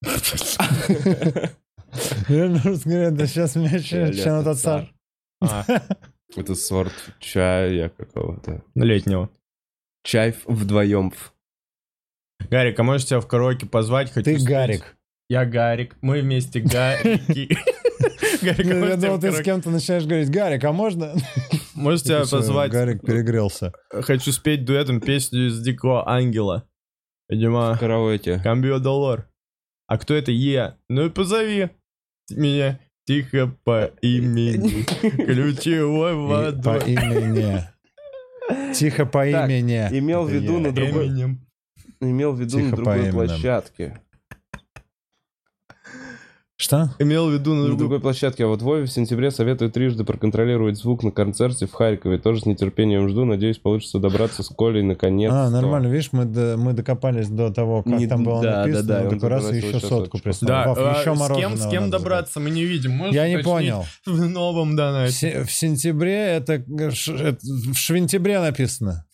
Speaker 3: Реально русский говорят, да сейчас меня член
Speaker 1: Чиолетто
Speaker 3: от Цар.
Speaker 2: А,
Speaker 1: Это сорт чая какого-то.
Speaker 2: летнего.
Speaker 1: Чай вдвоем.
Speaker 2: Гарик, а можешь тебя в караоке позвать? Хочу
Speaker 3: Ты
Speaker 2: спеть?
Speaker 3: Гарик.
Speaker 2: Я Гарик. Мы вместе Гарики. Гарик, а
Speaker 3: Ну, Я
Speaker 2: можешь тебя
Speaker 3: думал,
Speaker 2: в
Speaker 3: ты с
Speaker 2: караоке-
Speaker 3: кем-то начинаешь говорить, Гарик, а можно?
Speaker 2: можешь тебя
Speaker 3: Всё,
Speaker 2: позвать?
Speaker 3: Гарик перегрелся.
Speaker 2: Хочу спеть дуэтом песню из Дикого Ангела. Видимо,
Speaker 1: Караоке.
Speaker 2: Камбио Долор. А кто это? Е. Ну и позови меня тихо по имени. Ключевой
Speaker 3: И- По
Speaker 2: водой.
Speaker 3: имени. Тихо по
Speaker 1: Так,
Speaker 3: имени.
Speaker 1: имел в
Speaker 3: Это
Speaker 1: виду
Speaker 3: я.
Speaker 1: на другой...
Speaker 2: Эминем.
Speaker 1: Имел в виду
Speaker 3: Тихо
Speaker 1: на
Speaker 3: по
Speaker 1: другой
Speaker 3: именам.
Speaker 1: площадке.
Speaker 3: Что?
Speaker 2: Имел в виду на
Speaker 1: На
Speaker 2: другую...
Speaker 1: другой площадке. А вот Вове в сентябре советую трижды проконтролировать звук на концерте в Харькове. Тоже с нетерпением жду. Надеюсь, получится добраться с Колей наконец.
Speaker 3: А, нормально, видишь, мы, до, мы докопались до того, как
Speaker 1: Не-
Speaker 3: там было
Speaker 1: да,
Speaker 3: написано.
Speaker 1: да, да,
Speaker 3: он
Speaker 1: он
Speaker 3: такой раз и
Speaker 1: забросил
Speaker 3: еще
Speaker 1: еще
Speaker 3: сотку
Speaker 1: сотку.
Speaker 3: прислал.
Speaker 2: Да,
Speaker 3: Вов,
Speaker 2: а,
Speaker 3: еще
Speaker 2: с кем,
Speaker 3: мороженого
Speaker 2: с кем
Speaker 3: надо
Speaker 2: добраться, мы не видим. Можешь
Speaker 3: Я не
Speaker 2: уточнить
Speaker 3: понял.
Speaker 2: В новом
Speaker 3: В,
Speaker 2: донате.
Speaker 3: се- в сентябре это, ш- это в швентябре написано.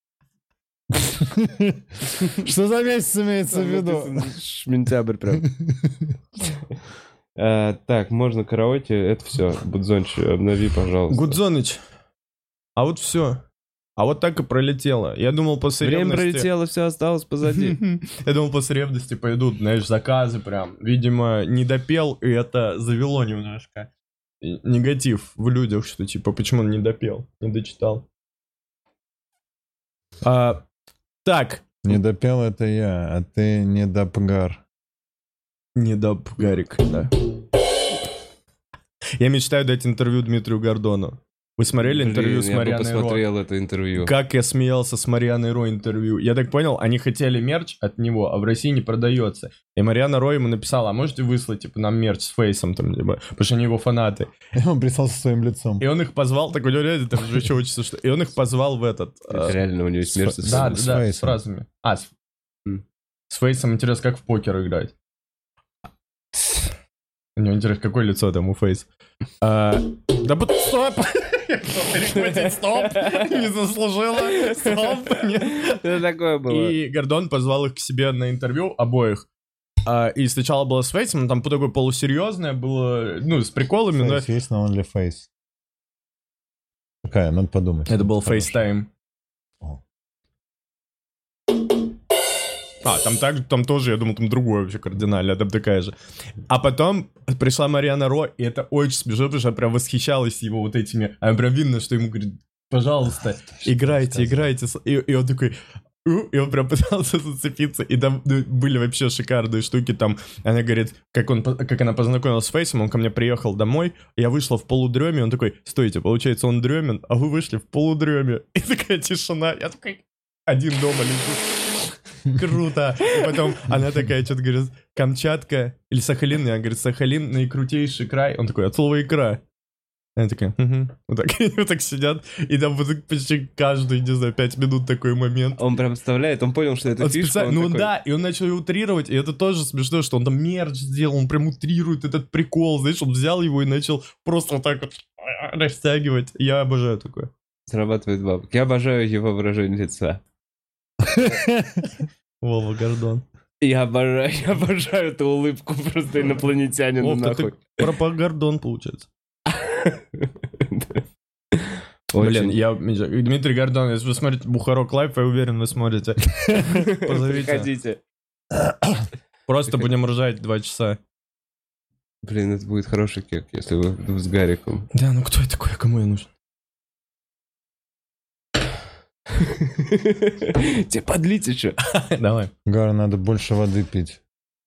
Speaker 3: Что за месяц имеется в виду?
Speaker 1: Шментябрь прям. Э, Так, можно караоке. Это все. Будзонч, обнови, пожалуйста.
Speaker 2: Гудзоныч, а вот все. А вот так и пролетело. Я думал, после
Speaker 1: Время
Speaker 2: ревности...
Speaker 1: пролетело, все осталось позади.
Speaker 2: Я думал, после ревности пойдут, знаешь, заказы прям. Видимо, не допел, и это завело немножко и негатив в людях, что типа, почему он не допел, не дочитал. А, так,
Speaker 3: Не допел это я, а ты не допгар.
Speaker 2: не доп, Гарик, да. Я мечтаю дать интервью Дмитрию Гордону. Вы смотрели интервью
Speaker 1: Блин,
Speaker 2: с
Speaker 1: я бы
Speaker 2: Марианой Ро?
Speaker 1: посмотрел это интервью.
Speaker 2: Как я смеялся с Марианой Ро интервью. Я так понял, они хотели мерч от него, а в России не продается. И Мариана Ро ему написала, а можете выслать, типа, нам мерч с фейсом, там, либо, потому что они его фанаты.
Speaker 3: И он прислал со своим лицом.
Speaker 2: И он их позвал, так у него реально там же еще очень что. И он их позвал в этот...
Speaker 1: Это
Speaker 2: э,
Speaker 1: реально у него есть
Speaker 3: с-
Speaker 1: смерть.
Speaker 2: Да, да,
Speaker 3: с
Speaker 2: да, с
Speaker 3: фейсом.
Speaker 2: фразами. А, с,
Speaker 1: М.
Speaker 2: с фейсом интересно, как в покер играть. У него интересно, какое лицо там у фейс. А, да вот стоп! Перехватить стоп! Не заслужила! Стоп! Нет.
Speaker 1: Это такое было.
Speaker 2: И Гордон позвал их к себе на интервью, обоих. А, и сначала было с фейсом, там такое полусерьезное было, ну, с приколами, но...
Speaker 3: Фейс есть на OnlyFace. Какая, надо подумать.
Speaker 2: Это был
Speaker 3: Хорошо.
Speaker 2: FaceTime.
Speaker 3: О.
Speaker 2: А, там, так, там тоже, я думал, там другое вообще кардинально, там такая же. А потом пришла Мариана Ро, и это очень смешно, потому что она прям восхищалась его вот этими... А прям видно, что ему говорит, пожалуйста,
Speaker 3: что
Speaker 2: играйте,
Speaker 3: сказал.
Speaker 2: играйте. И, и он такой... «У», и он прям пытался зацепиться, и там ну, были вообще шикарные штуки, там, она говорит, как, он, по- как она познакомилась с Фейсом, он ко мне приехал домой, я вышла в полудреме, он такой, стойте, получается, он дремен, а вы вышли в полудреме, и такая тишина, я такой, один дома лежу, круто, и потом она такая, что-то говорит, Камчатка или Сахалин, я говорю, Сахалин наикрутейший край, он такой, от слова икра. Она такая, угу. Вот так, вот так сидят, и там вот почти каждый, не знаю, пять минут такой момент.
Speaker 1: Он прям вставляет, он понял, что это
Speaker 2: Он
Speaker 1: фишка.
Speaker 2: специально-
Speaker 1: он
Speaker 2: ну
Speaker 1: такой,
Speaker 2: да, и он начал утрировать, и это тоже смешно, что он там мерч сделал, он прям утрирует этот прикол, знаешь, он взял его и начал просто вот так вот растягивать. Я обожаю такое.
Speaker 1: Срабатывает бабок. Я обожаю его выражение лица.
Speaker 2: Вова Гордон.
Speaker 1: Я обожаю, я обожаю эту улыбку просто инопланетянина
Speaker 2: Вов,
Speaker 1: нахуй.
Speaker 2: это про Гордон получается.
Speaker 1: Очень.
Speaker 2: Блин, я... Дмитрий Гордон, если вы смотрите Бухарок Лайф, я уверен, вы смотрите. Позовите.
Speaker 1: Приходите.
Speaker 2: Просто будем ржать два часа.
Speaker 1: Блин, это будет хороший кек, если вы с Гариком.
Speaker 2: Да, ну кто я такой, кому я нужен?
Speaker 1: Тебе подлить еще.
Speaker 2: Давай.
Speaker 3: Гар, надо больше воды пить.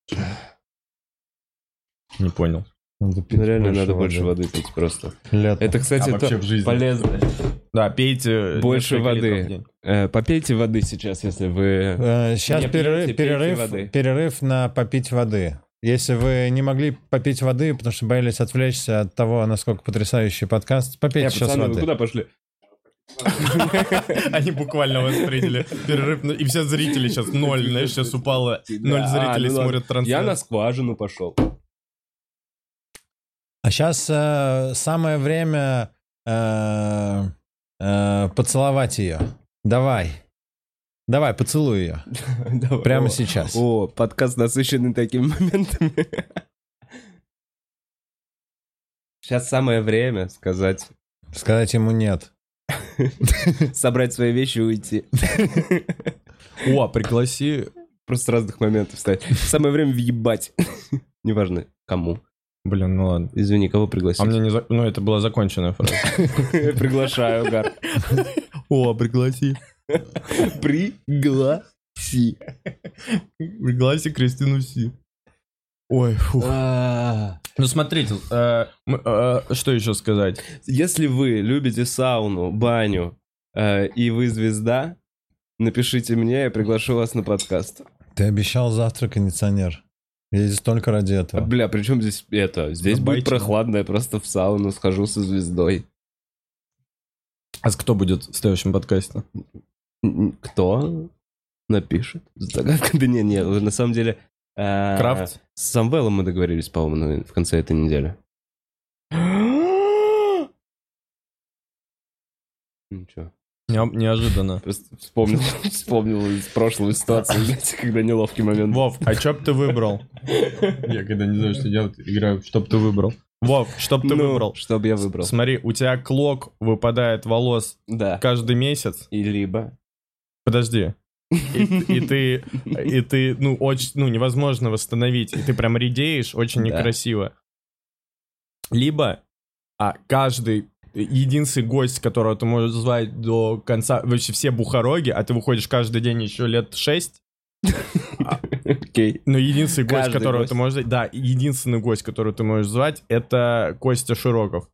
Speaker 2: Не понял.
Speaker 3: Надо пить
Speaker 1: Ну реально надо больше воды пить просто.
Speaker 3: Лето.
Speaker 1: Это, кстати,
Speaker 2: А вообще
Speaker 1: то
Speaker 2: в жизни?
Speaker 1: полезно.
Speaker 2: Да, пейте
Speaker 1: Больше
Speaker 2: несколько
Speaker 1: воды.
Speaker 2: литров в день.
Speaker 1: Э, Попейте воды сейчас, если вы...
Speaker 3: Э, Сейчас
Speaker 1: Не
Speaker 3: перерыв,
Speaker 1: пейте, пейте
Speaker 3: перерыв,
Speaker 1: воды.
Speaker 3: перерыв на попить воды. Если вы не могли попить воды, потому что боялись отвлечься от того, насколько потрясающий подкаст, попейте
Speaker 1: Э,
Speaker 3: сейчас
Speaker 1: пацаны, вы
Speaker 3: воды.
Speaker 1: куда пошли?
Speaker 2: Они буквально восприняли перерыв. на- И все зрители сейчас ноль, знаешь, сейчас упало. Ноль
Speaker 1: Да,
Speaker 2: зрителей
Speaker 1: ну ладно.
Speaker 2: смотрят
Speaker 1: Я
Speaker 2: трансляцию.
Speaker 1: на скважину пошел.
Speaker 3: А сейчас самое время э, э, поцеловать ее. Давай. Давай, поцелуй ее.
Speaker 1: Давай.
Speaker 3: Прямо
Speaker 1: О,
Speaker 3: сейчас.
Speaker 1: О, подкаст насыщенный такими моментами. Сейчас самое время сказать,
Speaker 3: Сказать ему нет.
Speaker 1: собрать свои вещи и уйти.
Speaker 2: О, пригласи.
Speaker 1: Просто с разных моментов встать. Самое время въебать. Неважно, кому.
Speaker 2: Блин, ну ладно.
Speaker 1: Извини, кого пригласить?
Speaker 2: А мне не... за- Ну, это была законченная фраза.
Speaker 1: Приглашаю, Гар.
Speaker 2: О, пригласи.
Speaker 1: Пригласи.
Speaker 2: Пригласи Кристину Си. Ой, фух.
Speaker 1: А,
Speaker 2: Ну, смотрите, э, мы, э, что еще сказать?
Speaker 1: Если вы любите сауну, баню, э, и вы звезда, напишите мне, я приглашу вас на подкаст.
Speaker 3: Ты обещал завтра кондиционер. Я здесь только ради
Speaker 1: А,
Speaker 3: этого.
Speaker 1: бля, причем здесь это? Здесь будет
Speaker 2: Забайтина.
Speaker 1: прохладно, я просто в сауну схожу со звездой.
Speaker 2: А кто будет в следующем подкасте?
Speaker 1: Н- Кто напишет? Загадка? Да не, не, на самом деле... э,
Speaker 2: Крафт?
Speaker 1: С Самвелом мы договорились, по-моему, на- в конце этой недели. Ничего.
Speaker 2: Не- неожиданно.
Speaker 1: Просто вспомнил, вспомнил из прошлой ситуации, знаете, когда неловкий момент.
Speaker 2: Вов, а чё б ты выбрал? Я когда не знаю, что делать, играю, что б ты выбрал? Вов, что б ты
Speaker 1: Ну,
Speaker 2: выбрал?
Speaker 1: что бы я выбрал?
Speaker 2: Смотри, у тебя клок выпадает волос
Speaker 1: Да.
Speaker 2: каждый месяц.
Speaker 1: И либо...
Speaker 2: Подожди. И, и ты, и ты, ну, очень, ну, невозможно восстановить. И ты прям редеешь очень
Speaker 1: Да.
Speaker 2: некрасиво. Либо, а каждый, единственный гость, которого ты можешь звать до конца, вообще все бухароги, а ты выходишь каждый день еще лет шесть,
Speaker 1: Окей.
Speaker 2: но единственный гость,
Speaker 1: Каждый
Speaker 2: которого
Speaker 1: гость.
Speaker 2: ты можешь звать, да, единственный гость, которого ты можешь звать, это Костя Широков.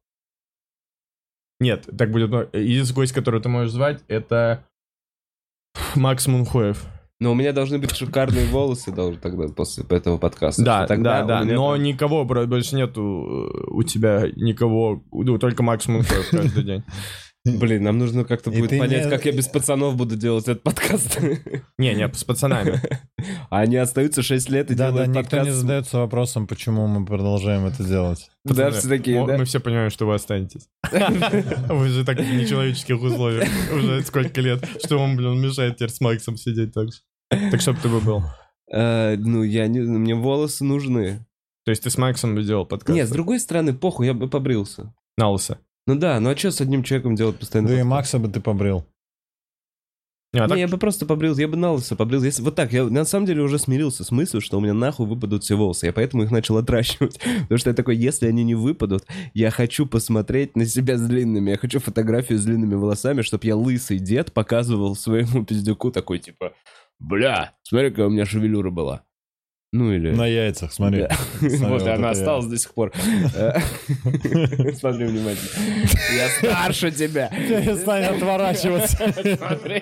Speaker 2: Нет, так будет, ну, единственный гость, которого ты можешь звать, это Макс Мунхоев.
Speaker 1: Но у меня должны быть шикарные волосы должны тогда после этого подкаста.
Speaker 2: Да,
Speaker 1: что тогда
Speaker 2: да, да,
Speaker 1: у меня
Speaker 2: но
Speaker 1: прям-
Speaker 2: никого бро- больше нету э, у тебя никого, ну, только Макс Мунхоев каждый день.
Speaker 1: Блин, нам нужно как-то
Speaker 3: И
Speaker 1: будет
Speaker 3: ты
Speaker 1: понять,
Speaker 3: не-
Speaker 1: как я без пацанов буду делать этот подкаст.
Speaker 2: Не, не, с пацанами.
Speaker 1: А они остаются шесть лет и
Speaker 3: Да, да,
Speaker 1: делают
Speaker 3: никто
Speaker 1: подкаст.
Speaker 3: не задается вопросом, почему мы продолжаем это делать.
Speaker 1: Да,
Speaker 2: Пацаны,
Speaker 1: все такие,
Speaker 2: мо-
Speaker 1: да?
Speaker 2: Мы все понимаем, что вы останетесь. Вы же так в нечеловеческих условиях уже сколько лет, что вам, блин, мешает теперь с Максом сидеть так же. Так что бы ты бы был?
Speaker 1: Э, Ну, я не... Мне волосы нужны.
Speaker 2: То есть ты с Максом бы делал подкаст?
Speaker 1: Нет, с другой стороны, похуй, я бы побрился.
Speaker 2: На лысо.
Speaker 1: Ну да, ну а что с одним человеком делать постоянно?
Speaker 3: Да и
Speaker 1: подкаст?
Speaker 3: Макса бы ты побрил.
Speaker 2: Не, а
Speaker 1: Не,
Speaker 2: так-
Speaker 1: я бы просто побрился, я бы на лысо побрился. Если вот так, я на самом деле уже смирился с мыслью, что у меня нахуй выпадут все волосы. Я поэтому их начал отращивать. Потому что я такой, если они не выпадут, я хочу посмотреть на себя с длинными. Я хочу фотографию с длинными волосами, чтобы я лысый дед показывал своему пиздюку такой, типа, бля, смотри, какая у меня шевелюра была. Ну или...
Speaker 3: На яйцах, смотри.
Speaker 1: Да.
Speaker 3: Смотри,
Speaker 1: Вот, и
Speaker 3: вот
Speaker 1: она
Speaker 3: это я.
Speaker 1: осталась до сих пор. Э, Смотри внимательно. Я старше тебя.
Speaker 3: Перестань отворачиваться.
Speaker 1: Смотри.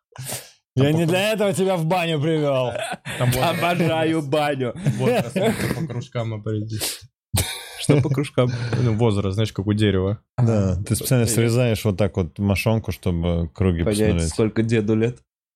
Speaker 3: Я не для этого тебя в баню привел.
Speaker 2: там вот-
Speaker 1: Обожаю баню.
Speaker 2: возраст по кружкам определить.
Speaker 1: Что по кружкам?
Speaker 2: Ну, возраст, знаешь, как у дерева.
Speaker 3: Да, ты специально срезаешь вот так вот мошонку, чтобы круги
Speaker 1: Понять,
Speaker 3: посмотреть.
Speaker 1: сколько деду лет.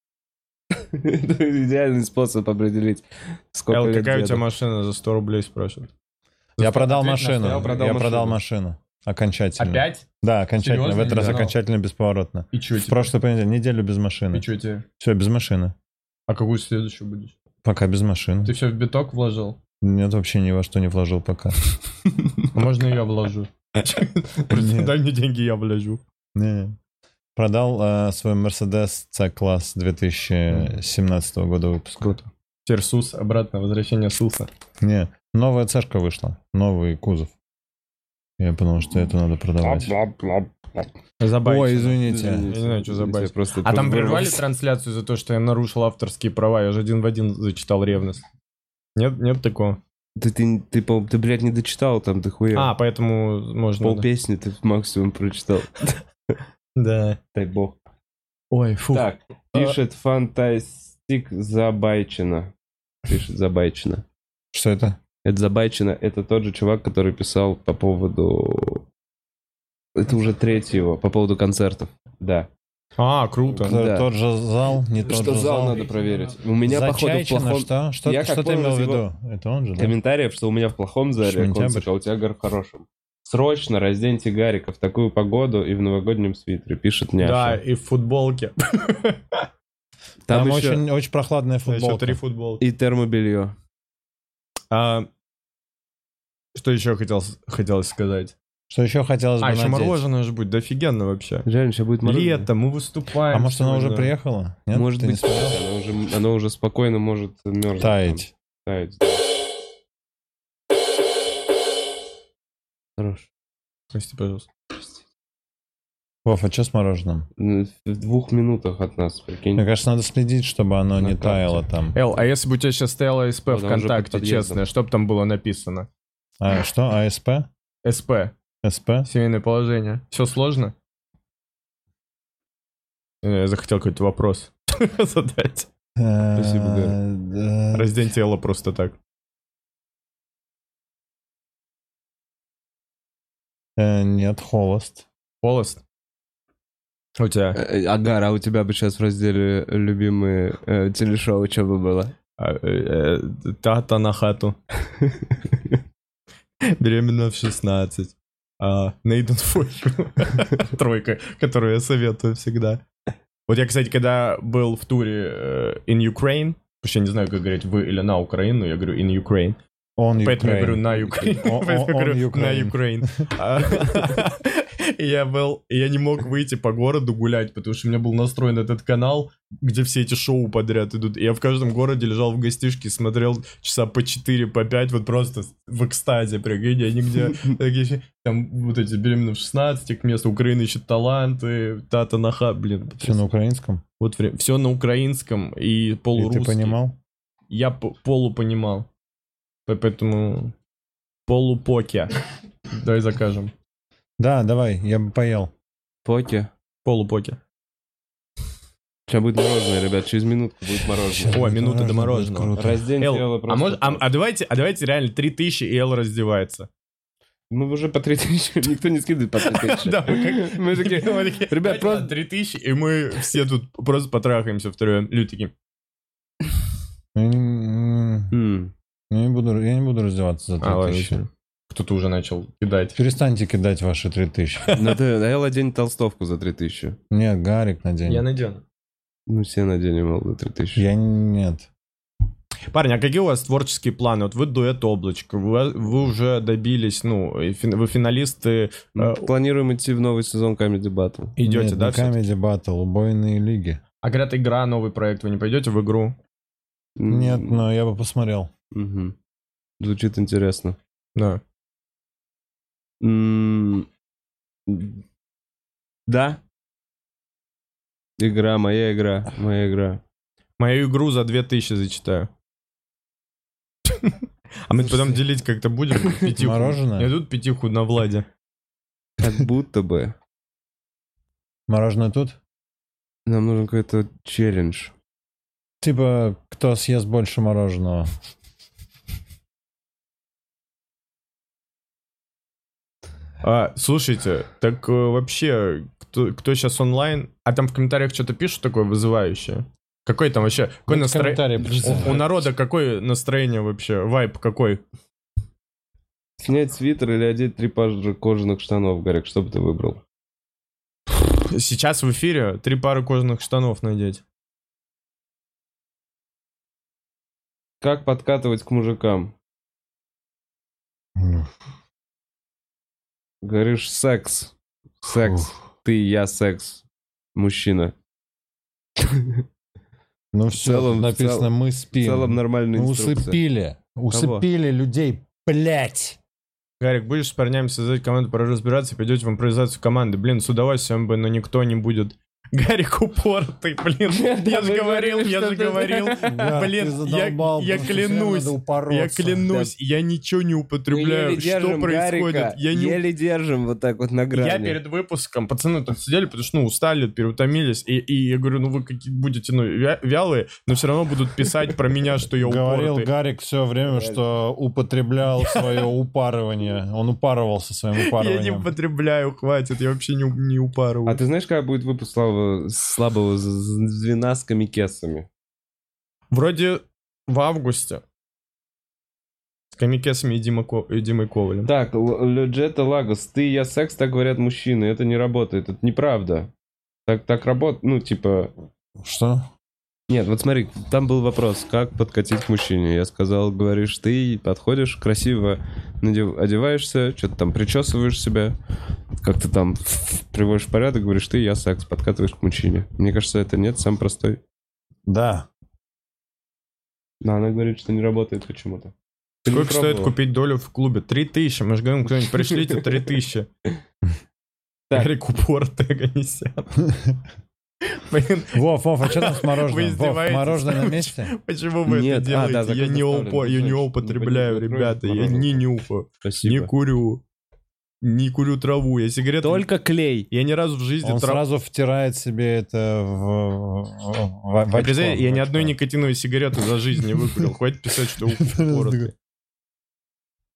Speaker 1: Это идеальный способ определить, сколько
Speaker 2: Эл,
Speaker 1: лет
Speaker 2: какая у тебя
Speaker 1: деду.
Speaker 2: машина за сто рублей спрашивают?
Speaker 3: Я продал
Speaker 2: Ответь на
Speaker 3: машину.
Speaker 2: что?
Speaker 1: Я продал
Speaker 3: Я
Speaker 1: машину.
Speaker 3: продал машину. Окончательно.
Speaker 2: Опять?
Speaker 3: Да, окончательно.
Speaker 2: Серьезно?
Speaker 3: В этот раз
Speaker 2: Не знал.
Speaker 3: окончательно бесповоротно.
Speaker 2: И чё
Speaker 3: В
Speaker 2: тебе?
Speaker 3: прошлый понедельник, неделю без машины.
Speaker 2: И чё тебе?
Speaker 3: Все, без машины.
Speaker 2: А какую следующую будешь?
Speaker 3: Пока без машины.
Speaker 2: Ты все в биток вложил?
Speaker 3: Нет, вообще ни во что не вложил пока.
Speaker 2: А можно я вложу? Просто
Speaker 3: Нет.
Speaker 2: дай мне деньги, я вложу.
Speaker 3: Не. Продал э, свой Mercedes C-класс две тысячи семнадцатого года выпуска.
Speaker 2: Круто. Теперь СУС, обратно, возвращение СУСа.
Speaker 3: Не, новая цешка вышла, новый кузов. Я понял, что это надо продавать.
Speaker 2: Забайтина.
Speaker 3: Ой, извините.
Speaker 2: Я не знаю, что за
Speaker 1: Я
Speaker 2: байт.
Speaker 1: просто
Speaker 2: А там прервали
Speaker 1: вырвался.
Speaker 2: трансляцию за то, что я нарушил авторские права? Я же один в один зачитал ревность. Нет, нет такого.
Speaker 1: Ты, ты, ты, по- ты, блядь, не дочитал там, ты хуя.
Speaker 2: А, поэтому можно...
Speaker 1: Пол песни ты максимум прочитал.
Speaker 2: Да.
Speaker 1: Дай бог.
Speaker 2: Ой, фу.
Speaker 1: Так, пишет Фантастик Забайчина. Пишет Забайчина.
Speaker 3: Что это?
Speaker 1: Это Забайчина, это тот же чувак, который писал по поводу... Это уже третий его, по поводу концертов. Да.
Speaker 2: А, круто.
Speaker 3: Кто-
Speaker 1: Да.
Speaker 3: Тот же зал, не тот
Speaker 1: Что
Speaker 3: же
Speaker 1: зал
Speaker 3: зал.
Speaker 1: надо проверить. У меня, походу, в
Speaker 3: Зачайчина,
Speaker 1: плохом...
Speaker 3: что? Что,
Speaker 1: Я
Speaker 3: ты-
Speaker 1: как
Speaker 3: что ты
Speaker 1: понял
Speaker 3: имел в
Speaker 1: из его
Speaker 3: виду? Это он же, да?
Speaker 1: комментариев, что у меня в плохом зале
Speaker 3: Шментябрь.
Speaker 1: концерт, а у тебя, говорит, в хорошем. Срочно разденьте Гарика в такую погоду и в новогоднем свитере, пишет Няша.
Speaker 2: Да, и в футболке.
Speaker 3: Там,
Speaker 1: Там, еще
Speaker 3: очень, очень прохладная
Speaker 2: Еще
Speaker 3: футболка.
Speaker 2: три футболки.
Speaker 1: и термобелье.
Speaker 2: А, что еще хотел, хотелось сказать?
Speaker 3: Что еще хотелось бы
Speaker 2: А, еще
Speaker 3: надеть?
Speaker 2: мороженое же будет, дофигенно вообще.
Speaker 1: Реально, сейчас будет мороженое.
Speaker 2: Лето, мы выступаем.
Speaker 3: А может, она уже
Speaker 2: сегодня.
Speaker 3: приехала? Нет?
Speaker 1: Может
Speaker 3: Ты не
Speaker 1: быть,
Speaker 3: смотрел?
Speaker 1: оно уже, оно уже спокойно может мерзнуть.
Speaker 3: Таять.
Speaker 1: там. Таять, да. Хорош.
Speaker 2: Прости, пожалуйста.
Speaker 3: Вов, а что с мороженым?
Speaker 1: Ну, В двух минутах от нас, прикинь.
Speaker 3: Мне кажется, надо следить, чтобы оно
Speaker 1: На
Speaker 3: не
Speaker 1: карте.
Speaker 3: таяло там.
Speaker 2: Эл, а если бы у тебя сейчас стояла СП
Speaker 1: Вот, она уже под
Speaker 2: ВКонтакте,
Speaker 1: подъездом.
Speaker 2: честное, что бы там было написано?
Speaker 3: А что? АСП?
Speaker 2: СП,
Speaker 3: СП?
Speaker 2: семейное положение. Все сложно? Э, Я захотел какой-то вопрос задать.
Speaker 3: Спасибо,
Speaker 1: Спасибо, Гар.
Speaker 2: Раздень тело просто так.
Speaker 3: Э, нет, холост.
Speaker 2: Холост? У тебя?
Speaker 1: Э, Агар, а у тебя бы сейчас в разделе любимые э, телешоу что бы было?
Speaker 2: А, э, э, Тата на хату. Беременна в шестнадцать. А, Нейтан Фойгл. Тройка, которую я советую всегда. Вот я, кстати, когда был в туре э, in Ukraine, потому что я не знаю, как говорить вы или на Украину, я говорю in Ukraine.
Speaker 3: On
Speaker 2: Поэтому я
Speaker 3: Ukraine.
Speaker 2: говорю на Украину.
Speaker 3: On-
Speaker 2: Поэтому я
Speaker 3: on
Speaker 2: говорю на
Speaker 3: Ukraine.
Speaker 2: Украину. А, И я был, и я не мог выйти по городу гулять, потому что у меня был настроен этот канал, где все эти шоу подряд идут. И я в каждом городе лежал в гостишке, смотрел часа по четыре, по пять, вот просто в экстазе, прикинь, я нигде, такие, там вот эти беременные в шестнадцать, к месту Украины ищет таланты, Тата Наха, блин.
Speaker 3: Все на украинском?
Speaker 2: Вот все на украинском и
Speaker 3: И
Speaker 2: полурусский.
Speaker 3: ты понимал?
Speaker 2: Я п- полупонимал. Поэтому полупоке. Давай закажем.
Speaker 3: Да, давай, я бы поел.
Speaker 1: Поки.
Speaker 2: Полупоке.
Speaker 1: Сейчас будет мороженое, ребят, через минутку будет мороженое.
Speaker 2: О, минута до
Speaker 3: Мороженое будет
Speaker 2: мороженого.
Speaker 3: круто.
Speaker 1: Раздень
Speaker 2: Эл,
Speaker 1: тело
Speaker 2: а,
Speaker 1: просто.
Speaker 2: может, а, а давайте, а давайте реально три тысячи, и Эл раздевается.
Speaker 1: Мы уже по три тысячи, никто не скидывает по три тысячи.
Speaker 2: Да, мы как-
Speaker 1: Мы такие,
Speaker 2: мы такие,
Speaker 1: ребят,
Speaker 2: давайте
Speaker 1: просто...
Speaker 2: на три тысячи, и мы все тут просто потрахаемся втроем. Люди такие,
Speaker 3: Я не,
Speaker 1: М.
Speaker 3: я не буду, я не буду раздеваться за
Speaker 2: а, ладно,
Speaker 3: три тысячи.
Speaker 2: всё. Кто-то уже начал кидать.
Speaker 3: Перестаньте кидать ваши три тысячи.
Speaker 1: Ну ты, Эл оденет толстовку за три тысячи.
Speaker 3: Нет, Гарик наденет.
Speaker 2: Я надену.
Speaker 1: Мы все наденем, Эл, за три тысячи.
Speaker 3: Я нет.
Speaker 2: Парни, а какие у вас творческие планы? Вот вы дуэт «Облачко», вы, вы уже добились, ну, и фин- вы финалисты, э,
Speaker 1: Планируем идти в новый сезон Comedy Battle.
Speaker 2: идете,
Speaker 3: Нет,
Speaker 2: да?
Speaker 3: не
Speaker 2: всё-таки?
Speaker 3: Comedy Battle, убойные лиги.
Speaker 2: А говорят, игра, новый проект, вы не пойдете в игру?
Speaker 3: Нет, но я бы посмотрел.
Speaker 1: Мгм. Звучит интересно.
Speaker 2: Да.
Speaker 1: М, Да. Игра, моя игра, моя игра.
Speaker 2: Мою игру за две тысячи зачитаю. А мы потом делить как-то будем? Пятиху.
Speaker 3: Мороженое?
Speaker 2: Я тут пятиху на Владе.
Speaker 1: Как будто бы
Speaker 3: Мороженое тут?
Speaker 1: нам нужен какой-то челлендж.
Speaker 3: Типа, кто съест больше мороженого.
Speaker 2: А, слушайте, так э, вообще, кто, кто сейчас онлайн? А там в комментариях что-то пишут такое вызывающее? Какой там вообще? Какое
Speaker 3: Вот
Speaker 2: настроение?
Speaker 3: комментарии прочитай.
Speaker 2: У, у народа какое настроение вообще? Вайб какой?
Speaker 1: Снять свитер или одеть три пары кожаных штанов, Гарик, что бы ты выбрал?
Speaker 2: Сейчас в эфире три пары кожаных штанов надеть.
Speaker 1: Как подкатывать к мужикам? Говоришь, секс. Секс. Ты, я, секс. Мужчина.
Speaker 3: Ну все,
Speaker 1: целом-
Speaker 3: тут написано
Speaker 1: в цел-
Speaker 3: «Мы
Speaker 1: В
Speaker 3: спим».
Speaker 1: целом нормальная
Speaker 3: Мы
Speaker 1: инструкция.
Speaker 3: усыпили. Усыпили людей. Блять.
Speaker 2: Гарик, будешь с парнями создать команду, пора разбираться, пойдете в импровизацию команды. Блин, с удовольствием бы, но никто не будет. Гарик упоротый, блин. Я же
Speaker 1: вы
Speaker 2: говорил,
Speaker 1: говорили,
Speaker 2: я
Speaker 1: что
Speaker 2: же
Speaker 1: ты-
Speaker 2: говорил.
Speaker 3: Да,
Speaker 2: Блин,
Speaker 3: ты
Speaker 2: я,
Speaker 3: задолбал,
Speaker 2: я
Speaker 3: просто
Speaker 2: клянусь,
Speaker 3: надо упороться.
Speaker 2: я клянусь, я ничего не
Speaker 1: Мы
Speaker 2: употребляю.
Speaker 1: еле
Speaker 2: Что
Speaker 1: держим
Speaker 2: происходит?
Speaker 1: Гарика,
Speaker 2: Я не
Speaker 1: еле держим вот так вот на грани.
Speaker 2: Я перед выпуском, пацаны тут сидели, потому что, ну, устали, переутомились, и, и я говорю, ну, вы какие будете, ну, вя- вялые, но все равно будут писать про меня, что я
Speaker 3: Говорил
Speaker 2: упоротый.
Speaker 3: Гарик все время, что употреблял свое упарывание. Он упарывался своим
Speaker 2: Я не
Speaker 3: упарыванием.
Speaker 2: употребляю, хватит, я вообще не, не упарываю.
Speaker 1: А ты знаешь, когда будет выпуск слабого, слабого з- з- звена с комикесами?
Speaker 2: Вроде в августе. С комикесами и, Дима Ко- и Димой Ковалем.
Speaker 1: Так, Л- Леджета Лагос, ты, я, секс, так говорят мужчины. Это не работает, это неправда. Так, так работает, ну, типа...
Speaker 3: Что?
Speaker 1: Нет, вот смотри, там был вопрос, как подкатить к мужчине. Я сказал, говоришь, ты подходишь, красиво надев- одеваешься, что-то там причесываешь себя, как-то там приводишь в порядок, говоришь, ты, я, секс, подкатываешь к мужчине. Мне кажется, это нет, самый простой.
Speaker 3: Да.
Speaker 1: Но она говорит, что не работает почему-то. Ты не
Speaker 2: Сколько стоит
Speaker 1: пробовал?
Speaker 2: купить долю в клубе? Три тысячи. Мы же говорим, кто-нибудь пришлите три тысячи.
Speaker 1: Так.
Speaker 2: Гарик упоротый Аганесян. Блин,
Speaker 3: Вов, Вов, а что там с
Speaker 2: Вы
Speaker 3: мороженым? Вов,
Speaker 2: издеваетесь?
Speaker 3: мороженое на месте?
Speaker 2: почему вы
Speaker 1: Нет,
Speaker 2: это
Speaker 1: а, да,
Speaker 2: делаете? Я
Speaker 1: заказ
Speaker 2: не,
Speaker 1: доставлен.
Speaker 2: упо- я не
Speaker 1: Слушай,
Speaker 2: употребляю,
Speaker 1: не поднимай
Speaker 2: ребята. Я
Speaker 1: мороженое.
Speaker 2: не нюхаю. Не
Speaker 1: Спасибо.
Speaker 2: курю. Не курю траву. Я сигареты...
Speaker 1: Только клей.
Speaker 2: Я ни разу в жизни
Speaker 3: Он
Speaker 2: траву...
Speaker 3: сразу втирает себе это в, в, в очко,
Speaker 2: Представляете, я
Speaker 3: в
Speaker 2: ни
Speaker 3: очко.
Speaker 2: одной никотиновой сигареты за жизнь не выкурил. Хватит писать, что упоротый.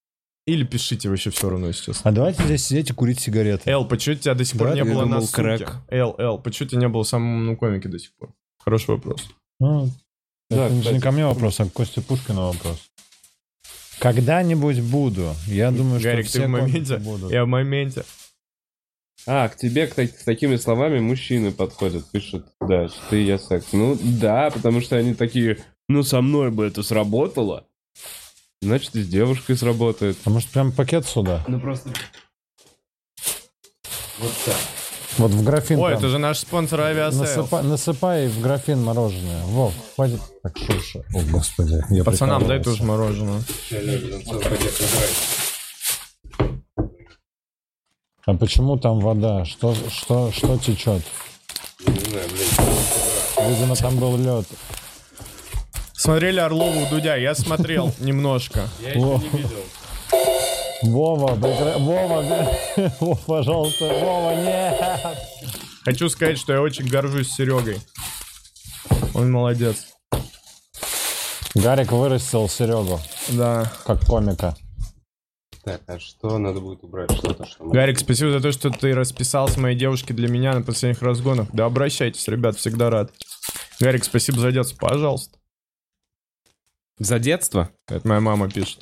Speaker 2: Или пишите, вообще все равно сейчас.
Speaker 3: А давайте здесь сидеть и курить сигареты.
Speaker 2: Эл, почему тебя до сих пор
Speaker 3: Давай,
Speaker 2: не
Speaker 3: я
Speaker 2: было
Speaker 1: думал,
Speaker 2: на суке?
Speaker 1: крэк.
Speaker 2: Эл, Эл, почему тебя не было в самом умном комике до сих пор? Хороший вопрос.
Speaker 3: Ну,
Speaker 1: Да,
Speaker 3: это
Speaker 1: кстати.
Speaker 3: не ко мне вопрос, а к Косте Пушкину вопрос. Когда-нибудь буду. Я думаю,
Speaker 2: Гарик,
Speaker 3: что
Speaker 2: ты
Speaker 3: все
Speaker 2: в моменте?
Speaker 3: комики будут.
Speaker 2: Я в моменте.
Speaker 1: А, к тебе к так- с такими словами мужчины подходят, пишут, да, что ты и я секс. Ну да, потому что они такие, ну со мной бы это сработало, значит и с девушкой сработает.
Speaker 3: А может прям пакет сюда?
Speaker 1: Ну просто... Вот так.
Speaker 3: Вот в графин
Speaker 2: Ой,
Speaker 3: прям.
Speaker 2: это же наш спонсор Авиасейл.
Speaker 3: Насыпа- насыпай в графин мороженое. Вов, хватит так шурша. О, господи. Я
Speaker 2: Пацанам дай
Speaker 3: прикалывался.
Speaker 2: тоже мороженое.
Speaker 3: А почему там вода? Что, что, что течет?
Speaker 1: Не знаю, блин.
Speaker 3: Видимо, там был лед.
Speaker 2: Смотрели Орлову у Дудя? Я смотрел немножко.
Speaker 1: Я еще не видел.
Speaker 3: Вова, прекра- Вова, бля- Вова, пожалуйста, Вова, нет!
Speaker 2: Хочу сказать, что я очень горжусь Серегой. Он молодец.
Speaker 3: Гарик вырастил Серегу,
Speaker 2: Да.
Speaker 3: как комика.
Speaker 1: Так, а что надо будет убрать? Что-то, что...
Speaker 2: Гарик, спасибо за то, что ты расписал с моей девушкой для меня на последних разгонах. Да обращайтесь, ребят, всегда рад. Гарик, спасибо за детство, пожалуйста.
Speaker 1: За детство?
Speaker 2: Это моя мама пишет.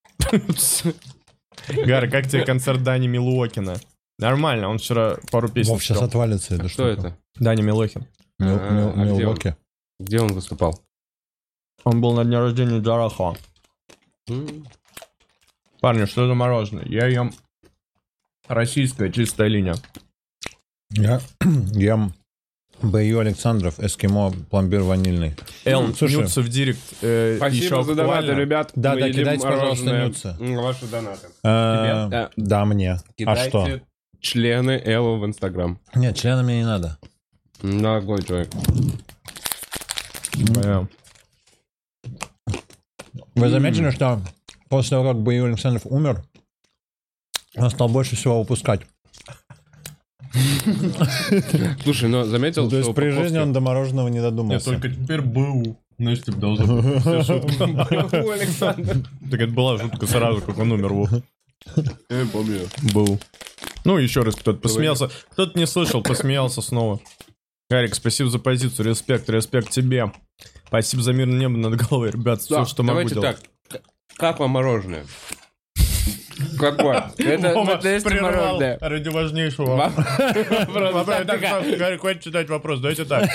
Speaker 2: Гарик, как тебе концерт Дани Милуокина? Нормально, он вчера пару песен
Speaker 3: Вов, сейчас
Speaker 2: спел.
Speaker 3: отвалится эта
Speaker 1: Что
Speaker 3: штука.
Speaker 1: это?
Speaker 2: Дани Милохин.
Speaker 3: Мил-
Speaker 1: А,
Speaker 3: Мил-
Speaker 1: а где он?
Speaker 3: Милуоки.
Speaker 1: Где он выступал?
Speaker 2: Он был на дне рождения Джарахова.
Speaker 1: М,
Speaker 2: Парни, что за мороженое? Я ем российская чистая линия.
Speaker 3: Я ем Б.Ю. Александров, эскимо, пломбир ванильный.
Speaker 2: Эл,
Speaker 3: Слушай.
Speaker 2: нюцы в директ. э,
Speaker 1: Спасибо
Speaker 2: еще
Speaker 1: за донаты,
Speaker 2: актуально.
Speaker 1: ребят.
Speaker 3: Да,
Speaker 1: Мы
Speaker 3: да,
Speaker 1: едим
Speaker 3: кидайте, пожалуйста,
Speaker 1: мороженое.
Speaker 3: нюцы.
Speaker 1: М, Ваши донаты.
Speaker 3: А,
Speaker 1: Да.
Speaker 3: Да, мне. А
Speaker 1: Кидайте
Speaker 3: что?
Speaker 1: члены Эллу в Инстаграм.
Speaker 3: Нет, члена мне не надо.
Speaker 1: Дорогой человек.
Speaker 2: Понял.
Speaker 3: Вы заметили, что после того, как Б.Ю. Александров умер, он стал больше всего выпускать.
Speaker 1: Слушай, ну заметил,
Speaker 3: Ну, то есть
Speaker 1: что
Speaker 3: при
Speaker 1: упаковки-
Speaker 3: жизни он до мороженого не
Speaker 2: Я
Speaker 3: додумался.
Speaker 2: только теперь БУ. Знаешь, типа должен быть. Вся шутка.
Speaker 1: У Александра.
Speaker 2: Так это была шутка сразу, как он умер. Вов.
Speaker 1: Я помню.
Speaker 2: БУ. Ну, еще раз кто-то посмеялся. Кто-то не слышал, посмеялся снова. Гарик, спасибо за позицию. Респект, респект тебе. Спасибо за мирное небо над головой, ребят. Все,
Speaker 1: Да,
Speaker 2: что могу
Speaker 1: давайте
Speaker 2: делать.
Speaker 1: так. К- Как вам мороженое? Какое? Это
Speaker 2: Вова
Speaker 1: настоящее
Speaker 2: прервал
Speaker 1: мороженое.
Speaker 2: ради важнейшего.
Speaker 1: Вам-
Speaker 2: Вопрос, так, так, Гарик, хватит читать вопрос, давайте так.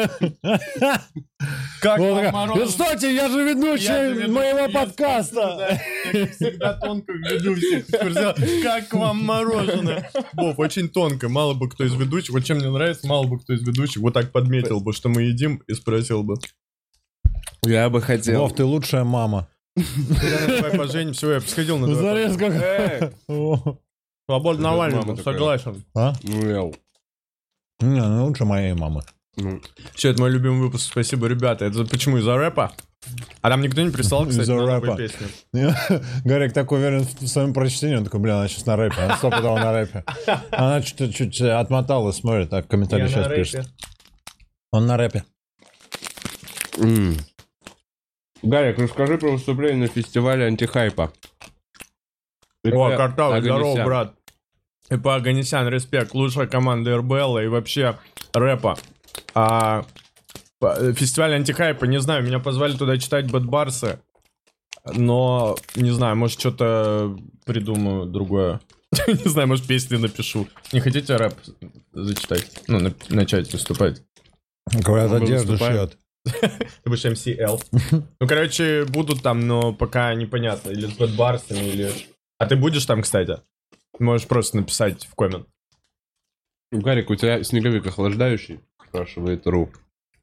Speaker 2: Как
Speaker 3: Вот
Speaker 2: вам
Speaker 3: такая,
Speaker 2: мороженое?
Speaker 3: Кстати, я же
Speaker 2: Я же
Speaker 3: ведущий
Speaker 2: веду-
Speaker 3: моего
Speaker 2: я
Speaker 3: подкаста.
Speaker 2: Да, я, как всегда, тонко веду всех. Спросил, как вам мороженое? Вов, очень тонко. Мало бы кто из ведущих. Вот чем мне нравится, мало бы кто из ведущих вот так подметил бы, что мы едим, и спросил бы.
Speaker 1: Я бы хотел.
Speaker 3: Вов, ты лучшая мама.
Speaker 2: Давай поженим. Все, я сходил на два.
Speaker 3: Смотри, сколько...
Speaker 1: Эй,
Speaker 3: О.
Speaker 2: Свободно
Speaker 1: Мама
Speaker 2: Навальному,
Speaker 1: такая.
Speaker 2: согласен.
Speaker 3: А?
Speaker 1: ну, ел.
Speaker 3: Не, ну лучше моей мамы.
Speaker 1: Ну,
Speaker 2: Все, это мой любимый выпуск. Спасибо, ребята. Это за- почему? Из-за рэпа? А там никто не прислал, кстати,
Speaker 3: Из-за
Speaker 2: на новые
Speaker 3: рэпа.
Speaker 2: песни.
Speaker 3: Гарик так уверен в своем прочтении, он такой, бля, она сейчас на рэпе, она стопудово на рэпе. Она что-то чуть отмотала, смотрит, так комментарий
Speaker 2: Я
Speaker 3: сейчас
Speaker 2: на
Speaker 3: пишет.
Speaker 2: рэпе.
Speaker 3: Он на рэпе.
Speaker 1: м. Гарик, расскажи про выступление на фестивале антихайпа.
Speaker 2: О,
Speaker 1: Это
Speaker 2: Картавый, здорово,
Speaker 1: Оганесян.
Speaker 2: брат. И по Аганесян, респект. Лучшая команда эр бэ эл и вообще рэпа. А, по- э, фестиваль антихайпа, не знаю, меня позвали туда читать Бэтбарсы, но, не знаю, может, что-то придумаю другое. Не знаю, может, песни напишу. Не хотите рэп зачитать? Ну, на- начать выступать.
Speaker 3: Говорят,
Speaker 1: Мы
Speaker 3: одежду
Speaker 1: выступаем.
Speaker 3: шьет.
Speaker 2: Ты будешь эм си эл. Ну, короче, будут там, но пока непонятно. Или с Бэтбарсами, или... А ты будешь там, кстати? Можешь просто написать в коммент.
Speaker 1: Гарик, у тебя снеговик охлаждающий? Спрашивает Ру.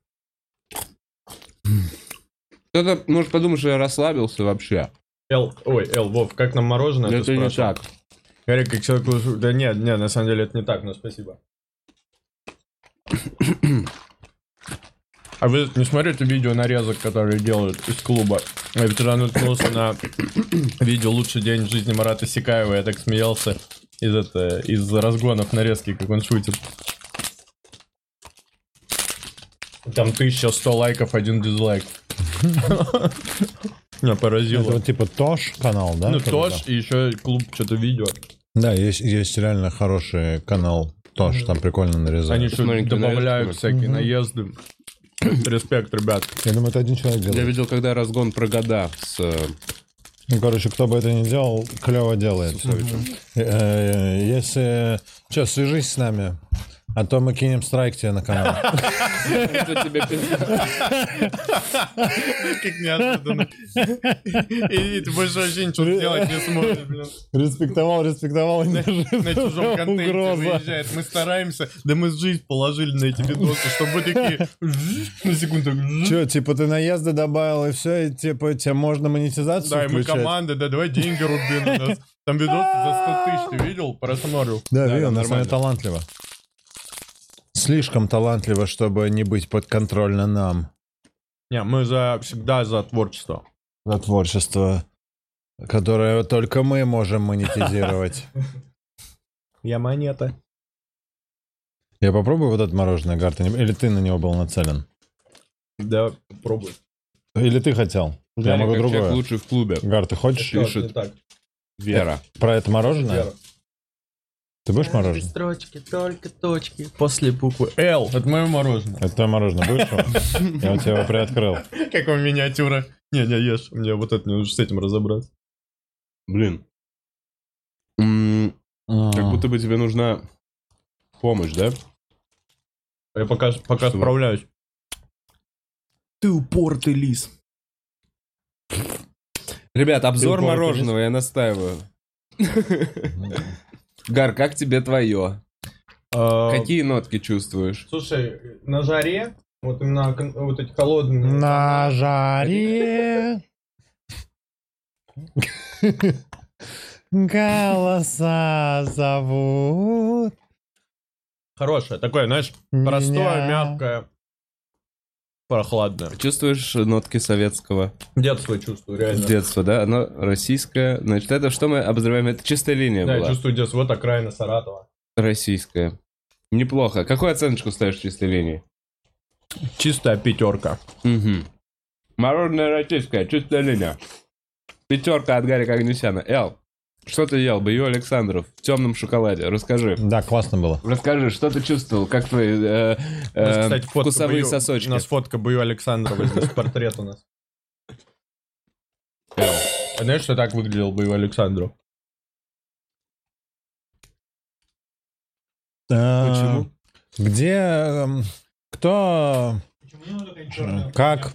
Speaker 1: Кто-то может подумать, что я расслабился вообще.
Speaker 2: Эл, ой, Эл, Вов, как нам мороженое?
Speaker 1: Это
Speaker 2: ты
Speaker 1: не
Speaker 2: спрашивал?
Speaker 1: так.
Speaker 2: Гарик, как человек... лучше- Да нет, нет, на самом деле это не так, но спасибо. А вы не смотрите видео нарезок, которые делают из клуба? Я вчера наткнулся на видео «Лучший день в жизни Марата Сикаева». Я так смеялся из, это, из разгонов нарезки, как он шутит. Там тысяча сто лайков, один дизлайк. Меня поразило.
Speaker 3: Это вот типа ТОШ канал, да?
Speaker 2: Ну,
Speaker 3: как
Speaker 2: ТОШ
Speaker 3: бы?
Speaker 2: и еще клуб что-то видео.
Speaker 3: Да, есть, есть реально хороший канал ТОШ, там прикольно нарезают.
Speaker 2: Они еще
Speaker 1: маленькими
Speaker 2: добавляют
Speaker 1: нарезками.
Speaker 2: всякие наезды. Респект, ребят.
Speaker 3: Я думаю, это один человек
Speaker 1: Я
Speaker 3: делает.
Speaker 1: видел, когда разгон про года с э,
Speaker 3: Ну, короче, кто бы это ни делал, клево делает.
Speaker 1: Сусовичем.
Speaker 3: Э, Если... Че, свяжись с нами, а то мы кинем страйк тебе на канал.
Speaker 1: Это тебе пизда.
Speaker 2: Как неожиданно. И ты больше вообще ничего сделать не сможешь, блин.
Speaker 3: Респектовал, респектовал.
Speaker 2: На чужом контенте
Speaker 3: Угроза.
Speaker 2: выезжает. Мы стараемся, да мы жизнь положили на эти видосы, чтобы вы такие на секунду.
Speaker 3: Че, типа ты наезды добавил, и все, и типа тебе можно монетизацию
Speaker 2: Да, и мы
Speaker 3: включать?
Speaker 2: команда, да, давай деньги руби на нас. Там видосы за сто тысяч, ты видел? Просмотрел.
Speaker 3: Да,
Speaker 1: Да,
Speaker 3: видел,
Speaker 1: да,
Speaker 3: на самом деле
Speaker 1: нормально.
Speaker 3: талантливо. Слишком талантливо, чтобы не быть подконтрольно нам.
Speaker 2: Не, мы за всегда за творчество.
Speaker 3: За творчество, которое только мы можем монетизировать.
Speaker 2: Я монета.
Speaker 3: Я попробую вот это мороженое, Гар, ты не- или ты на него был нацелен?
Speaker 2: Да, попробуй.
Speaker 3: Или ты хотел? Я могу
Speaker 1: Как человек
Speaker 3: другое.
Speaker 1: лучший в клубе.
Speaker 3: Гар, ты хочешь
Speaker 1: Пишет.
Speaker 2: Не так.
Speaker 1: Вера.
Speaker 3: про это мороженое?
Speaker 2: Вера.
Speaker 3: Ты будешь мороженое?
Speaker 2: Строчки, только точки. После буквы Л. Это мое мороженое.
Speaker 3: Это твое мороженое, будешь его? Я у тебя его приоткрыл.
Speaker 2: Как вам миниатюра? Не, не, ешь. Мне вот это, мне нужно с этим разобраться.
Speaker 1: Блин. М, Как
Speaker 3: А.
Speaker 1: будто бы тебе нужна помощь, да?
Speaker 2: Я пока, пока
Speaker 1: Что?
Speaker 2: справляюсь. Ты упортый лис.
Speaker 1: Ребят, обзор
Speaker 3: Ты упоротый
Speaker 1: мороженого, я настаиваю. Гар, как тебе твое? Какие нотки чувствуешь?
Speaker 2: Слушай, на жаре, вот именно кон- вот эти холодные...
Speaker 3: На жаре голоса зовут.
Speaker 2: Хорошее, такое, знаешь, простое,
Speaker 3: меня.
Speaker 2: мягкое, прохладное.
Speaker 1: Чувствуешь нотки советского
Speaker 2: Детство чувствую, реально.
Speaker 1: детства, да? Оно российское. Значит, это что мы обозреваем? Это чистая линия
Speaker 2: Да, я
Speaker 1: была.
Speaker 2: чувствую детство. Вот окраина Саратова.
Speaker 1: Российская. Неплохо. Какую оценочку ставишь чистой линии?
Speaker 2: Чистая пятерка.
Speaker 1: Угу. Мороженое российское, чистая линия. Пятерка от Гарика Агнесяна. Эл, что ты ел? Бою Александров в темном шоколаде. Расскажи.
Speaker 3: Да, классно было.
Speaker 1: Расскажи, что ты чувствовал? Как твои э,
Speaker 2: У нас,
Speaker 1: э,
Speaker 2: кстати, фотка
Speaker 1: вкусовые
Speaker 2: Бою-
Speaker 1: сосочки?
Speaker 2: У нас фотка Бою Александрова, здесь портрет у нас.
Speaker 1: Эл.
Speaker 2: А знаешь, что так выглядел Бою Александров?
Speaker 3: А,
Speaker 1: Почему?
Speaker 3: Где... эм, Кто... Как?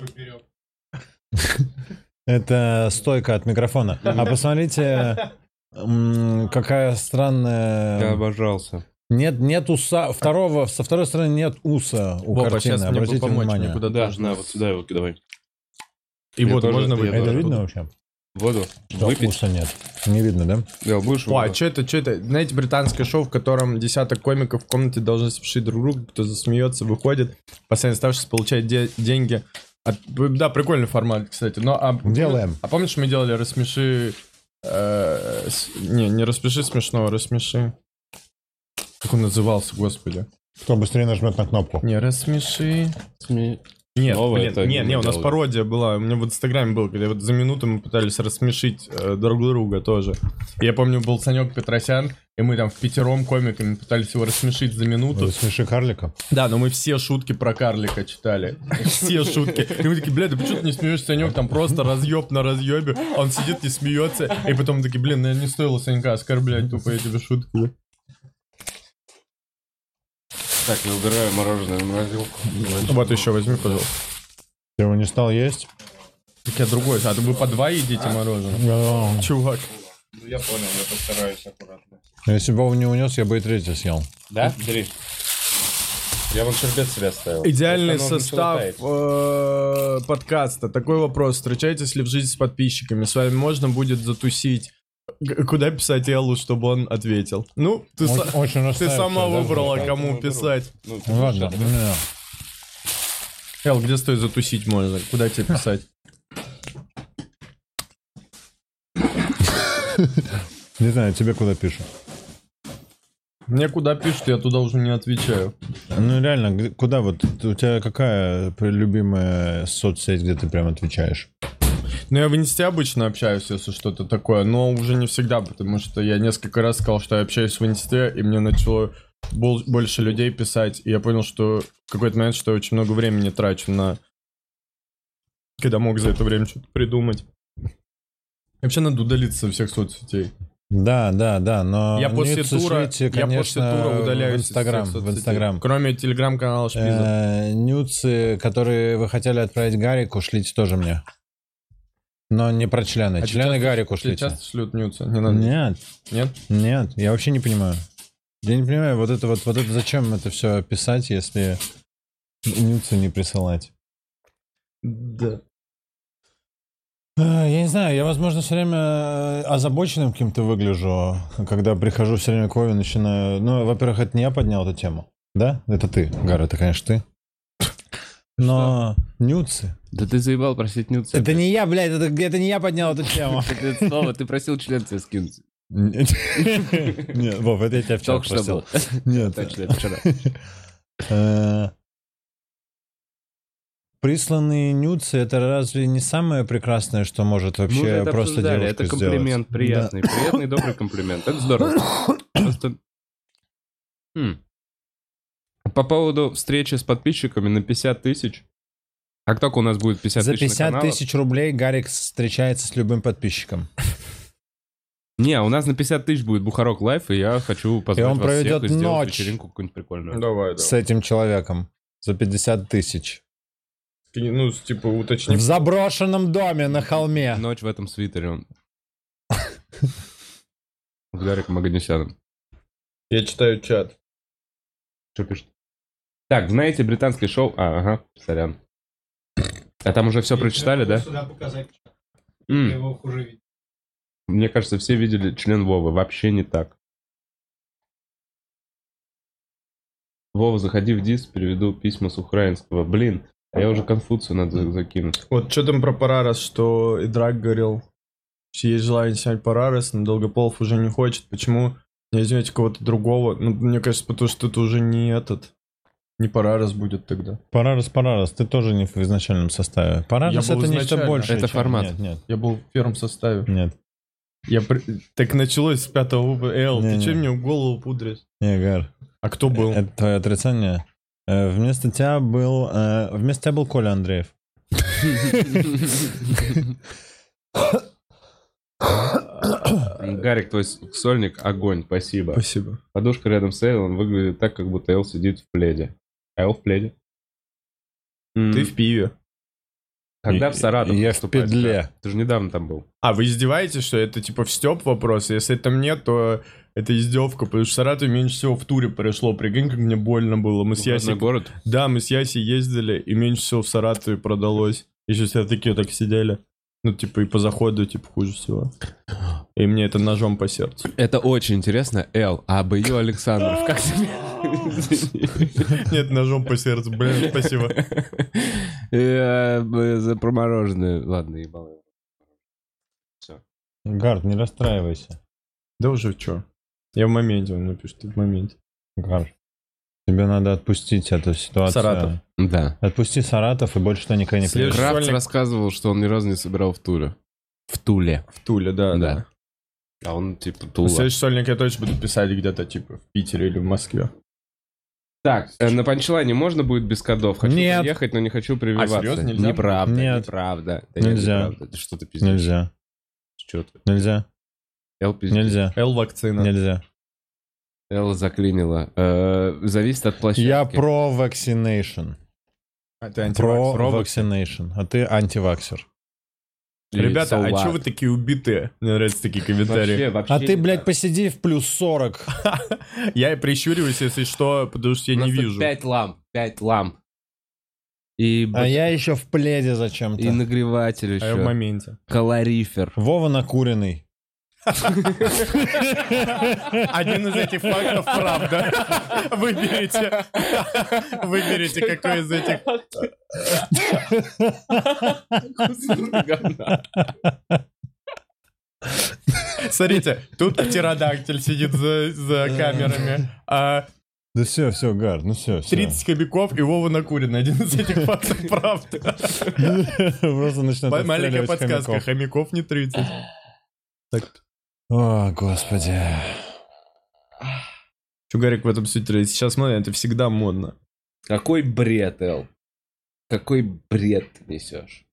Speaker 3: Это стойка от микрофона. А посмотрите, м, какая
Speaker 1: Я
Speaker 3: странная...
Speaker 1: обожался.
Speaker 3: Нет, нет уса. Второго, со второй стороны нет уса у
Speaker 2: Вова,
Speaker 3: картины.
Speaker 2: сейчас мне
Speaker 3: Обратите
Speaker 2: помочь,
Speaker 3: внимание.
Speaker 2: мне куда
Speaker 1: Да,
Speaker 2: должен.
Speaker 1: на, вот сюда его давай.
Speaker 2: И
Speaker 1: Я
Speaker 2: вот
Speaker 1: тоже-
Speaker 2: можно
Speaker 1: я
Speaker 2: выпить.
Speaker 3: Это
Speaker 1: тоже.
Speaker 3: видно вообще?
Speaker 1: Воду
Speaker 3: Что
Speaker 1: выпить.
Speaker 3: уса нет. Не видно, да?
Speaker 1: Эл, будешь
Speaker 2: О, а
Speaker 1: воду?
Speaker 2: что это, что это? Знаете, британское шоу, в котором десяток комиков в комнате должны смешить друг друга, кто засмеется, выходит, последний оставшийся получает де- деньги. От- Да, прикольный формат, кстати. Но, а,
Speaker 3: Делаем.
Speaker 2: А помнишь, мы делали рассмеши... э, с- не, не рассмеши смешного, рассмеши... Как он назывался, господи?
Speaker 3: Кто быстрее нажмет на кнопку.
Speaker 2: Не, рассмеши...
Speaker 1: Сме-
Speaker 2: Нет,
Speaker 1: Снова
Speaker 2: блин,
Speaker 1: это
Speaker 2: не,
Speaker 1: мы
Speaker 2: не, у нас
Speaker 1: делали.
Speaker 2: пародия была, у меня в Инстаграме был, когда вот за минуту мы пытались рассмешить э, друг друга тоже. И я помню, был Санек Петросян, и мы там в пятером комиками пытались его рассмешить за минуту.
Speaker 3: Смеши карлика.
Speaker 2: Да, но мы все шутки про карлика читали. Все шутки. И мы такие, блядь, да почему ты не смеешься, Санек, там просто разъеб на разъебе. Он сидит, не смеется. И потом такие, блин, ну не стоило Санька оскорблять тупо эти шутки.
Speaker 1: Так, я убираю мороженое в морозилку.
Speaker 2: Вот еще возьми, пожалуйста.
Speaker 3: Ты его не стал есть?
Speaker 2: Так я другой. А то вы по два едите мороженое?
Speaker 3: Да.
Speaker 2: Чувак.
Speaker 1: Ну, я понял, я постараюсь аккуратно.
Speaker 3: Если бы Вова не унес, я бы и третий съел.
Speaker 1: Да? Бери. Я вон шербет себе оставил.
Speaker 2: Идеальный
Speaker 1: Просто оно
Speaker 2: состав
Speaker 1: начало таять.
Speaker 2: э, подкаста. Такой вопрос. Встречаетесь ли в жизни с подписчиками? С вами можно будет затусить? Г- Куда писать Эллу, чтобы он ответил? Ну, ты,
Speaker 3: Очень-
Speaker 2: са-
Speaker 3: очень
Speaker 2: ты
Speaker 3: настаивается,
Speaker 2: сама
Speaker 3: да,
Speaker 2: выбрала,
Speaker 1: да,
Speaker 2: кому
Speaker 1: поэтому беру.
Speaker 2: писать.
Speaker 1: Ну, ты
Speaker 3: Ну ладно,
Speaker 1: можешь,
Speaker 3: ну,
Speaker 1: да?
Speaker 3: не надо.
Speaker 2: Эл, где стоит затусить можно? Куда тебе писать?
Speaker 3: Не знаю, тебе куда пишут.
Speaker 2: Мне куда пишут, я туда уже не отвечаю.
Speaker 3: Ну реально, где- куда вот? У тебя какая любимая соцсеть, где ты прям отвечаешь?
Speaker 2: Ну, я в инсте обычно общаюсь, если что-то такое, но уже не всегда, потому что я несколько раз сказал, что я общаюсь в инсте, и мне начало бол- больше людей писать, и я понял, что в какой-то момент, что я очень много времени трачу на... Когда мог за это время что-то придумать. Вообще надо удалиться со всех соцсетей.
Speaker 3: Да, да, да, но
Speaker 2: Я после
Speaker 3: нюцы
Speaker 2: тура,
Speaker 3: шлите,
Speaker 2: я после
Speaker 3: конечно,
Speaker 2: тура удаляюсь
Speaker 3: в Инстаграм,
Speaker 2: из всех
Speaker 3: в
Speaker 2: соцсетей.
Speaker 3: Инстаграм.
Speaker 2: Кроме телеграм-канала Шпиза.
Speaker 3: Э, Нюцы, которые вы хотели отправить Гарику, шлите тоже мне. Но не про члены.
Speaker 2: А
Speaker 3: Члены
Speaker 2: часто-
Speaker 3: Гарику
Speaker 2: тебе
Speaker 3: шлите.
Speaker 2: часто шлют нюцы? Не надо.
Speaker 3: Нет,
Speaker 2: Нет?
Speaker 3: нет, я вообще не понимаю. Я не понимаю, вот это вот, вот это зачем это все писать, если нюцы не присылать?
Speaker 2: Да.
Speaker 3: А, Я не знаю, я, возможно, все время э, озабоченным каким-то выгляжу, когда прихожу все время к Вове, начинаю... Ну, во-первых, это не я поднял эту тему, да? Это ты, Гара, это, конечно, ты. Но нюцы...
Speaker 1: Да ты заебал просить нюцы.
Speaker 3: Это не я, блядь, это, это не я поднял эту тему.
Speaker 1: Так это слово, ты просил член тебе скинуть.
Speaker 3: Нет, Вов, это я тебя вчера
Speaker 1: Только что
Speaker 3: просил.
Speaker 1: был.
Speaker 3: Нет.
Speaker 1: Точно, это вчера.
Speaker 3: Э, Присланные нюцы — это разве не самое прекрасное, что может
Speaker 1: Мы уже
Speaker 3: вообще
Speaker 1: это
Speaker 3: просто
Speaker 1: обсуждали,
Speaker 3: девушка
Speaker 1: это
Speaker 3: сделать?
Speaker 1: комплимент приятный, приятный, добрый комплимент. Это здорово. Просто... Хм. По поводу встречи с подписчиками на пятьдесят тысяч. Как только у нас будет пятьдесят
Speaker 3: За
Speaker 1: тысяч на
Speaker 3: пятьдесят
Speaker 1: каналах-
Speaker 3: тысяч рублей Гарик встречается с любым подписчиком.
Speaker 1: Не, у нас на пятьдесят тысяч будет Бухарок Лайф, и я хочу позвать
Speaker 3: И он
Speaker 1: вас всех
Speaker 3: проведет
Speaker 1: и сделать
Speaker 3: ночь.
Speaker 1: вечеринку какую-нибудь прикольную.
Speaker 2: Давай,
Speaker 3: С
Speaker 2: давай.
Speaker 3: этим человеком. За пятьдесят тысяч.
Speaker 2: Ну, типа, уточни.
Speaker 3: В заброшенном доме на холме.
Speaker 1: Ночь в этом свитере он. С Гариком Оганесяном.
Speaker 2: Я читаю чат.
Speaker 1: Что пишет? Так, знаете британское шоу... А, ага, сорян. А там уже все прочитали, да?
Speaker 4: Сюда показать.
Speaker 1: М.
Speaker 4: Я его хуже видел.
Speaker 1: Мне кажется, все видели член Вовы. Вообще не так. Вова, заходи в дис, переведу письма с украинского. Блин, а я уже Конфуцию надо закинуть.
Speaker 2: Вот что там про Парарас, что и Драк говорил, что есть желание снять Парарас, но Долгополов уже не хочет. Почему не возьмете кого-то другого? Ну, мне кажется, потому что это уже не этот, не Парарас будет тогда.
Speaker 3: Парарас, Парарас, ты тоже не в изначальном составе. Парарас —
Speaker 2: Я был
Speaker 3: это нечто
Speaker 2: изначально.
Speaker 3: большее.
Speaker 1: Это
Speaker 3: чем-
Speaker 1: формат.
Speaker 3: Нет, нет,
Speaker 2: Я был в первом составе.
Speaker 3: нет.
Speaker 2: Я при- Так началось с пятого выпуска. Эл, ты
Speaker 3: Не-не.
Speaker 2: что мне в голову пудришь?
Speaker 3: Не, Гар.
Speaker 2: А кто был?
Speaker 3: Это твое отрицание. Э, Вместо тебя был... э, Вместо тебя был Коля Андреев.
Speaker 1: Гарик, твой сольник, огонь, спасибо.
Speaker 2: Спасибо.
Speaker 1: Подушка рядом с Эл, он выглядит так, как будто Эл сидит в пледе. А Эл в пледе. М,
Speaker 2: Ты в пиве.
Speaker 1: Когда
Speaker 3: И-
Speaker 1: в Саратов
Speaker 3: я в
Speaker 1: поступаешь,
Speaker 3: педле.
Speaker 1: да? Ты же недавно там был.
Speaker 2: А вы издеваетесь, что это типа в Степ вопрос? Если там нет, то это издевка, потому что в Саратове меньше всего в туре прошло. Прикинь, как мне больно было. Мы с
Speaker 1: Выходной
Speaker 2: Ясей...
Speaker 1: город.
Speaker 2: Да, мы с Ясей ездили, и меньше всего в Саратове продалось. Еще все такие так сидели. Ну, типа, и по заходу, типа, хуже всего. И мне это ножом по сердцу.
Speaker 1: Это очень интересно. Эл, а бы ее Александров, как тебе?
Speaker 2: Нет, ножом по сердцу, блин, спасибо.
Speaker 1: Э, э, За промороженное. Ладно, ебал. его. Все.
Speaker 3: Гард, не расстраивайся.
Speaker 2: Да уже что? Я в моменте, он напишет, ты в моменте.
Speaker 3: Гар. Тебе надо отпустить эту ситуацию.
Speaker 2: Саратов.
Speaker 1: Да.
Speaker 3: Отпусти Саратов и больше туда никогда не
Speaker 2: Следующий-
Speaker 3: приезжай.
Speaker 1: Крафт
Speaker 2: Сольник.
Speaker 1: рассказывал, что он ни разу не собирал в Туле. В Туле.
Speaker 2: В Туле, да,
Speaker 1: Да.
Speaker 2: да.
Speaker 1: А он типа Тула.
Speaker 2: Следующий сольник я точно буду писать где-то, типа, в Питере или в Москве.
Speaker 1: Так, э, на панчлайне можно будет без кодов? Хочу
Speaker 3: Нет.
Speaker 1: приехать, но не хочу прививаться.
Speaker 2: А, серьезно, нельзя?
Speaker 1: Неправда,
Speaker 3: Нет.
Speaker 1: неправда. Да нет,
Speaker 3: Нельзя.
Speaker 1: неправда. Ты что ты пиздишь?
Speaker 3: Нельзя.
Speaker 1: Что ты?
Speaker 3: Нельзя.
Speaker 1: Эл пиздит.
Speaker 3: Нельзя.
Speaker 2: Л-вакцина.
Speaker 3: Нельзя.
Speaker 1: Эл заклинила. Э, зависит от площадки.
Speaker 3: Я про vaccination.
Speaker 2: А ты
Speaker 3: Про
Speaker 2: антивакс.
Speaker 3: vaccination. А ты антиваксер.
Speaker 1: И
Speaker 2: Ребята,
Speaker 1: so
Speaker 2: а
Speaker 1: what?
Speaker 2: чё вы такие убитые? Мне нравятся такие комментарии.
Speaker 1: Вообще, вообще
Speaker 3: А ты,
Speaker 1: не
Speaker 3: блядь,
Speaker 1: так.
Speaker 3: посиди в плюс сорок.
Speaker 2: Я и прищуриваюсь, если что, потому что я
Speaker 1: У нас
Speaker 2: не
Speaker 1: тут
Speaker 2: вижу.
Speaker 1: пять ламп, пять ламп. И,
Speaker 3: А я еще в пледе
Speaker 1: и
Speaker 3: зачем-то.
Speaker 1: нагреватель
Speaker 2: А я в
Speaker 1: еще.
Speaker 2: моменте.
Speaker 1: Калорифер.
Speaker 3: Вова накуренный.
Speaker 2: Один из этих фактов правда. Выберите. Выберите, какой из этих. Смотрите, тут птеродактиль сидит за, за камерами, а
Speaker 3: Да все, все, Гар, ну все, все.
Speaker 2: тридцать хомяков, и Вова накурен. Один из этих фактов правда.
Speaker 3: Просто начнет
Speaker 2: Маленькая
Speaker 3: отстреливать
Speaker 2: подсказка.
Speaker 3: хомяков.
Speaker 2: Хомяков не тридцать. Так.
Speaker 3: О, господи.
Speaker 2: Че, Гарик, в этом свитере? Сейчас смотри, это всегда модно.
Speaker 1: Какой бред, Эл. Какой бред ты несешь.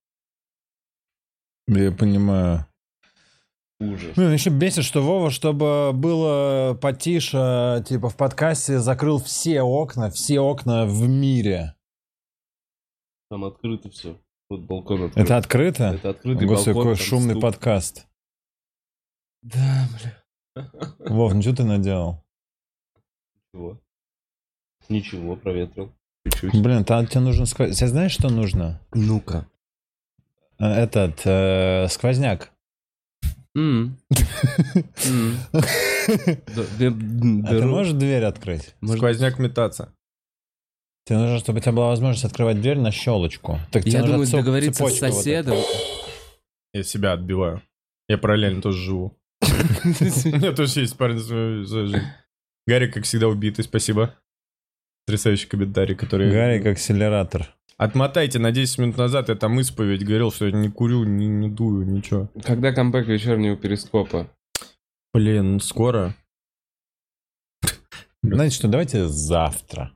Speaker 3: Я понимаю.
Speaker 1: Ужас.
Speaker 3: Ну, еще бесит, что Вова, чтобы было потише, типа в подкасте закрыл все окна, все окна в мире.
Speaker 1: Там открыто все. Вот балкон открыт.
Speaker 3: Это открыто?
Speaker 1: Это открытый
Speaker 3: Господи,
Speaker 1: балкон.
Speaker 3: какой
Speaker 1: там
Speaker 3: шумный
Speaker 1: стук.
Speaker 3: подкаст.
Speaker 1: Да, бля.
Speaker 3: Вов, ну что ты наделал?
Speaker 1: Ничего. Ничего, проветрил. Чуть-чуть.
Speaker 3: Блин, там тебе нужно... сквоз- Тебе знаешь, что нужно?
Speaker 1: Ну-ка.
Speaker 3: Э, Этот, э, сквозняк.
Speaker 1: М. М. Да, да, м,
Speaker 3: А ты
Speaker 1: беру.
Speaker 3: можешь дверь открыть?
Speaker 1: Может,
Speaker 2: Сквозняк метаться.
Speaker 3: Тебе нужно, чтобы у тебя была возможность открывать дверь на щелочку. Так тебе
Speaker 1: Я
Speaker 3: нужна
Speaker 1: думаю,
Speaker 3: цеп-
Speaker 1: договориться с
Speaker 3: цепочка вот
Speaker 1: соседом.
Speaker 2: Я себя отбиваю. Я параллельно тоже живу. У меня тоже есть парень своя жизнь. Гарик, как всегда, убитый, спасибо. Потрясающий комментарий, который...
Speaker 3: такая. Гарик акселератор.
Speaker 2: Отмотайте на десять минут назад, я там исповедь говорил, что я не курю, не, не дую, ничего.
Speaker 1: Когда камбэк вечернего перископа?
Speaker 2: Блин, скоро.
Speaker 3: Знаете что, давайте завтра.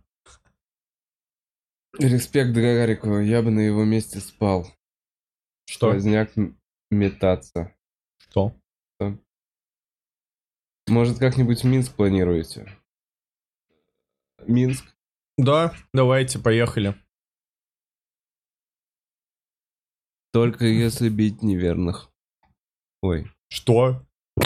Speaker 1: Респект Гагарику, я бы на его месте спал.
Speaker 2: Что?
Speaker 1: Сквозняк м- метаться.
Speaker 2: Что?
Speaker 1: Может, как-нибудь в Минск планируете? Минск?
Speaker 2: Да, давайте, поехали.
Speaker 1: Только если бить неверных. Ой.
Speaker 2: Что?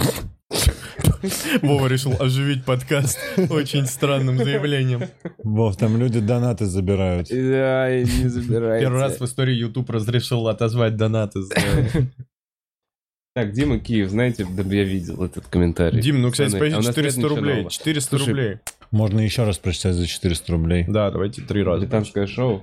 Speaker 2: Вова решил оживить подкаст очень странным заявлением.
Speaker 3: Вов, там люди донаты забирают.
Speaker 1: Да, и не забирайте.
Speaker 2: Первый раз в истории YouTube разрешил отозвать донаты. за-
Speaker 1: Так, Дима Киев, знаете, да, я видел этот комментарий.
Speaker 2: Дим, ну, кстати,
Speaker 1: Пацаны, а у
Speaker 2: спасибо,
Speaker 1: нас
Speaker 2: четыреста
Speaker 1: нет ничего
Speaker 2: рублей.
Speaker 1: нового.
Speaker 2: четыреста
Speaker 1: Слушай,
Speaker 2: рублей.
Speaker 3: Можно еще раз прочитать за четыреста рублей.
Speaker 2: Да, давайте три раза.
Speaker 1: Британское шоу.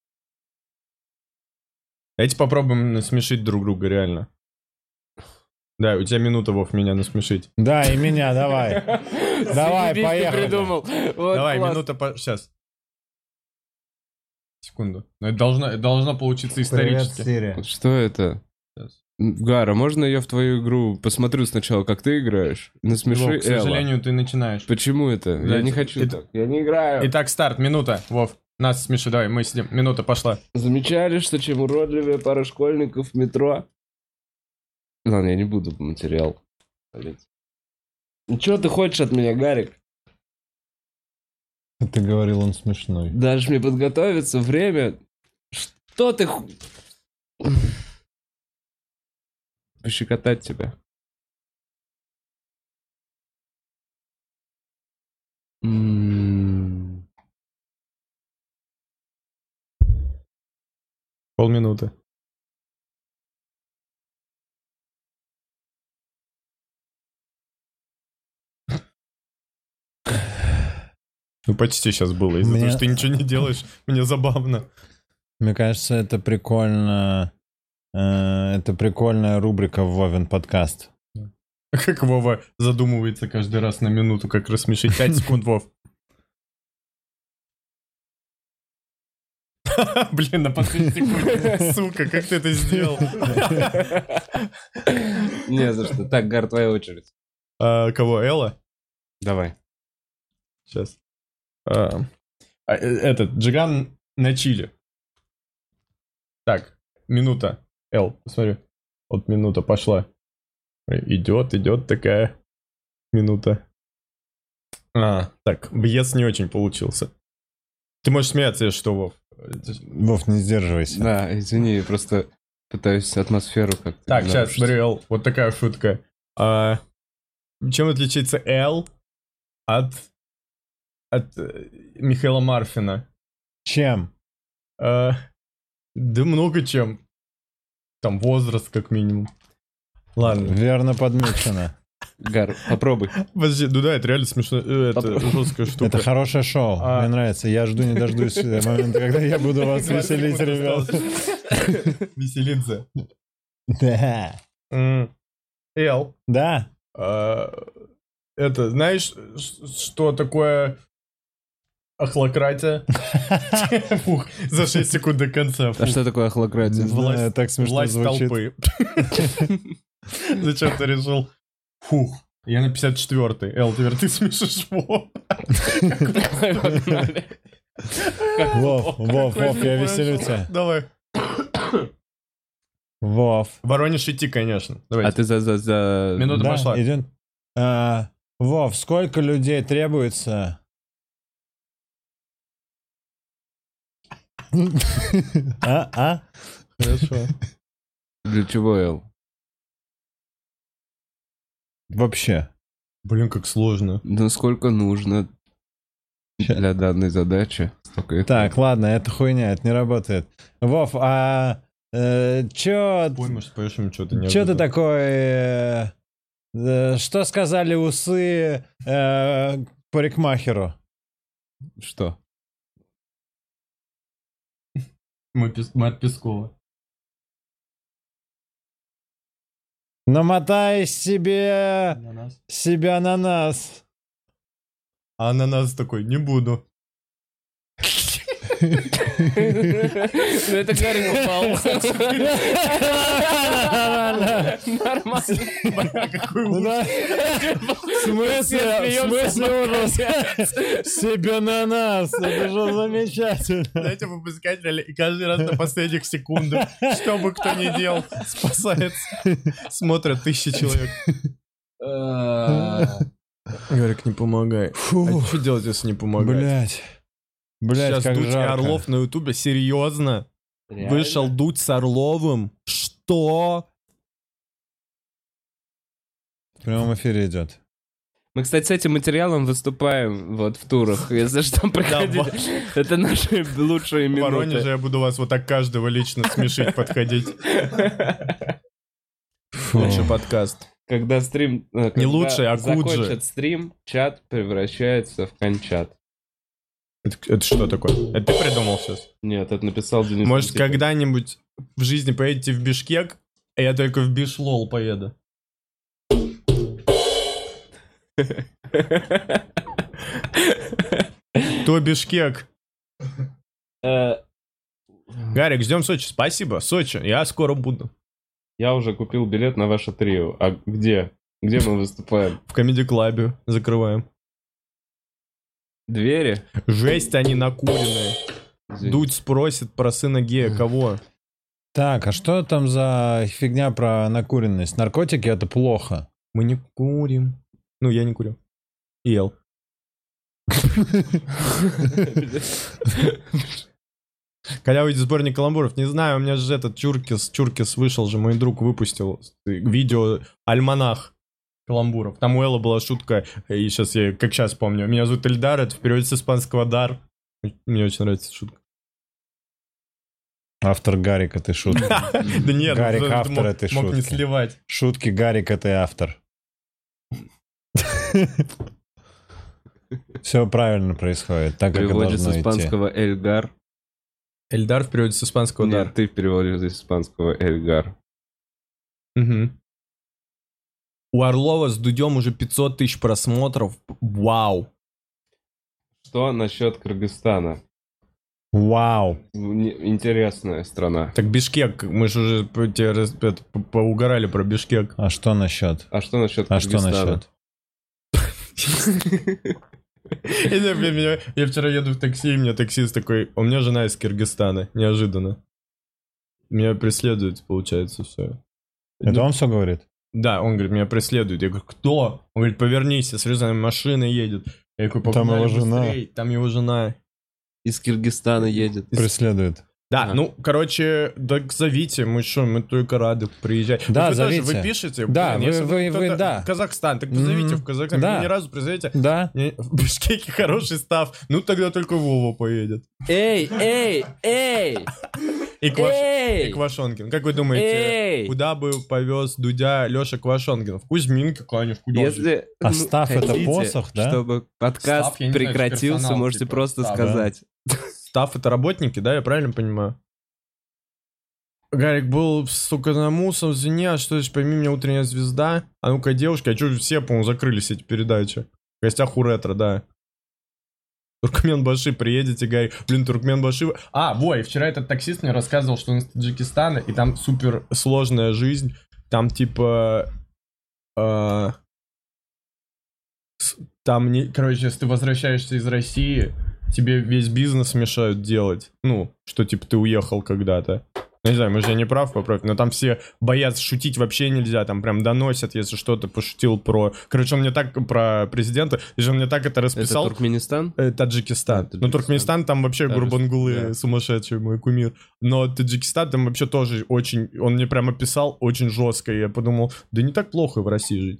Speaker 2: Давайте попробуем насмешить друг друга, реально. Да, у тебя минута, Вов, меня насмешить.
Speaker 3: Да, и меня, давай. Давай,
Speaker 1: Заебись, ты
Speaker 3: поехали.
Speaker 1: придумал. Вот
Speaker 2: Давай,
Speaker 1: класс.
Speaker 2: минута, по... сейчас. Секунду. Но это должно, это должно получиться
Speaker 3: Привет,
Speaker 2: исторически.
Speaker 3: Сири.
Speaker 1: Что это?
Speaker 2: Сейчас.
Speaker 1: Гара, можно я в твою игру посмотрю сначала, как ты играешь? Насмеши
Speaker 2: Вов, к
Speaker 1: Элла.
Speaker 2: сожалению, ты начинаешь.
Speaker 1: Почему это?
Speaker 2: Да,
Speaker 1: я не
Speaker 2: это-
Speaker 1: хочу
Speaker 2: это-
Speaker 1: так. Я не играю.
Speaker 2: Итак, старт, минута. Вов, нас смеши, давай, мы сидим. Минута пошла.
Speaker 1: Замечали, что чем уродливее пара школьников в метро? Ладно, я не буду материал. Блять. Ну что ты хочешь от меня, Гарик?
Speaker 3: Ты говорил, он смешной.
Speaker 1: Дашь мне подготовиться, время? Что ты... ху- Пощекотать тебя. М.
Speaker 2: Полминуты. Ну, почти сейчас было. Из-за
Speaker 3: Мне-
Speaker 2: того, что ты ничего не делаешь, мне забавно.
Speaker 3: Мне кажется, это прикольно. э, Это прикольная рубрика в Вовин подкаст.
Speaker 2: Как Вова задумывается каждый раз на минуту, как рассмешить. Пять секунд, Вов. Блин, на последней секунде. Сука, как ты это сделал?
Speaker 1: Не за что. Так, Гар, твоя очередь.
Speaker 2: А, кого, Элла?
Speaker 1: Давай.
Speaker 2: Сейчас. А, а, э, этот, Джиган на чили. Так, минута. Эл, посмотри. Вот минута пошла. Идет, идет такая минута. А, так, бьец не очень получился. Ты можешь смеяться, если что, Вов.
Speaker 3: Вов, не сдерживайся.
Speaker 1: Да, извини, просто пытаюсь атмосферу как-то...
Speaker 2: Так, сейчас,
Speaker 1: нарушить.
Speaker 2: смотри, Эл, вот такая шутка. А, чем отличается Эл от, от э, Михаила Марфина?
Speaker 3: Чем?
Speaker 2: А, да много чем. Там возраст, как минимум. Ладно.
Speaker 3: Верно подмечено.
Speaker 1: Гар, попробуй.
Speaker 2: Подожди, ну да, это реально смешно. э, Это
Speaker 1: Попробуй.
Speaker 2: жесткая штука.
Speaker 3: Это хорошее шоу.
Speaker 2: А.
Speaker 3: Мне нравится. Я жду, не дождусь момента, когда я буду вас
Speaker 2: двадцать
Speaker 3: веселить,
Speaker 2: секунд
Speaker 3: ребят.
Speaker 2: осталось. Веселиться.
Speaker 3: Да.
Speaker 2: М, Эл,
Speaker 3: Да.
Speaker 2: а, это, знаешь, ш- что такое Охлократия. Фух, за шесть секунд до конца.
Speaker 1: А что такое охлократия?
Speaker 3: Не знаю, так смешно
Speaker 2: Власть
Speaker 3: звучит.
Speaker 2: толпы. Зачем ты решил? Фух. Я на пятьдесят четвёртый. Эл, теперь ты смешишь его.
Speaker 3: Вов, Вов, Вов, я веселю тебя.
Speaker 2: Давай.
Speaker 3: Вов.
Speaker 2: Воронеж идти, конечно.
Speaker 1: А
Speaker 2: Давай.
Speaker 1: ты за... за, за...
Speaker 2: Минута
Speaker 3: Да,
Speaker 2: пошла.
Speaker 3: идем. А, Вов, сколько людей требуется? А, а?
Speaker 2: Хорошо.
Speaker 1: Для чего, Эл?
Speaker 3: Вообще.
Speaker 2: Блин, как сложно.
Speaker 1: Ну, сколько нужно для данной задачи? Столько и
Speaker 3: Так, ладно, это хуйня, это не работает. Вов, а э, чё,
Speaker 2: Ой, может, споешь им что-то не
Speaker 3: чё ты такой... э, э, что сказали усы э, парикмахеру?
Speaker 1: Что?
Speaker 2: Мы, пес... Мы от Пескова.
Speaker 3: Намотай себе
Speaker 2: Ананас.
Speaker 3: себя на нас.
Speaker 2: А ананас такой, не буду.
Speaker 1: Ну, это Гарик упал. Нормально.
Speaker 3: В смысле, в смысле ужас? Себя на нас. Это же замечательно.
Speaker 2: Знаете, выпускатели, и каждый раз на последних секундах, что бы кто ни делал, спасается. Смотрят тысячи человек. Гарик, не помогай. А что делать, если не помогать?
Speaker 3: Блять. Блять,
Speaker 2: Сейчас
Speaker 3: как
Speaker 2: Дудь и
Speaker 3: жарко.
Speaker 2: Орлов на ютубе, серьезно? Вышел Дудь с Орловым? Что?
Speaker 3: В прямом эфире идет.
Speaker 1: Мы, кстати, с этим материалом выступаем вот в турах. Если что, приходите. Это наши лучшие
Speaker 2: В
Speaker 1: минуты.
Speaker 2: Воронеже я буду вас вот так каждого лично смешить, подходить. Лучший подкаст.
Speaker 1: Когда стрим... э, когда
Speaker 2: лучший, а Куджи.
Speaker 1: закончат стрим, чат превращается в кончат.
Speaker 2: Это, это что такое? Это ты придумал сейчас?
Speaker 1: Нет, это написал Денис.
Speaker 2: Может,
Speaker 1: Антипов.
Speaker 2: когда-нибудь в жизни поедете в Бишкек, а я только в Бишлол поеду. То Бишкек.
Speaker 1: Э,
Speaker 2: Гарик, ждем Сочи. Спасибо, Сочи. Я скоро буду.
Speaker 1: Я уже купил билет на ваше трио. А где? Где мы выступаем?
Speaker 2: В комеди-клабе закрываем.
Speaker 1: Двери?
Speaker 2: Жесть, они накуренные.
Speaker 1: Извини.
Speaker 2: Дудь спросит про сына гея. Кого?
Speaker 3: Так, а что там за фигня про накуренность? Наркотики — это плохо.
Speaker 2: Мы не курим. Ну, я не курю. И ел. Когда выйдет сборник каламбуров, не знаю, у меня же этот Чуркис, Чуркис вышел же, мой друг выпустил видео альманах каламбуров. Там у Элла была шутка, и сейчас я, как сейчас помню, меня зовут Эльдар, это в переводе с испанского дар. Мне очень нравится эта шутка.
Speaker 3: Автор Гарика, ты шутки.
Speaker 2: Да нет,
Speaker 3: Гарик
Speaker 2: ну,
Speaker 3: автор
Speaker 2: мог-
Speaker 3: этой
Speaker 2: мог не
Speaker 3: шутки.
Speaker 2: сливать.
Speaker 3: Шутки Гарика, ты автор. Все правильно происходит, так
Speaker 1: В
Speaker 3: как и
Speaker 1: переводе с
Speaker 3: должно идти.
Speaker 1: испанского Эльгар.
Speaker 2: Эльдар в переводе с испанского дар.
Speaker 1: Нет, ты в переводе с испанского Эльгар.
Speaker 2: Мгм. У Орлова с Дудем уже пятьсот тысяч просмотров. Вау.
Speaker 1: Что насчет Кыргызстана?
Speaker 3: Вау.
Speaker 1: Не- Интересная страна.
Speaker 2: Так Бишкек, мы же уже по- те раз- это, по- поугорали про Бишкек.
Speaker 3: А что насчет?
Speaker 1: А что насчет
Speaker 3: А что
Speaker 1: Кыргызстана?
Speaker 3: насчет?
Speaker 2: Я, не- блин, меня- я вчера еду в такси, и мне таксист такой, у меня жена из Кыргызстана, неожиданно. Меня преследует, получается, все.
Speaker 3: Это он все говорит?
Speaker 2: Да, он говорит, меня преследует. Я говорю, кто? Он говорит, повернись, серьезно, машина едет. Я говорю,
Speaker 3: Там
Speaker 2: погнали
Speaker 3: его жена.
Speaker 2: быстрей, там его жена.
Speaker 1: Из Кыргызстана едет.
Speaker 3: Преследует.
Speaker 2: Да,
Speaker 1: Ага.
Speaker 2: ну, короче, так зовите, мы что, мы только рады приезжать.
Speaker 3: Да,
Speaker 2: Вот вы тоже,
Speaker 3: зовите.
Speaker 2: вы пишете?
Speaker 3: Да,
Speaker 2: Блин,
Speaker 3: вы-
Speaker 2: если
Speaker 3: вы- вы-
Speaker 2: кто-то-
Speaker 3: да.
Speaker 2: Казахстан, так
Speaker 3: Мгм.
Speaker 2: позовите в Казахстан.
Speaker 3: Да.
Speaker 2: Вы ни разу призовите.
Speaker 3: Да?
Speaker 2: Не, в Бишкеке хороший став. Ну, тогда только Вова поедет.
Speaker 1: Эй, эй, эй!
Speaker 2: И, Кваш... и
Speaker 1: Эй!
Speaker 2: Квашонкин. Как вы думаете,
Speaker 1: Эй!
Speaker 2: куда бы повез Дудя Леша Квашонкин? В Кузьминки, конечно, куда же?
Speaker 1: Если
Speaker 3: А
Speaker 1: ну,
Speaker 3: став — это
Speaker 1: хотите,
Speaker 3: посох, да?
Speaker 1: чтобы подкаст
Speaker 2: Став, я не знаю,
Speaker 1: прекратился,
Speaker 2: персонал,
Speaker 1: можете
Speaker 2: типа,
Speaker 1: просто
Speaker 2: став,
Speaker 1: сказать.
Speaker 2: Став — это работники, да, я правильно понимаю? Гарик был, сука, на мусом, извини, а что, пойми меня, утренняя звезда? А ну-ка, девушка, а что все, по-моему, закрылись эти передачи? В гостях у ретро, да. Туркменбаши, приедете, Гарик. Блин, Туркменбаши... А, во, и вчера этот таксист мне рассказывал, что он из Таджикистана, и там супер сложная жизнь. Там, типа... Э, там, не, короче, если ты возвращаешься из России, тебе весь бизнес мешают делать. Ну, что, типа, ты уехал когда-то. Не знаю, может, я не прав, поправь, но там все боятся, шутить вообще нельзя, там прям доносят, если что-то пошутил про... Короче, он мне так про президента, и же он мне так это расписал.
Speaker 1: Это Туркменистан?
Speaker 2: Э, Таджикистан. А, Таджикистан. Ну, Туркменистан там вообще Таджикистан, Гурбангулы да. Сумасшедший, мой кумир. Но Таджикистан там вообще тоже очень... Он мне прямо писал очень жестко, и я подумал, да не так плохо в России жить.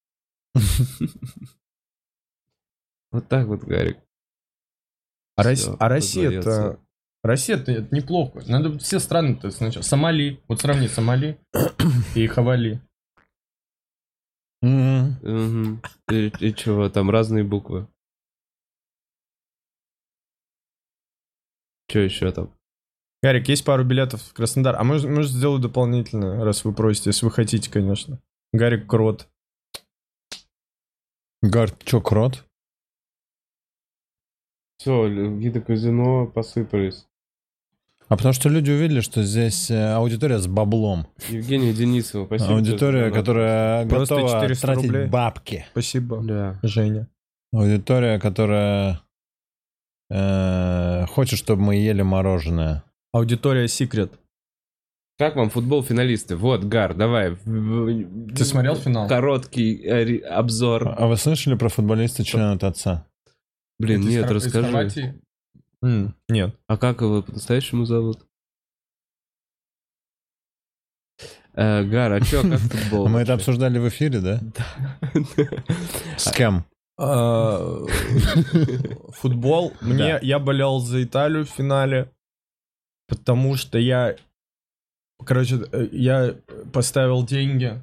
Speaker 1: Вот так вот, Гарик.
Speaker 2: А Россия-то... Россия-то это неплохо. Надо все страны-то сначала. Сомали. Вот сравни Сомали и Хавали.
Speaker 1: И чего? Там разные буквы. Что еще там?
Speaker 2: Гарик, есть пару билетов в Краснодар. А может, может сделаю дополнительно, раз вы просите, если вы хотите, конечно. Гарик Крот.
Speaker 3: Гарик, чё, Крот?
Speaker 1: Все, виды казино посыпались.
Speaker 3: А потому что люди увидели, что здесь аудитория с баблом.
Speaker 1: Евгения Денисова, спасибо.
Speaker 3: Аудитория, которая
Speaker 2: Просто
Speaker 3: готова тратить
Speaker 2: рублей.
Speaker 3: Бабки.
Speaker 2: Спасибо,
Speaker 1: да.
Speaker 2: Женя.
Speaker 3: Аудитория, которая э, хочет, чтобы мы ели мороженое.
Speaker 2: Аудитория Секрет.
Speaker 1: Как вам футбол-финалисты? Вот, Гар, давай.
Speaker 2: Ты смотрел финал?
Speaker 1: Короткий обзор.
Speaker 3: А вы слышали про футболиста члена ТАЦА?
Speaker 1: Блин,
Speaker 2: Это
Speaker 1: нет,
Speaker 2: из
Speaker 1: расскажи.
Speaker 2: Mm, нет.
Speaker 1: А как его по-настоящему зовут? Э, Гар, а чё, как футбол?
Speaker 3: Мы это обсуждали в эфире, да? С кем?
Speaker 2: Футбол. Мне я болел за Италию в финале, потому что я, короче, я поставил деньги.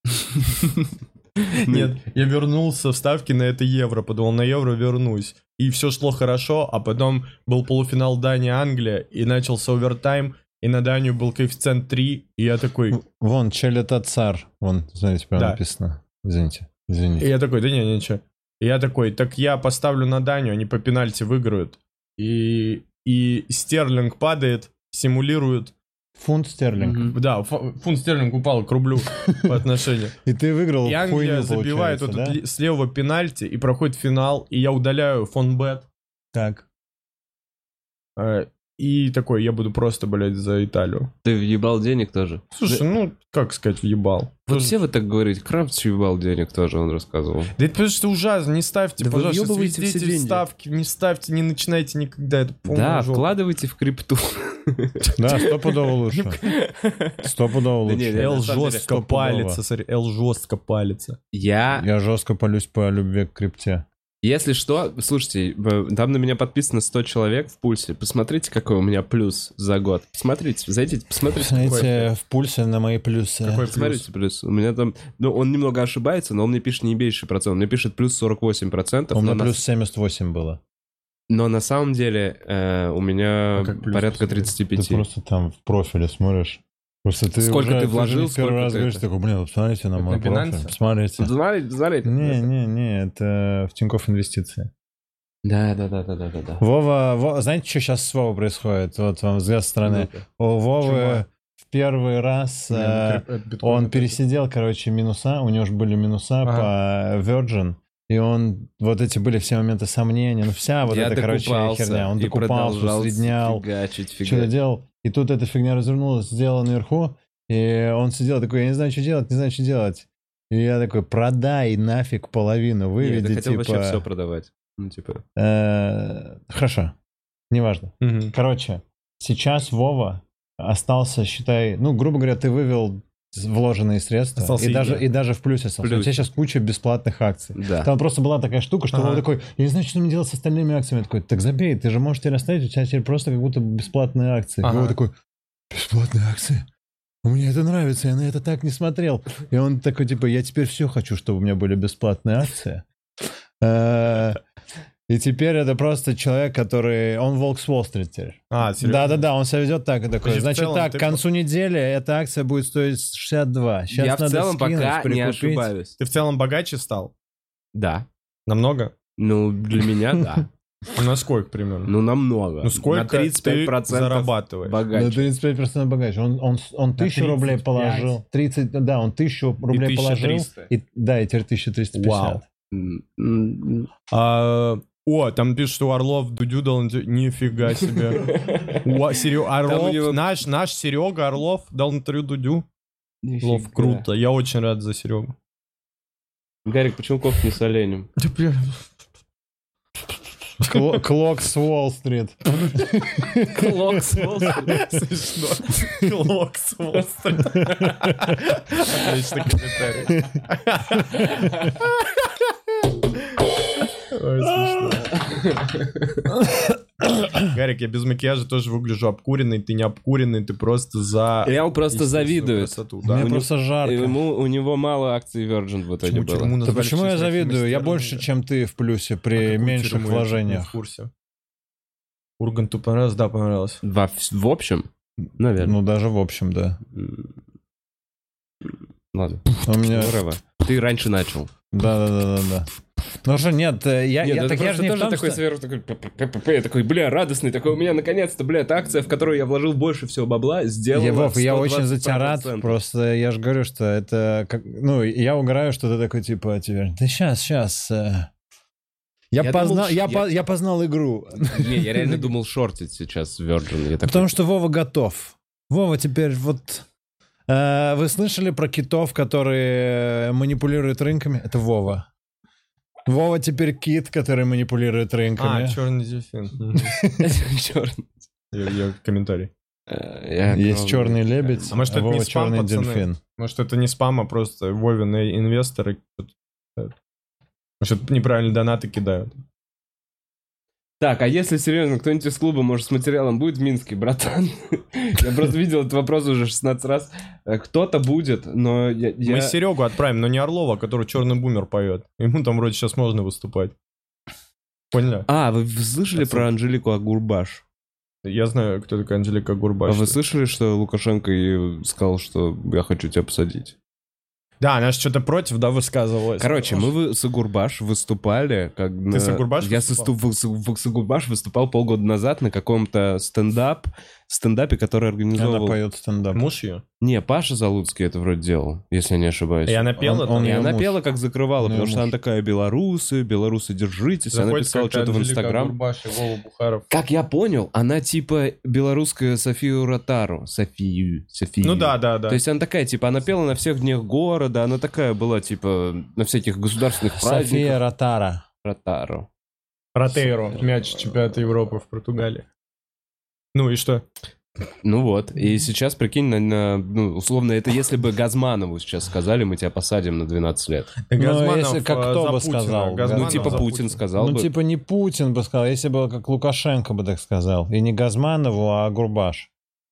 Speaker 2: Нет, я вернулся в ставки на это евро, подумал, на евро вернусь. И все шло хорошо, а потом был полуфинал Дания-Англия, и начался овертайм, и на Данию был коэффициент три, и я такой...
Speaker 3: Вон, Челета Цар, вон, знаете, прям да. написано. Извините, извините.
Speaker 2: И я такой, да не, ничего. И я такой, так я поставлю на Данию, они по пенальти выиграют. И, и Стерлинг падает, симулирует...
Speaker 3: Фунт стерлинг.
Speaker 2: Mm-hmm. Да, фунт стерлинг упал к рублю по отношению.
Speaker 3: И ты выиграл
Speaker 2: и Англия
Speaker 3: хуйню,
Speaker 2: забивает вот
Speaker 3: да?
Speaker 2: с левого пенальти и проходит финал, и я удаляю фонбет.
Speaker 3: Так.
Speaker 2: И такой, я буду просто болеть за Италию.
Speaker 1: Ты въебал денег тоже?
Speaker 2: Слушай, да. ну, как сказать, въебал.
Speaker 1: Вот тоже... все вы так говорите, Кравц въебал денег тоже, он рассказывал.
Speaker 2: Да это потому что ужасно, не ставьте,
Speaker 1: да
Speaker 2: пожалуйста, сведите ставки, не ставьте, не начинайте никогда, это
Speaker 1: да, жопа. Вкладывайте в крипту.
Speaker 3: Да, стопудово лучше. Стопудово лучше.
Speaker 2: Эл жестко палится, смотри, Эл жестко палится.
Speaker 1: Я...
Speaker 3: Я жестко палюсь по любви к крипте.
Speaker 1: Если что, слушайте, там на меня подписано сто человек в Пульсе. Посмотрите, какой у меня плюс за год. Посмотрите, зайдите, посмотрите.
Speaker 3: Смотрите в Пульсе на мои плюсы.
Speaker 1: Какой Посмотрите плюс? плюс. У меня там... Ну, он немного ошибается, но он мне пишет не меньший процент. Он мне пишет плюс сорок восемь процентов.
Speaker 3: У меня плюс
Speaker 1: нас...
Speaker 3: семьдесят восемь было.
Speaker 1: Но на самом деле э, у меня а порядка тридцать пять.
Speaker 3: Ты просто там в профиле смотришь. Просто ты
Speaker 1: сколько
Speaker 3: уже,
Speaker 1: ты вложил,
Speaker 3: ты первый раз говоришь, такой, блин, посмотрите на мой профиль. Посмотрите.
Speaker 1: Посмотрите, посмотрите.
Speaker 3: Не-не-не, это в Тинькофф Инвестиции.
Speaker 1: Да, да, да, да, да, да.
Speaker 3: Вова, Вова, знаете, что сейчас с Вовой происходит? Вот вам взгляд со стороны. У Вовы Чего? в первый раз Не, э, он пересидел, короче, минуса, у него же были минуса ага. по Virgin, и он, вот эти были все моменты сомнения, ну вся вот
Speaker 1: Я
Speaker 3: эта, короче, херня. Он докупался, усреднял, что-то делал, и тут эта фигня развернулась, сделала наверху, и он сидел такой, я не знаю, что делать, не знаю, что делать. И я такой, продай нафиг половину, выведи,
Speaker 1: я хотел
Speaker 3: типа...
Speaker 1: вообще все продавать. Ну, типа...
Speaker 3: Хорошо, неважно. Угу. Короче, сейчас Вова остался, считай, ну, грубо говоря, ты вывел вложенные средства, остался и даже, и даже в плюсе остался. Плюс. У тебя сейчас куча бесплатных акций. Да. Там просто была такая штука, что ага. Вова такой, я не знаю, что мне делать с остальными акциями. Я такой, так забей, ты же можешь теперь оставить, у тебя теперь просто как будто бесплатные акции. Ага. Вова такой, бесплатные акции? Мне это нравится, я на это так не смотрел. И он такой, типа, я теперь все хочу, чтобы у меня были бесплатные акции. И теперь это просто человек, который... Он волк с Уолл-стрит теперь. А, серьезно? Да-да-да, он себя ведет так и такой. Значит целом, так, к концу ты... недели эта акция будет стоить шестьдесят два. Сейчас
Speaker 1: я
Speaker 3: надо
Speaker 1: в целом
Speaker 3: скинуть,
Speaker 1: пока
Speaker 3: прикупить.
Speaker 1: Не ошибаюсь.
Speaker 2: Ты в целом богаче стал?
Speaker 1: Да.
Speaker 2: Намного?
Speaker 1: Ну, для меня, да.
Speaker 2: А на сколько примерно?
Speaker 1: Ну, намного.
Speaker 2: Ну, сколько
Speaker 1: на тридцать пять
Speaker 2: ты
Speaker 1: процентов
Speaker 2: зарабатываешь?
Speaker 1: богаче.
Speaker 3: На тридцать пять процентов богаче. Он, он, он тысячу рублей
Speaker 4: тридцать пять.
Speaker 3: положил. тридцать, да, он тысячу рублей
Speaker 2: тысяча
Speaker 3: положил.
Speaker 2: триста.
Speaker 3: И, да, и теперь тысяча триста пятьдесят.
Speaker 2: Вау.
Speaker 1: М, м,
Speaker 2: А, о, там пишут, что Орлов Дудю дал интервью. Нифига себе. Уа, Серё- Орлов,
Speaker 1: у него-
Speaker 2: наш, наш Серега Орлов дал интервью Дудю.
Speaker 1: нифига.
Speaker 2: Лов, круто. Я очень рад за Серегу.
Speaker 1: Гарик, почему кофе не с оленем?
Speaker 3: Кло- Клок с Уолл-стрит.
Speaker 1: Клокс.
Speaker 2: Смешно. Клокс Уолл-стрит. Отличный комментарий. Ой, смешно. Гарик, я без макияжа тоже выгляжу обкуренный. Ты не обкуренный, ты просто за...
Speaker 1: Я просто
Speaker 2: естественную
Speaker 1: завидую.
Speaker 2: красоту, да.
Speaker 3: Мне
Speaker 1: у
Speaker 3: просто жарко.
Speaker 1: Ему, у него мало акций Virgin в итоге
Speaker 2: Почему
Speaker 1: было.
Speaker 2: тюрьму
Speaker 3: Да
Speaker 2: назвали
Speaker 3: почему я
Speaker 2: в честь Максима
Speaker 3: завидую? Я
Speaker 2: Стерлинга?
Speaker 3: больше, чем ты в плюсе
Speaker 2: А
Speaker 3: при
Speaker 2: какую
Speaker 3: меньших
Speaker 2: тюрьму? Я чё-то не
Speaker 3: вложениях.
Speaker 2: в курсе. Урганту понравилось? Да, понравилось.
Speaker 1: Во- в общем, наверное.
Speaker 3: Ну, даже в общем, да.
Speaker 1: Ладно.
Speaker 3: У меня...
Speaker 1: Здорово. Ты раньше начал.
Speaker 3: Да-да-да-да. Ну что, нет, э, я,
Speaker 1: Нет,
Speaker 3: я,
Speaker 1: это
Speaker 3: так я
Speaker 1: просто
Speaker 3: же не в
Speaker 1: тоже
Speaker 3: том,
Speaker 1: такой
Speaker 3: что...
Speaker 1: сверху, такой, п-п-п-п, я такой, бля, радостный, такой, у меня наконец-то, бля, эта акция, в которую я вложил больше всего бабла, сделала
Speaker 3: Я, Вов, я
Speaker 1: сто
Speaker 3: очень за
Speaker 1: двадцать
Speaker 3: тебя рад,
Speaker 1: процентов.
Speaker 3: просто я же говорю, что это... Как, ну, я угораю, что ты такой, типа, тебе... Да сейчас, сейчас... Я,
Speaker 1: Я
Speaker 3: познал,
Speaker 1: думал,
Speaker 3: я,
Speaker 1: я-
Speaker 3: по- я познал игру.
Speaker 1: Не, я реально думал шортить сейчас Virgin. Я такой,
Speaker 3: Потому что Вова готов. Вова теперь вот... э, вы слышали про китов, которые манипулируют рынками? Это Вова. Вова теперь кит, который манипулирует
Speaker 2: А,
Speaker 3: рынками.
Speaker 2: черный дельфин.
Speaker 1: Чёрный.
Speaker 2: Я, я комментарий.
Speaker 1: Э, я
Speaker 3: Есть
Speaker 1: огромный.
Speaker 3: черный лебедь,
Speaker 2: А может,
Speaker 3: а
Speaker 2: это
Speaker 3: Вова
Speaker 2: не спам,
Speaker 3: черный
Speaker 2: пацаны?
Speaker 3: дельфин.
Speaker 2: Может, это не спам, а просто Вовин инвесторы. Может, это неправильно донаты кидают.
Speaker 1: Так, а если серьезно, кто-нибудь из клуба, может, с материалом будет в Минске, братан? Я просто видел этот вопрос уже шестнадцать раз. Э, Кто-то будет, но я... я-
Speaker 2: Мы Серегу отправим, но не Орлова, который черный бумер поет. Ему там вроде сейчас можно выступать. Поняли?
Speaker 1: А, вы вы слышали
Speaker 2: Отсюда.
Speaker 1: про Анжелику Агурбаш?
Speaker 2: Я знаю, кто такая Анжелика
Speaker 1: А
Speaker 2: Гурбаш.
Speaker 1: вы слышали, что Лукашенко ей сказал, что я хочу тебя посадить?
Speaker 2: Да, она же что-то против, да, высказывалась.
Speaker 1: Короче, мы вы- с Агурбаш выступали. Как на-
Speaker 2: с Агурбаш
Speaker 1: Я с,
Speaker 2: выступал?
Speaker 1: Исту- в- с- с Агурбаш выступал полгода назад на каком-то стендап, стендапе, который
Speaker 3: Она
Speaker 1: организовывал...
Speaker 3: поет стендап.
Speaker 2: Муж ее?
Speaker 1: Не, Паша Залуцкий это вроде делал, если я не ошибаюсь.
Speaker 2: И она пела?
Speaker 3: Он-
Speaker 2: там?
Speaker 3: он
Speaker 1: И
Speaker 3: её
Speaker 1: она
Speaker 3: муж.
Speaker 1: пела, как закрывала,
Speaker 3: Он её
Speaker 1: потому что
Speaker 3: муж.
Speaker 1: она такая, белорусы, белорусы, держитесь. Она
Speaker 2: Заходит
Speaker 1: писала
Speaker 2: как-то
Speaker 1: что-то в
Speaker 2: Анжелика
Speaker 1: Инстаграм.
Speaker 2: Гурбаш и Вова Бухаров.
Speaker 1: Как я понял, она типа белорусская Софию Ротару. Софию. Софию.
Speaker 2: Ну да, да, да.
Speaker 1: То есть она такая, типа, она пела на всех днях города, она такая была, типа, на всяких государственных
Speaker 3: София
Speaker 1: праздниках.
Speaker 3: Ротара.
Speaker 1: Ротару.
Speaker 2: Ротейро, мяч чемпионата Европы в Португалии. Ну и что?
Speaker 1: Ну вот, и сейчас, прикинь, на, на- ну, условно, это если бы Газманову сейчас сказали, мы тебя посадим на двенадцать лет.
Speaker 3: Ну, если как
Speaker 2: э,
Speaker 3: кто
Speaker 2: за
Speaker 3: бы
Speaker 2: Путина.
Speaker 3: сказал.
Speaker 2: Газманов
Speaker 1: Ну, типа
Speaker 2: за
Speaker 1: Путин
Speaker 2: Путина.
Speaker 1: сказал
Speaker 3: Ну,
Speaker 1: бы.
Speaker 3: типа не Путин бы сказал, если бы как Лукашенко бы так сказал. И не Газманову, а Гурбаш.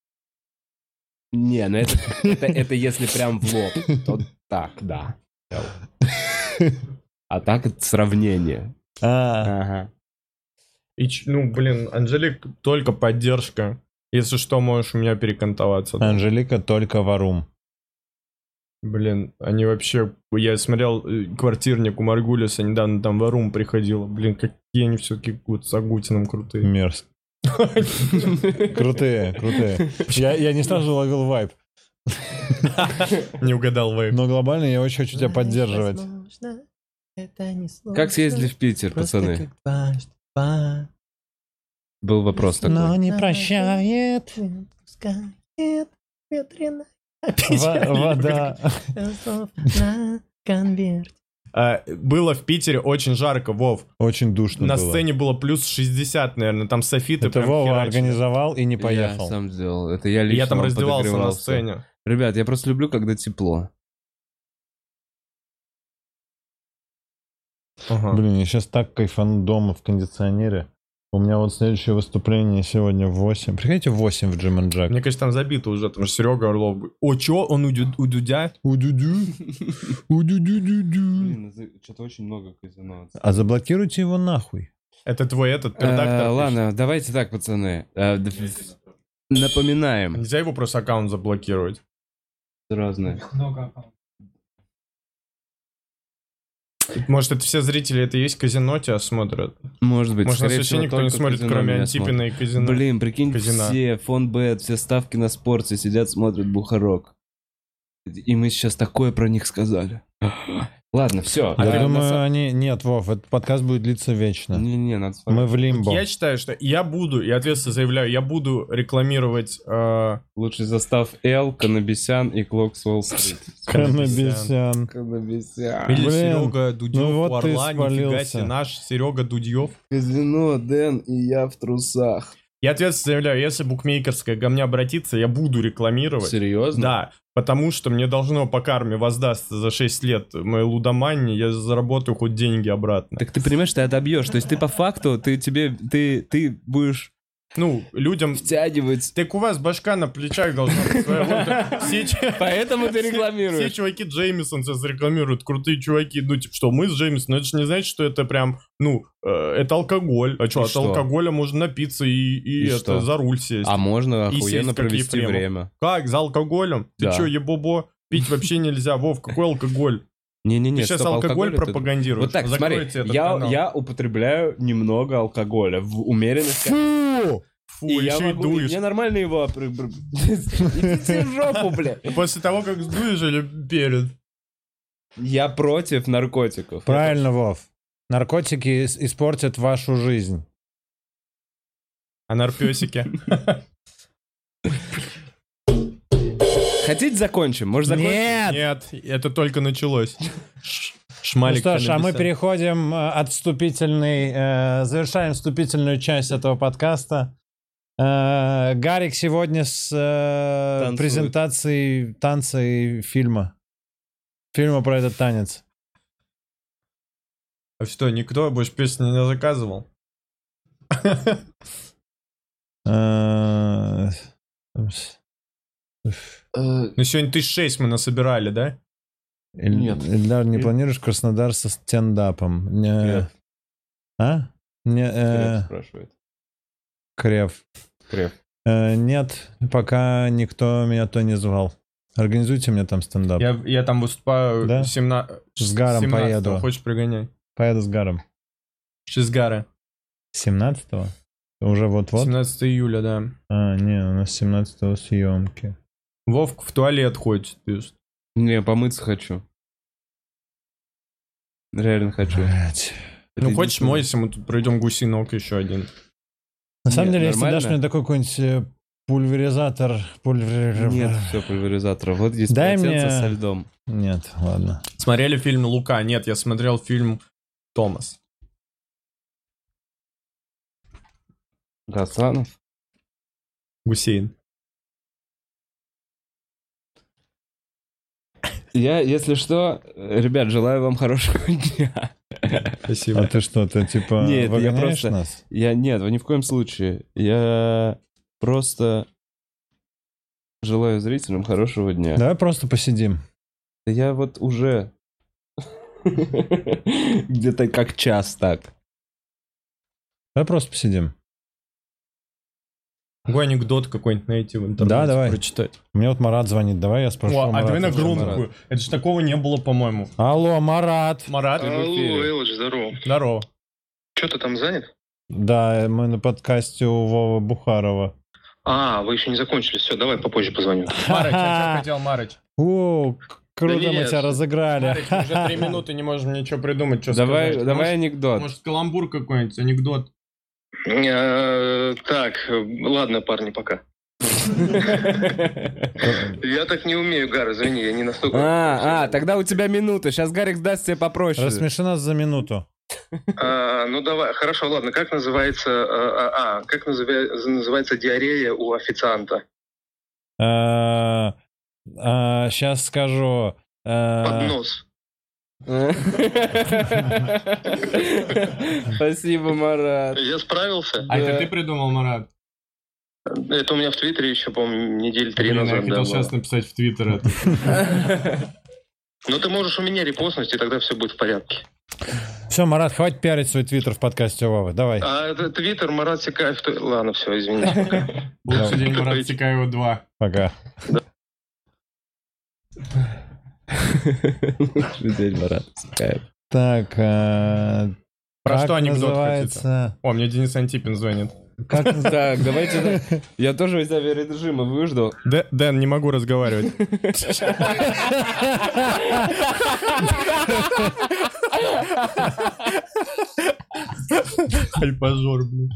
Speaker 1: Не, ну это, это, это если прям в лоб, то так, да. А так это сравнение.
Speaker 3: А,
Speaker 1: Ага.
Speaker 2: И, ч- ну, блин, Анжелик, только поддержка. Если что, можешь у меня перекантоваться.
Speaker 3: Анжелика только варум.
Speaker 2: Блин, они вообще... Я смотрел э, «Квартирник» у Маргулиса, недавно там Варум приходила. Блин, какие они все-таки вот с Агутиным крутые.
Speaker 3: Мерзко. Крутые, крутые. Я, я не сразу ловил вайб.
Speaker 2: Не угадал вейп.
Speaker 3: Но глобально я очень хочу тебя поддерживать.
Speaker 1: Как съездили в Питер, пацаны? Был вопрос такой.
Speaker 3: не прощает вода.
Speaker 2: А, было в Питере очень жарко, Вов.
Speaker 3: Очень душно
Speaker 2: На
Speaker 3: было.
Speaker 2: сцене было плюс шестьдесят, наверное. Там софиты
Speaker 3: Это
Speaker 2: прям
Speaker 3: Вова
Speaker 2: херачили.
Speaker 3: организовал и не
Speaker 1: Я
Speaker 3: поехал.
Speaker 1: сам сделал. Это я
Speaker 2: И
Speaker 1: лично
Speaker 2: Я там
Speaker 1: вам
Speaker 2: раздевался на
Speaker 1: подогревался.
Speaker 2: сцене.
Speaker 1: Ребят, я просто люблю, когда тепло.
Speaker 2: Ага.
Speaker 3: Блин, я сейчас так кайфану дома в кондиционере. У меня вот следующее выступление сегодня в восемь. Приходите в восемь в Джим энд Джек.
Speaker 2: Мне, конечно, там забито уже, потому что Серега Орлов... будет. О, чё? Он у, Дю- у Дудя?
Speaker 3: У-дю-дю. У-дю-дю-дю-дю.
Speaker 1: Блин, что-то очень много казино.
Speaker 3: А заблокируйте его нахуй.
Speaker 2: Это твой этот редактор?
Speaker 1: Э, Ладно, давайте так, пацаны. Э, д- Напоминаем.
Speaker 2: Нельзя его просто аккаунт заблокировать.
Speaker 1: Разные.
Speaker 2: Может, это все зрители, это и есть казино тебя смотрят?
Speaker 1: Может быть.
Speaker 2: Может, нас
Speaker 1: скорее
Speaker 2: вообще
Speaker 1: всего,
Speaker 2: никто не
Speaker 1: только
Speaker 2: смотрит,
Speaker 1: казино
Speaker 2: кроме
Speaker 1: меня
Speaker 2: Антипина
Speaker 1: смотрит.
Speaker 2: и казино.
Speaker 1: Блин, прикинь,
Speaker 2: Казино.
Speaker 1: все, фонбет, все ставки на спорт, все сидят, смотрят Бухарок. И мы сейчас такое про них сказали. Ладно, все.
Speaker 3: Я думаю, они... Нет, Вов, этот подкаст будет длиться вечно.
Speaker 1: Не-не, надо...
Speaker 3: Мы в лимбо.
Speaker 2: Я считаю, что я буду, я ответственно заявляю, я буду рекламировать... э,
Speaker 1: Лучший состав Эл, Канабисян и Клокс Уолл-стрит.
Speaker 3: Канабисян.
Speaker 1: Канабисян.
Speaker 2: Или
Speaker 3: Блин,
Speaker 2: Серега Дудев
Speaker 3: ну вот
Speaker 2: у
Speaker 3: ты
Speaker 2: Орла, нифига
Speaker 3: спалился.
Speaker 2: себе, наш Серега Дудев.
Speaker 1: Казино, Дэн и я в трусах.
Speaker 2: Я ответственно заявляю, если букмекерская ко мне обратится, я буду рекламировать.
Speaker 1: Серьезно?
Speaker 2: Да, потому что мне должно по карме воздастся за шесть лет моей лудомании, я заработаю хоть деньги обратно.
Speaker 1: Так ты понимаешь, ты отобьешь. То есть ты по факту, ты тебе, ты, ты будешь
Speaker 2: Ну, людям...
Speaker 1: втягивать.
Speaker 2: Так у вас башка на плечах должна быть своя. Вот, все, ч-
Speaker 1: Поэтому ты
Speaker 2: все
Speaker 1: рекламируешь.
Speaker 2: чуваки Джеймисон сейчас рекламируют, крутые чуваки. Ну, типа, что мы с Джеймисоном, это же не значит, что это прям, ну, э, это алкоголь. А что,
Speaker 1: И
Speaker 2: от
Speaker 1: что?
Speaker 2: алкоголя можно напиться и, и,
Speaker 1: И
Speaker 2: это,
Speaker 1: что?
Speaker 2: за руль сесть.
Speaker 1: А можно
Speaker 2: И
Speaker 1: охуенно
Speaker 2: сесть, как
Speaker 1: провести
Speaker 2: Ефремов.
Speaker 1: время.
Speaker 2: Как, за алкоголем? Ты
Speaker 1: Да.
Speaker 2: чё, ебобо? Пить вообще нельзя. Вов, какой алкоголь?
Speaker 1: Не-не-не,
Speaker 2: Ты сейчас
Speaker 1: стоп,
Speaker 2: алкоголь,
Speaker 1: это-
Speaker 2: пропагандируешь.
Speaker 1: Вот так, смотри,
Speaker 2: Закройте этот
Speaker 1: я,
Speaker 2: канал.
Speaker 1: я употребляю немного алкоголя в умеренных...
Speaker 3: Фу!
Speaker 2: Фу,
Speaker 1: И я
Speaker 2: еще и
Speaker 1: могу, и
Speaker 2: дуешь.
Speaker 1: мне нормально его... опр- бр- Идите в жопу, бля.
Speaker 2: После того, как сдуешь или перед?
Speaker 1: Я против наркотиков.
Speaker 3: Правильно, Вов. Наркотики ис- испортят вашу жизнь.
Speaker 2: А нарпесики?
Speaker 1: Хотите закончим? Может закончим?
Speaker 3: Нет!
Speaker 2: Нет, это только началось. Ш-
Speaker 3: Ну
Speaker 2: Шмалик
Speaker 3: что ж, а мы
Speaker 2: Канабисян.
Speaker 3: переходим э, от вступительной, э, завершаем вступительную часть этого подкаста. Э, Гарик сегодня с э,
Speaker 1: Танцует.
Speaker 3: презентацией танца и фильма. Фильма про этот танец.
Speaker 2: А что, никто больше песни не заказывал?
Speaker 3: Э,
Speaker 2: Ну, сегодня тысяч шесть мы насобирали, да?
Speaker 3: Иль-
Speaker 1: Нет.
Speaker 3: Ильдар, не
Speaker 1: Нет.
Speaker 3: планируешь в Краснодар со стендапом? Не-
Speaker 1: Крев.
Speaker 3: А? Не, э,
Speaker 1: Крев спрашивает.
Speaker 3: Крев.
Speaker 1: Крев.
Speaker 3: Э, нет, пока никто меня то не звал. Организуйте мне там стендап.
Speaker 2: Я, я там выступаю
Speaker 3: Да?
Speaker 2: семна-
Speaker 3: С Гаром
Speaker 2: семнадцатого.
Speaker 3: поеду.
Speaker 2: Хочешь пригоняй?
Speaker 3: Поеду с Гаром.
Speaker 2: С Гара.
Speaker 3: семнадцатого? Уже вот-вот?
Speaker 2: семнадцатого июля, да.
Speaker 3: А, не, у нас семнадцатого съемки.
Speaker 2: Вовка в туалет ходит. то есть.
Speaker 1: Не, помыться хочу. Реально хочу.
Speaker 3: Блять.
Speaker 2: Ну,
Speaker 1: Это
Speaker 2: хочешь,
Speaker 1: единственное.
Speaker 2: мойся, мы тут пройдем гусинок еще один.
Speaker 3: На самом
Speaker 1: Нет,
Speaker 3: деле, если
Speaker 1: нормально.
Speaker 3: дашь мне такой какой-нибудь э, пульверизатор... пульвер-
Speaker 1: Нет, все, пульверизатора. Вот есть
Speaker 3: Дай
Speaker 1: полотенце
Speaker 3: мне-
Speaker 1: со льдом.
Speaker 3: Нет, ладно.
Speaker 2: Смотрели фильм «Лука»? Нет, я смотрел фильм «Томас».
Speaker 1: Гасанов.
Speaker 2: Гусейн.
Speaker 1: Я, если что, э, ребят, желаю вам хорошего дня.
Speaker 2: Спасибо.
Speaker 3: А ты что, ты типа
Speaker 1: Нет, я
Speaker 3: выгоняешь
Speaker 1: просто-
Speaker 3: нас?
Speaker 1: Я нет, ни в коем случае. Я просто желаю зрителям хорошего дня.
Speaker 3: Давай просто посидим.
Speaker 1: Да я вот уже где-то как час так.
Speaker 3: Давай просто посидим.
Speaker 2: Какой анекдот какой-нибудь найти в интернете?
Speaker 3: Да, давай.
Speaker 2: Прочитать.
Speaker 3: Мне вот Марат звонит. Давай я спрошу.
Speaker 2: О,
Speaker 3: у
Speaker 2: а давай
Speaker 3: Марата.
Speaker 2: на
Speaker 1: Марат.
Speaker 2: громкую. Это же такого не было, по-моему.
Speaker 3: Алло, Марат.
Speaker 2: Марат,
Speaker 1: в
Speaker 4: Алло,
Speaker 1: эфире.
Speaker 4: Элыч, здорово.
Speaker 2: здорово.
Speaker 4: Че ты там занят?
Speaker 3: Да, мы на подкасте у Вовы Бухарова.
Speaker 4: А, вы еще не закончили. Все, давай попозже позвоню.
Speaker 2: Марыч, а что хотел Марыч?
Speaker 3: О, к- круто
Speaker 4: Да
Speaker 3: мы
Speaker 4: нет.
Speaker 3: тебя разыграли.
Speaker 2: Марыч, мы уже три минуты не можем ничего придумать, что
Speaker 1: Давай,
Speaker 2: сказать.
Speaker 1: давай
Speaker 2: Может,
Speaker 1: анекдот.
Speaker 2: может, каламбур какой-нибудь, анекдот.
Speaker 4: Э, Так, ладно, парни, пока. Я так не умею, Гар, извини, я не настолько...
Speaker 1: А, а, тогда у тебя минута. Сейчас Гарик даст тебе попроще.
Speaker 3: Рассмеши нас за минуту.
Speaker 4: А, ну давай, хорошо, ладно, как называется... А, а, как назывя- называется диарея у официанта?
Speaker 3: Сейчас скажу. Э,
Speaker 4: Поднос.
Speaker 1: Спасибо, Марат.
Speaker 4: Я справился?
Speaker 2: А
Speaker 1: Да.
Speaker 2: это ты придумал, Марат?
Speaker 4: Это у меня в Твиттере еще, по-моему, недели три
Speaker 2: Блин, я
Speaker 4: назад.
Speaker 2: хотел
Speaker 4: да,
Speaker 2: сейчас
Speaker 4: было.
Speaker 2: написать в Твиттер это.
Speaker 4: Ну ты можешь у меня репостнуть, и тогда все будет в порядке.
Speaker 3: Все, Марат, хватит пиарить свой твиттер в подкасте у Вовы. Давай.
Speaker 4: А это Твиттер, Марат Сикаев... то- Ладно, все, извините. пока.
Speaker 2: Лучший день
Speaker 4: Давай.
Speaker 2: Марата Тикаева два.
Speaker 3: Пока.
Speaker 1: Лучший день, Марат. Кайф.
Speaker 3: Так, а,
Speaker 2: Про
Speaker 3: как
Speaker 2: что анекдот
Speaker 3: называется...
Speaker 2: О, мне Денис Антипин звонит.
Speaker 3: Как наз-
Speaker 1: Так, давайте... Я тоже из авиарежима выжду.
Speaker 2: Дэ- Дэн, не могу разговаривать. Хайпажор, блин.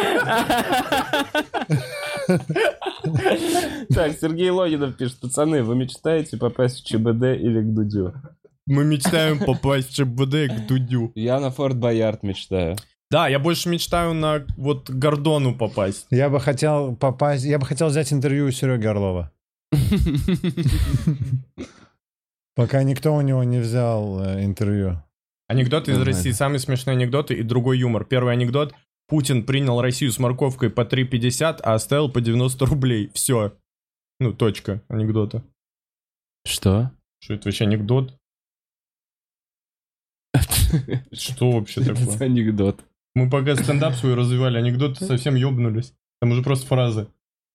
Speaker 1: Так, Сергей Логинов пишет. Пацаны, вы мечтаете попасть в ЧБД или к Дудю?
Speaker 2: Мы мечтаем попасть в ЧБД к Дудю.
Speaker 1: Я на Форт Боярд мечтаю.
Speaker 2: Да, я больше мечтаю на вот Гордону попасть.
Speaker 3: Я бы хотел попасть... Я бы хотел взять интервью у Сереги Орлова. Пока никто у него не взял э, интервью.
Speaker 2: Анекдоты из
Speaker 3: Нормально.
Speaker 2: России. Самые смешные анекдоты и другой юмор. Первый анекдот. Путин принял Россию с морковкой по три пятьдесят, а оставил по девяносто рублей. Все. Ну, точка анекдота.
Speaker 1: Что?
Speaker 2: Что это вообще анекдот? Что вообще
Speaker 1: Это
Speaker 2: такое?
Speaker 1: анекдот.
Speaker 2: Мы пока стендап свой развивали, анекдоты совсем ёбнулись. Там уже просто фразы.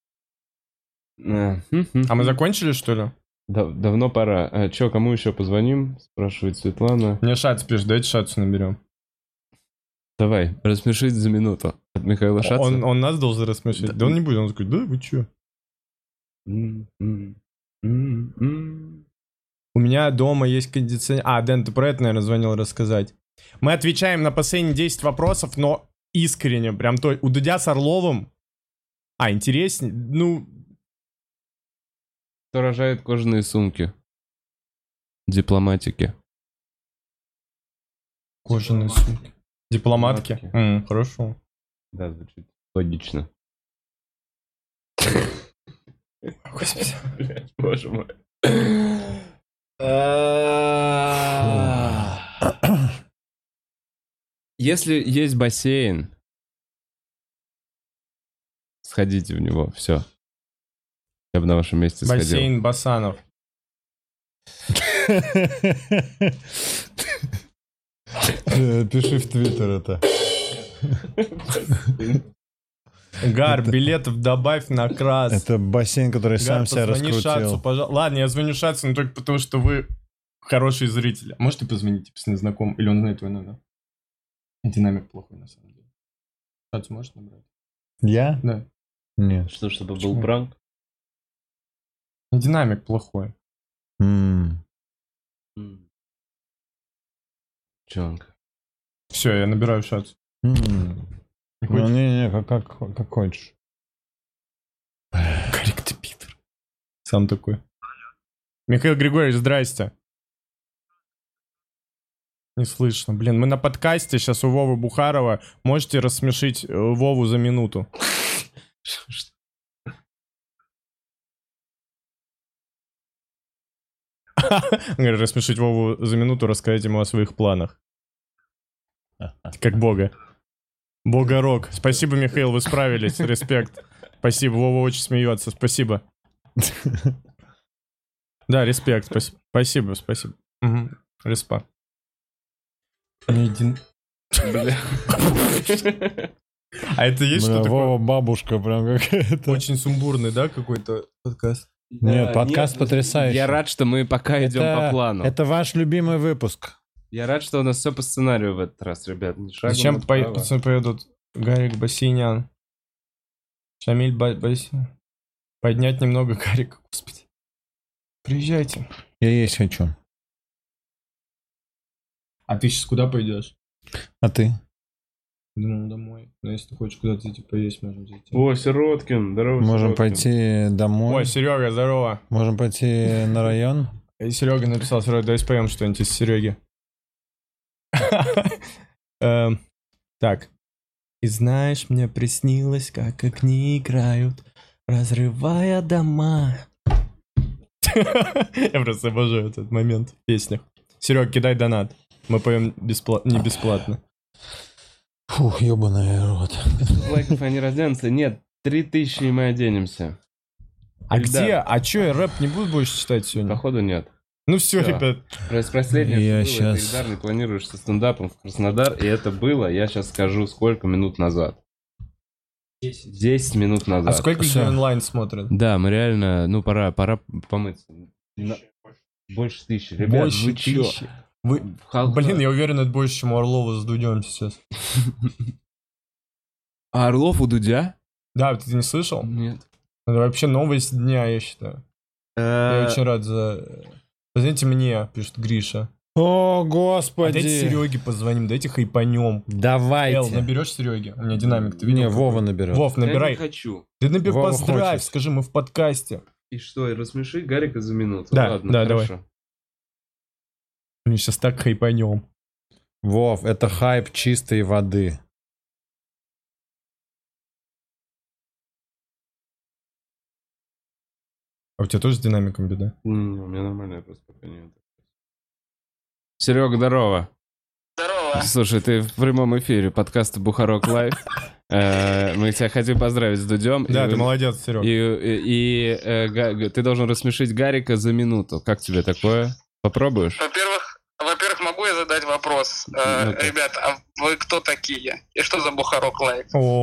Speaker 1: А
Speaker 2: А мы закончили, что ли?
Speaker 1: Да- давно пора. А чё, кому еще позвоним? Спрашивает Светлана.
Speaker 2: Мне Шац пишет, давайте Шацу наберем.
Speaker 1: Давай, рассмешить за минуту. От Михаила Шаца.
Speaker 2: Он, он нас должен рассмешить. Да он не будет, он скажет, да вы чё?
Speaker 1: М, м, м, м.
Speaker 2: У меня дома есть кондиционер. А, Дэн, ты про это, наверное, звонил рассказать. Мы отвечаем на последние десять вопросов, но искренне. Прям то. У Дудя с Орловым. А, интереснее. Ну,
Speaker 1: Кто рожает кожаные сумки? Дипломатики.
Speaker 2: кожаные сумки. Дипломатки.
Speaker 1: Дипломатки.
Speaker 2: М, хорошо.
Speaker 1: Да, звучит логично.
Speaker 2: Господи.
Speaker 1: Блядь, боже мой. Если есть бассейн, сходите в него, все. Я бы на вашем месте сходил.
Speaker 2: Бассейн Басанов.
Speaker 3: Э, Пиши в Твиттер это.
Speaker 2: Гар, билетов добавь на крас.
Speaker 3: Это бассейн, который сам
Speaker 2: Гар,
Speaker 3: себя
Speaker 2: позвони Шацу,
Speaker 3: раскрутил.
Speaker 2: пожалуйста. Ладно, я звоню Шацу, но только потому, что вы хороший зритель. А можете позвонить, типа, с незнакомым? Или он знает твой номер? Динамик плохой, на самом деле. Шацу можешь набрать?
Speaker 3: Я?
Speaker 2: Да.
Speaker 3: Нет.
Speaker 1: Что, чтобы
Speaker 2: Почему?
Speaker 1: был пранк?
Speaker 2: Динамик плохой.
Speaker 3: М.
Speaker 1: Чонка.
Speaker 2: Все, я набираю Шацу.
Speaker 3: М.
Speaker 2: Не
Speaker 3: Ну,
Speaker 2: хочешь?
Speaker 3: не-не, как, как, как хочешь.
Speaker 2: Гарик, ты Питер. Сам такой. Михаил Григорьевич, здрасте. Не слышно. Блин, мы на подкасте сейчас у Вовы Бухарова. Можете рассмешить э, Вову за минуту? Он говорит, рассмешить Вову за минуту, рассказать ему о своих планах. Как бога. Бога-рок. Спасибо, Михаил, вы справились. Респект. Спасибо, Вова очень смеется. Спасибо. Да, респект. спас- Спасибо, спасибо. Мгм. Респа. Не один. А это есть
Speaker 3: Бля,
Speaker 2: что такое?
Speaker 3: Вова бабушка прям какая-то.
Speaker 2: Очень сумбурный, да, какой-то подкаст?
Speaker 3: Нет, подкаст потрясающий.
Speaker 1: Я рад, что мы пока идем
Speaker 3: Это-
Speaker 1: по плану.
Speaker 3: Это ваш любимый выпуск.
Speaker 1: Я рад, что у нас все по сценарию в этот раз, ребят. Ни шагу
Speaker 2: Зачем
Speaker 1: направо.
Speaker 2: по- пацаны поедут? Гарик Бассейнян. Шамиль Ба- Бассейнян. Поднять немного Гарика, господи. Приезжайте.
Speaker 3: Я есть хочу.
Speaker 2: А ты сейчас куда пойдешь?
Speaker 3: А ты?
Speaker 2: Думал, домой. Но если ты хочешь куда-то идти поесть, можем зайти.
Speaker 1: О, Сироткин, здорово,
Speaker 3: Можем
Speaker 1: Сироткин.
Speaker 3: пойти домой.
Speaker 2: Ой, Серега, здорово.
Speaker 3: Можем пойти на район.
Speaker 2: И Серега написал, Серега, давай споем что-нибудь из Сереги. Эм, Так. И знаешь, мне приснилось, как огни играют, разрывая дома. Я просто обожаю этот момент в песнях. Серега, кидай донат. Мы поем беспла- не бесплатно.
Speaker 3: Фух, ебаный рот.
Speaker 1: Лайков они разденутся. Нет, три тысячи и мы оденемся.
Speaker 2: А
Speaker 1: Ребят.
Speaker 2: где? А чё, рэп не будет больше читать сегодня?
Speaker 1: Походу нет.
Speaker 2: Ну все,
Speaker 1: Всё.
Speaker 2: ребят.
Speaker 1: Раз последнее,
Speaker 3: Я
Speaker 1: что было,
Speaker 3: щас-
Speaker 1: это Эльдар, не планируешь со стендапом в Краснодар, и это было, я сейчас скажу, сколько минут назад. десять минут назад.
Speaker 2: А сколько
Speaker 3: Всё.
Speaker 2: людей онлайн смотрят?
Speaker 1: Да, мы реально, ну пора, пора помыться. На- Больше тысячи. Ребят,
Speaker 2: Больше
Speaker 1: вы чё?
Speaker 2: тысячи. Вы...
Speaker 1: Халк-
Speaker 2: Блин, я уверен, это больше, чем у Орлова с Дудем сейчас.
Speaker 1: А Орлов у Дудя?
Speaker 2: Да, ты не слышал?
Speaker 1: Нет.
Speaker 2: Это вообще новость дня, я считаю. Я очень рад за... Позвоните мне, пишет Гриша.
Speaker 3: О,
Speaker 2: А
Speaker 3: господи.
Speaker 2: дайте Сереге позвоним, дайте хайпанем.
Speaker 3: Давайте.
Speaker 2: Эл, наберешь Сереге? У меня динамик, ты видел?
Speaker 3: Не,
Speaker 2: какой?
Speaker 3: Вова наберет.
Speaker 2: Вов,
Speaker 1: Я не
Speaker 2: набирай.
Speaker 1: хочу.
Speaker 2: Ты набери,
Speaker 3: Вова
Speaker 2: поздравь,
Speaker 3: хочет.
Speaker 2: скажи, мы в подкасте.
Speaker 1: И что, и рассмеши Гарика за минуту?
Speaker 2: Да,
Speaker 1: Ладно,
Speaker 2: да,
Speaker 1: хорошо.
Speaker 2: Мы сейчас так хайпанем.
Speaker 3: Вов, это хайп чистой воды.
Speaker 2: А у тебя тоже с динамиком беда?
Speaker 1: М, У меня нормально, просто пока нет. Серега, здорово.
Speaker 4: Здорово.
Speaker 1: Слушай, ты в прямом эфире подкаста Бухарок Лайв. Э, Мы тебя хотим поздравить с Дудем.
Speaker 2: Да,
Speaker 1: И-
Speaker 2: ты молодец, Серег.
Speaker 1: И, и- и, э, Га- Га- ты должен рассмешить Гарика за минуту. Как тебе такое? Попробуешь?
Speaker 4: Во-первых, во-первых, могу я задать вопрос? Э,
Speaker 1: Ну-ка.
Speaker 4: ребят, а вы кто такие? И что за Бухарок Лайв?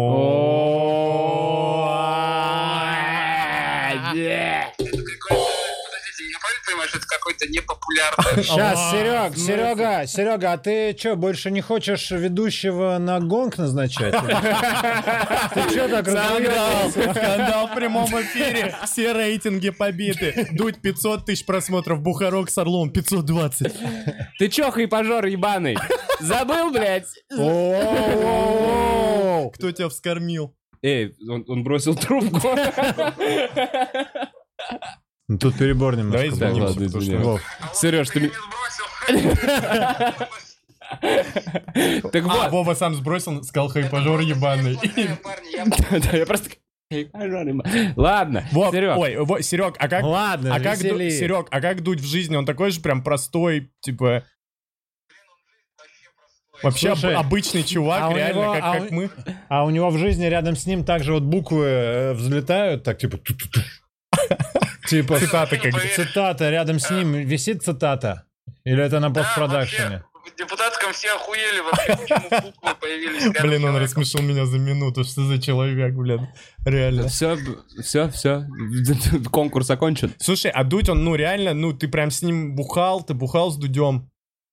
Speaker 4: Подождите, я правильно понимаю, что это какой-то непопулярный...
Speaker 3: Сейчас,
Speaker 2: А,
Speaker 3: Серег,
Speaker 2: в смысле?
Speaker 3: Серега, Серега, а ты что, больше не хочешь ведущего на гонг назначать? Ты что так
Speaker 2: Скандал,
Speaker 3: разговариваешь?
Speaker 2: скандал в прямом эфире. Все рейтинги побиты. Дудь пятьсот тысяч просмотров, Бухарок с Орлом пятьсот двадцать.
Speaker 1: Ты чё, хайпажор ебаный? Забыл, блядь?
Speaker 3: О-о-о-о!
Speaker 2: Кто тебя вскормил?
Speaker 1: Эй, он, он бросил трубку.
Speaker 3: Ну, тут перебор
Speaker 2: Давай
Speaker 3: немножко.
Speaker 2: извинимся,
Speaker 1: ладно,
Speaker 2: потому что-
Speaker 1: извиняюсь.
Speaker 3: Вов,
Speaker 1: Сереж, ты...
Speaker 4: Не
Speaker 1: ми-
Speaker 4: сбросил.
Speaker 1: Так
Speaker 2: А,
Speaker 1: вот.
Speaker 2: Вова сам сбросил, сказал хайпажор ебаный.
Speaker 4: Парни, я...
Speaker 1: Да, я просто... Хайпажор ебаный. Ладно,
Speaker 2: Вов,
Speaker 1: Серег.
Speaker 2: ой, Во- Серег, а как...
Speaker 3: Ладно,
Speaker 2: А как, Ду-
Speaker 3: весели.
Speaker 2: Серег, а как Дудь в жизни? Он такой же прям простой, типа... Вообще об-
Speaker 3: Слушай,
Speaker 2: обычный чувак,
Speaker 3: а у
Speaker 2: реально,
Speaker 3: него-
Speaker 2: как,
Speaker 3: а
Speaker 2: как
Speaker 3: у-
Speaker 2: мы.
Speaker 3: А у него в жизни рядом с ним также вот буквы э, взлетают, так типа... ту-ту-ту. Типа
Speaker 2: Цитаты как
Speaker 3: цитата, рядом с ним висит цитата? Или это на постпродакшене?
Speaker 4: В депутатском все охуели вообще, почему буквы появились рядом
Speaker 2: Блин,
Speaker 4: с
Speaker 2: он
Speaker 4: человеком.
Speaker 2: рассмешил меня за минуту. Что за человек, блин? Реально.
Speaker 1: Все, все, все. Конкурс окончен.
Speaker 2: Слушай, а Дудь, он, ну, реально, ну, ты прям с ним бухал, ты бухал с Дудем.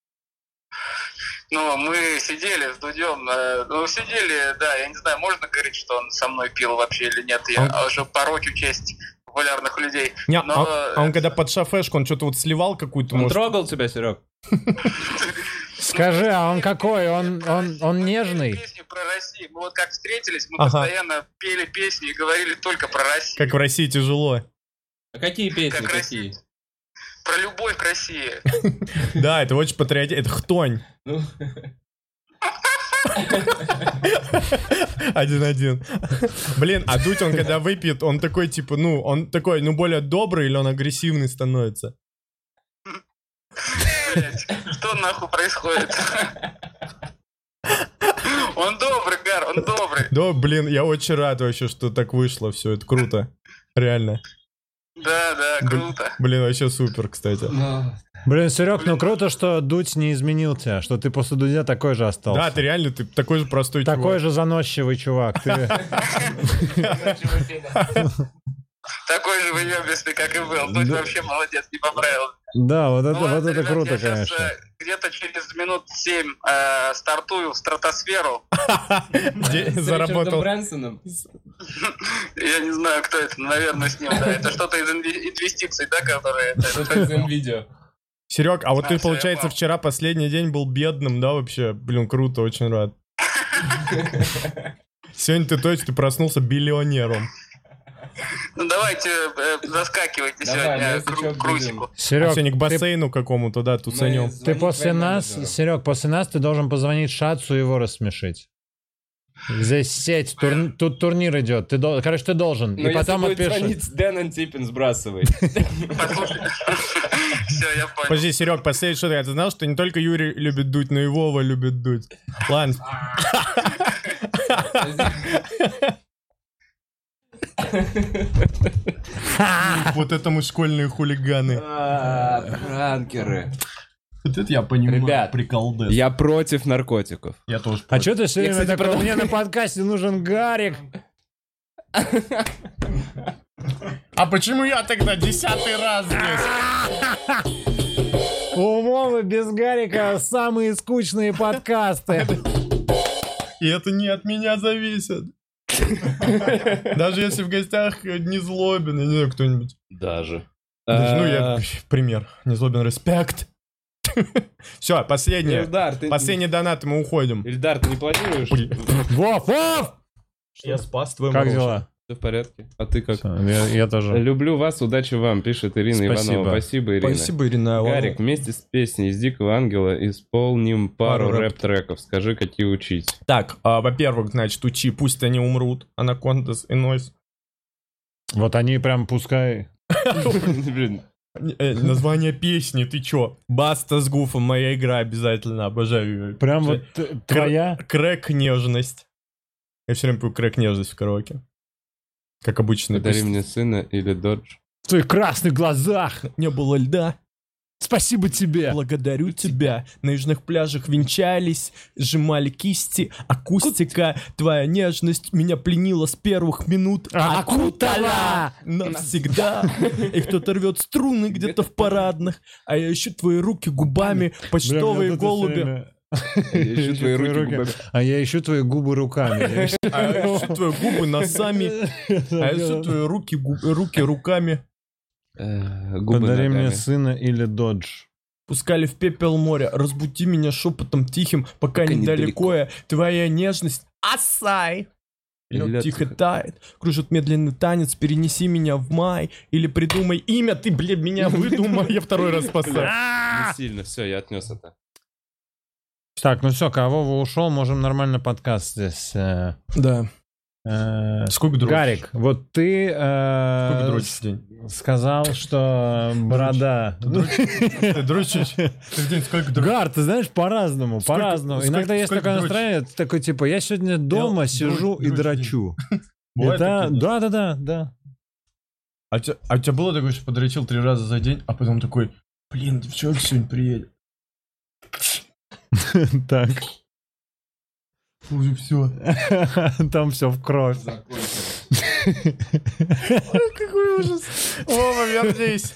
Speaker 4: Ну, мы сидели с Дудем, э, ну, сидели, да, я не знаю, можно говорить, что он со мной пил вообще или нет, я
Speaker 2: Он-
Speaker 4: а уже порочу честь популярных людей.
Speaker 2: Не,
Speaker 4: Но,
Speaker 2: а, а он когда под шафешку, он что-то вот сливал какую-то,
Speaker 1: Он
Speaker 2: может...
Speaker 1: трогал тебя, Серег?
Speaker 3: Скажи, а он какой? Он, он, он
Speaker 4: Мы
Speaker 3: нежный?
Speaker 4: говорили песни про Россию. Мы вот как встретились, мы
Speaker 2: Ага.
Speaker 4: постоянно пели песни и говорили только про Россию.
Speaker 2: Как в России тяжело.
Speaker 1: А какие песни,
Speaker 4: Как
Speaker 1: какие?
Speaker 4: Россия. Про любовь к России.
Speaker 2: Да, это очень патриотично. Это хтонь.
Speaker 1: Ну,
Speaker 2: Один-один. Блин, а Дудь, он когда выпьет, он такой, типа, ну, он такой, ну, более добрый или он агрессивный становится?
Speaker 4: Блять, что нахуй происходит? Он добрый, Гар, он добрый.
Speaker 2: Да, блин, я очень рад вообще, что так вышло все, это круто. Реально.
Speaker 4: Да, да, круто.
Speaker 2: Блин, вообще супер, кстати.
Speaker 1: ну,
Speaker 3: Блин, Серег, ну круто, что Дудь не изменил тебя, что ты после Дудя такой же остался.
Speaker 2: Да, ты реально, ты такой же простой
Speaker 3: Такой
Speaker 2: чувак.
Speaker 3: же заносчивый чувак. Ты...
Speaker 4: Такой же выебистый, как и был. Дудь вообще молодец, не поправил.
Speaker 3: Да, вот это,
Speaker 4: Ну
Speaker 3: вот
Speaker 4: ладно,
Speaker 3: это
Speaker 4: ребят,
Speaker 3: круто,
Speaker 4: я щас,
Speaker 3: конечно.
Speaker 4: э, где-то через минут семь э, стартую в стратосферу.
Speaker 2: Где-
Speaker 1: с
Speaker 2: Заработал.
Speaker 1: Ричардом Брэнсоном.
Speaker 4: Я не знаю, кто это, наверное, с ним, да. Это что-то из инве- инвестиций, да, которые... это-
Speaker 1: Что-то из видео.
Speaker 2: Серег, а вот
Speaker 4: А,
Speaker 2: ты,
Speaker 4: всё, я
Speaker 2: получается,
Speaker 4: понял.
Speaker 2: вчера последний день был бедным, да, вообще? Блин, круто, очень рад. Сегодня ты точно ты проснулся биллионером.
Speaker 4: Ну давайте, э, заскакивайте
Speaker 1: Давай,
Speaker 4: сегодня
Speaker 1: ну, если
Speaker 4: к,
Speaker 1: чё,
Speaker 4: ру- к Русику.
Speaker 2: А
Speaker 3: Серег,
Speaker 2: сегодня к
Speaker 3: ты,
Speaker 2: бассейну какому-то, да, туцанем.
Speaker 1: Мы
Speaker 3: ты
Speaker 1: звоним
Speaker 3: после
Speaker 1: твоим
Speaker 3: нас,
Speaker 1: менеджерам.
Speaker 3: Серег, после нас ты должен позвонить Шацу и его рассмешить. Здесь сеть, тур- тут турнир идет. Ты дол- Короче, ты должен.
Speaker 1: Но
Speaker 3: и потом
Speaker 1: если будет
Speaker 3: отпиши.
Speaker 1: звонить Дэн Антипин, сбрасывай.
Speaker 4: Послушай. Все, я понял.
Speaker 2: Подожди, Серег, последний что ты знал, что не только Юрий любит дуть, но и Вова любит дуть. Ладно. Вот это мы школьные хулиганы.
Speaker 1: А, Пранкеры.
Speaker 2: Вот это я понимаю.
Speaker 1: Ребят,
Speaker 2: приколдес.
Speaker 1: Я против наркотиков.
Speaker 2: Я тоже.
Speaker 3: А что ты все
Speaker 1: Я,
Speaker 3: время
Speaker 1: кстати,
Speaker 3: такой,
Speaker 1: продал-
Speaker 3: мне на подкасте нужен Гарик.
Speaker 2: А почему я тогда десятый раз здесь?
Speaker 3: У Вовы без Гарика самые скучные подкасты.
Speaker 2: И это не от меня зависит. Даже если в гостях Незлобин, я не знаю, кто-нибудь.
Speaker 1: Даже.
Speaker 2: Даже, ну, я пример. Незлобин, респект. Все, последнее.
Speaker 1: Ильдар, ты...
Speaker 2: Последний донат, мы уходим.
Speaker 1: Ильдар, ты не планируешь?
Speaker 3: Вов, Вов!
Speaker 2: Я спас твой
Speaker 3: Как
Speaker 2: мороз.
Speaker 3: дела?
Speaker 1: Все в порядке. А ты как?
Speaker 3: Всё, я, я тоже.
Speaker 1: Люблю вас, удачи вам, пишет Ирина
Speaker 3: Спасибо.
Speaker 1: Иванова. Спасибо, Ирина.
Speaker 2: Спасибо, Ирина.
Speaker 1: Гарик, вместе с песней из Дикого Ангела исполним пару,
Speaker 2: Пару рэп.
Speaker 1: рэп-треков. Скажи, какие учить.
Speaker 2: Так, а, во-первых, значит, учи, пусть они умрут. Анакондас и Нойс.
Speaker 3: Вот они прям пускай...
Speaker 1: Блин.
Speaker 2: Э, Название песни, ты чё? Баста с Гуфом, моя игра обязательно, обожаю ее.
Speaker 3: Прям вот т- твоя...
Speaker 2: Крэк нежность. Я все время пою крэк нежность в караоке. Как обычно.
Speaker 1: Подари мне сына или додж.
Speaker 3: В твоих красных глазах!
Speaker 2: Не было льда.
Speaker 3: Спасибо тебе!
Speaker 2: Благодарю тебя. На южных пляжах венчались, сжимали кисти. Акустика, твоя нежность меня пленила с первых минут.
Speaker 3: Окутала!
Speaker 2: Навсегда. И кто-то рвет струны где-то в парадных. А я ищу твои руки губами, почтовые голуби.
Speaker 1: Я ищу твои руки губами.
Speaker 3: А я ищу твои губы руками.
Speaker 2: А я ищу твои губы носами. А я ищу твои руки, гу- руки руками.
Speaker 1: Э, губы
Speaker 3: Подари
Speaker 1: ногами.
Speaker 3: мне сына или додж.
Speaker 2: Пускали в пепел моря, разбуди меня шепотом тихим, пока,
Speaker 1: Пока
Speaker 2: недалеко я. Твоя нежность, асай. Лед
Speaker 1: Лед
Speaker 2: тихо
Speaker 1: тихо.
Speaker 2: тает, кружит медленный танец, перенеси меня в май. Или придумай имя, ты, блин, меня выдумай. Я второй раз спасаю.
Speaker 1: Не сильно, все, я отнес это.
Speaker 3: Так, ну все, кого вы ушел, можем нормально подкаст здесь. э,
Speaker 2: Да.
Speaker 3: э,
Speaker 2: Сколько дрочишь?
Speaker 3: Гарик, вот ты э,
Speaker 2: Сколько дрочишь в день?
Speaker 3: сказал, что борода.
Speaker 2: Ты дрочишь? Ты в день сколько дрочишь?
Speaker 3: Гар, ты знаешь, по-разному,
Speaker 2: Сколько-
Speaker 3: по-разному.
Speaker 2: сколько-
Speaker 3: Иногда есть
Speaker 2: сколько
Speaker 3: такое
Speaker 2: дрочишь?
Speaker 3: настроение, ты такой типа, я сегодня дома
Speaker 2: Я
Speaker 3: сижу
Speaker 2: дрочь-
Speaker 3: и
Speaker 2: дрочь
Speaker 3: дрочу.
Speaker 2: Бывает
Speaker 3: Это,
Speaker 2: такие?
Speaker 3: да, да, да, да.
Speaker 2: А у тебя- а у тебя было такое, что подрочил три раза за день, а потом такой, блин, девчонка сегодня приедет.
Speaker 3: Так.
Speaker 2: Уже все.
Speaker 3: Там все в кровь.
Speaker 2: Какой ужас. Вова, вернись.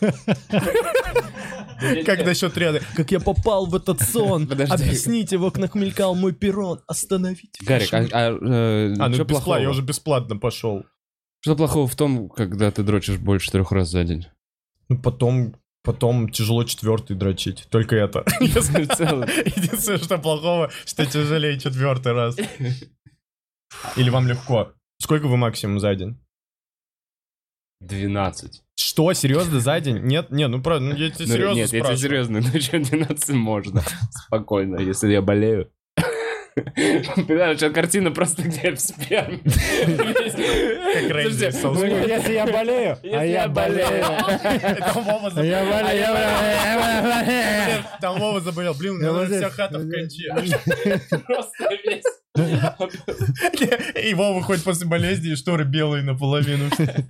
Speaker 2: Как насчет ряда? Как я попал в этот сон?
Speaker 1: Подожди.
Speaker 2: Объясните, в окнах мелькал мой перрон. Остановите.
Speaker 1: Гарик, а, а, э,
Speaker 2: А, ну
Speaker 1: чё
Speaker 2: бесплатно,
Speaker 1: плохого?
Speaker 2: я уже бесплатно пошел.
Speaker 1: Что плохого в том, когда ты дрочишь больше трех раз за день?
Speaker 2: Ну потом, потом тяжело четвертый дрочить. Только это.
Speaker 1: В целом.
Speaker 2: Единственное, что плохого, что тяжелее четвертый раз. Или вам легко? Сколько вы максимум за день?
Speaker 1: двенадцать.
Speaker 2: Что, серьезно, за день? Нет, нет, ну правда, ну я тебя
Speaker 1: Ну,
Speaker 2: серьезно
Speaker 1: нет, я тебе
Speaker 2: спрашиваю.
Speaker 1: серьезно, ну что, двенадцать можно. Спокойно, если я болею. Понимаешь, а картина просто где в сперме. Как
Speaker 2: Рэнди Соус.
Speaker 3: Если я болею,
Speaker 1: Если я болею.
Speaker 2: Там Вова
Speaker 3: А
Speaker 2: заболел.
Speaker 3: я болею.
Speaker 2: Блин, Там Вова заболел. Блин, у
Speaker 3: Я
Speaker 2: него
Speaker 3: вот
Speaker 2: вся
Speaker 3: здесь.
Speaker 2: хата в конче.
Speaker 1: Просто весь.
Speaker 2: И Вова ходит после болезни, и шторы белые наполовину.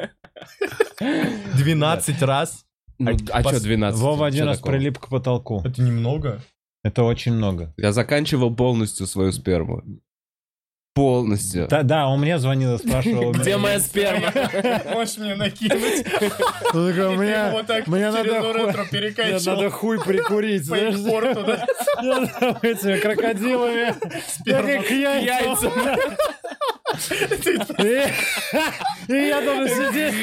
Speaker 2: двенадцать раз?
Speaker 1: Ну, а
Speaker 2: пос-
Speaker 1: что двенадцать?
Speaker 3: Вова один
Speaker 1: Чё
Speaker 3: раз
Speaker 1: такого?
Speaker 3: прилип к потолку.
Speaker 2: Это немного.
Speaker 3: Это очень много.
Speaker 1: Я заканчивал полностью свою сперму. Полностью.
Speaker 3: Да, да, он мне звонил и спрашивал.
Speaker 1: Где моя сперма?
Speaker 2: Можешь мне накинуть?
Speaker 3: Он такой,
Speaker 2: И ты
Speaker 3: мне,
Speaker 2: его так
Speaker 3: мне
Speaker 2: через
Speaker 3: надо,
Speaker 2: уретро
Speaker 3: хуй, мне
Speaker 2: перекачивал.
Speaker 3: надо хуй прикурить,
Speaker 2: По
Speaker 3: знаешь,
Speaker 2: экспорту, да?
Speaker 3: я там этими крокодилами, так как яйца. И и я должен сидеть.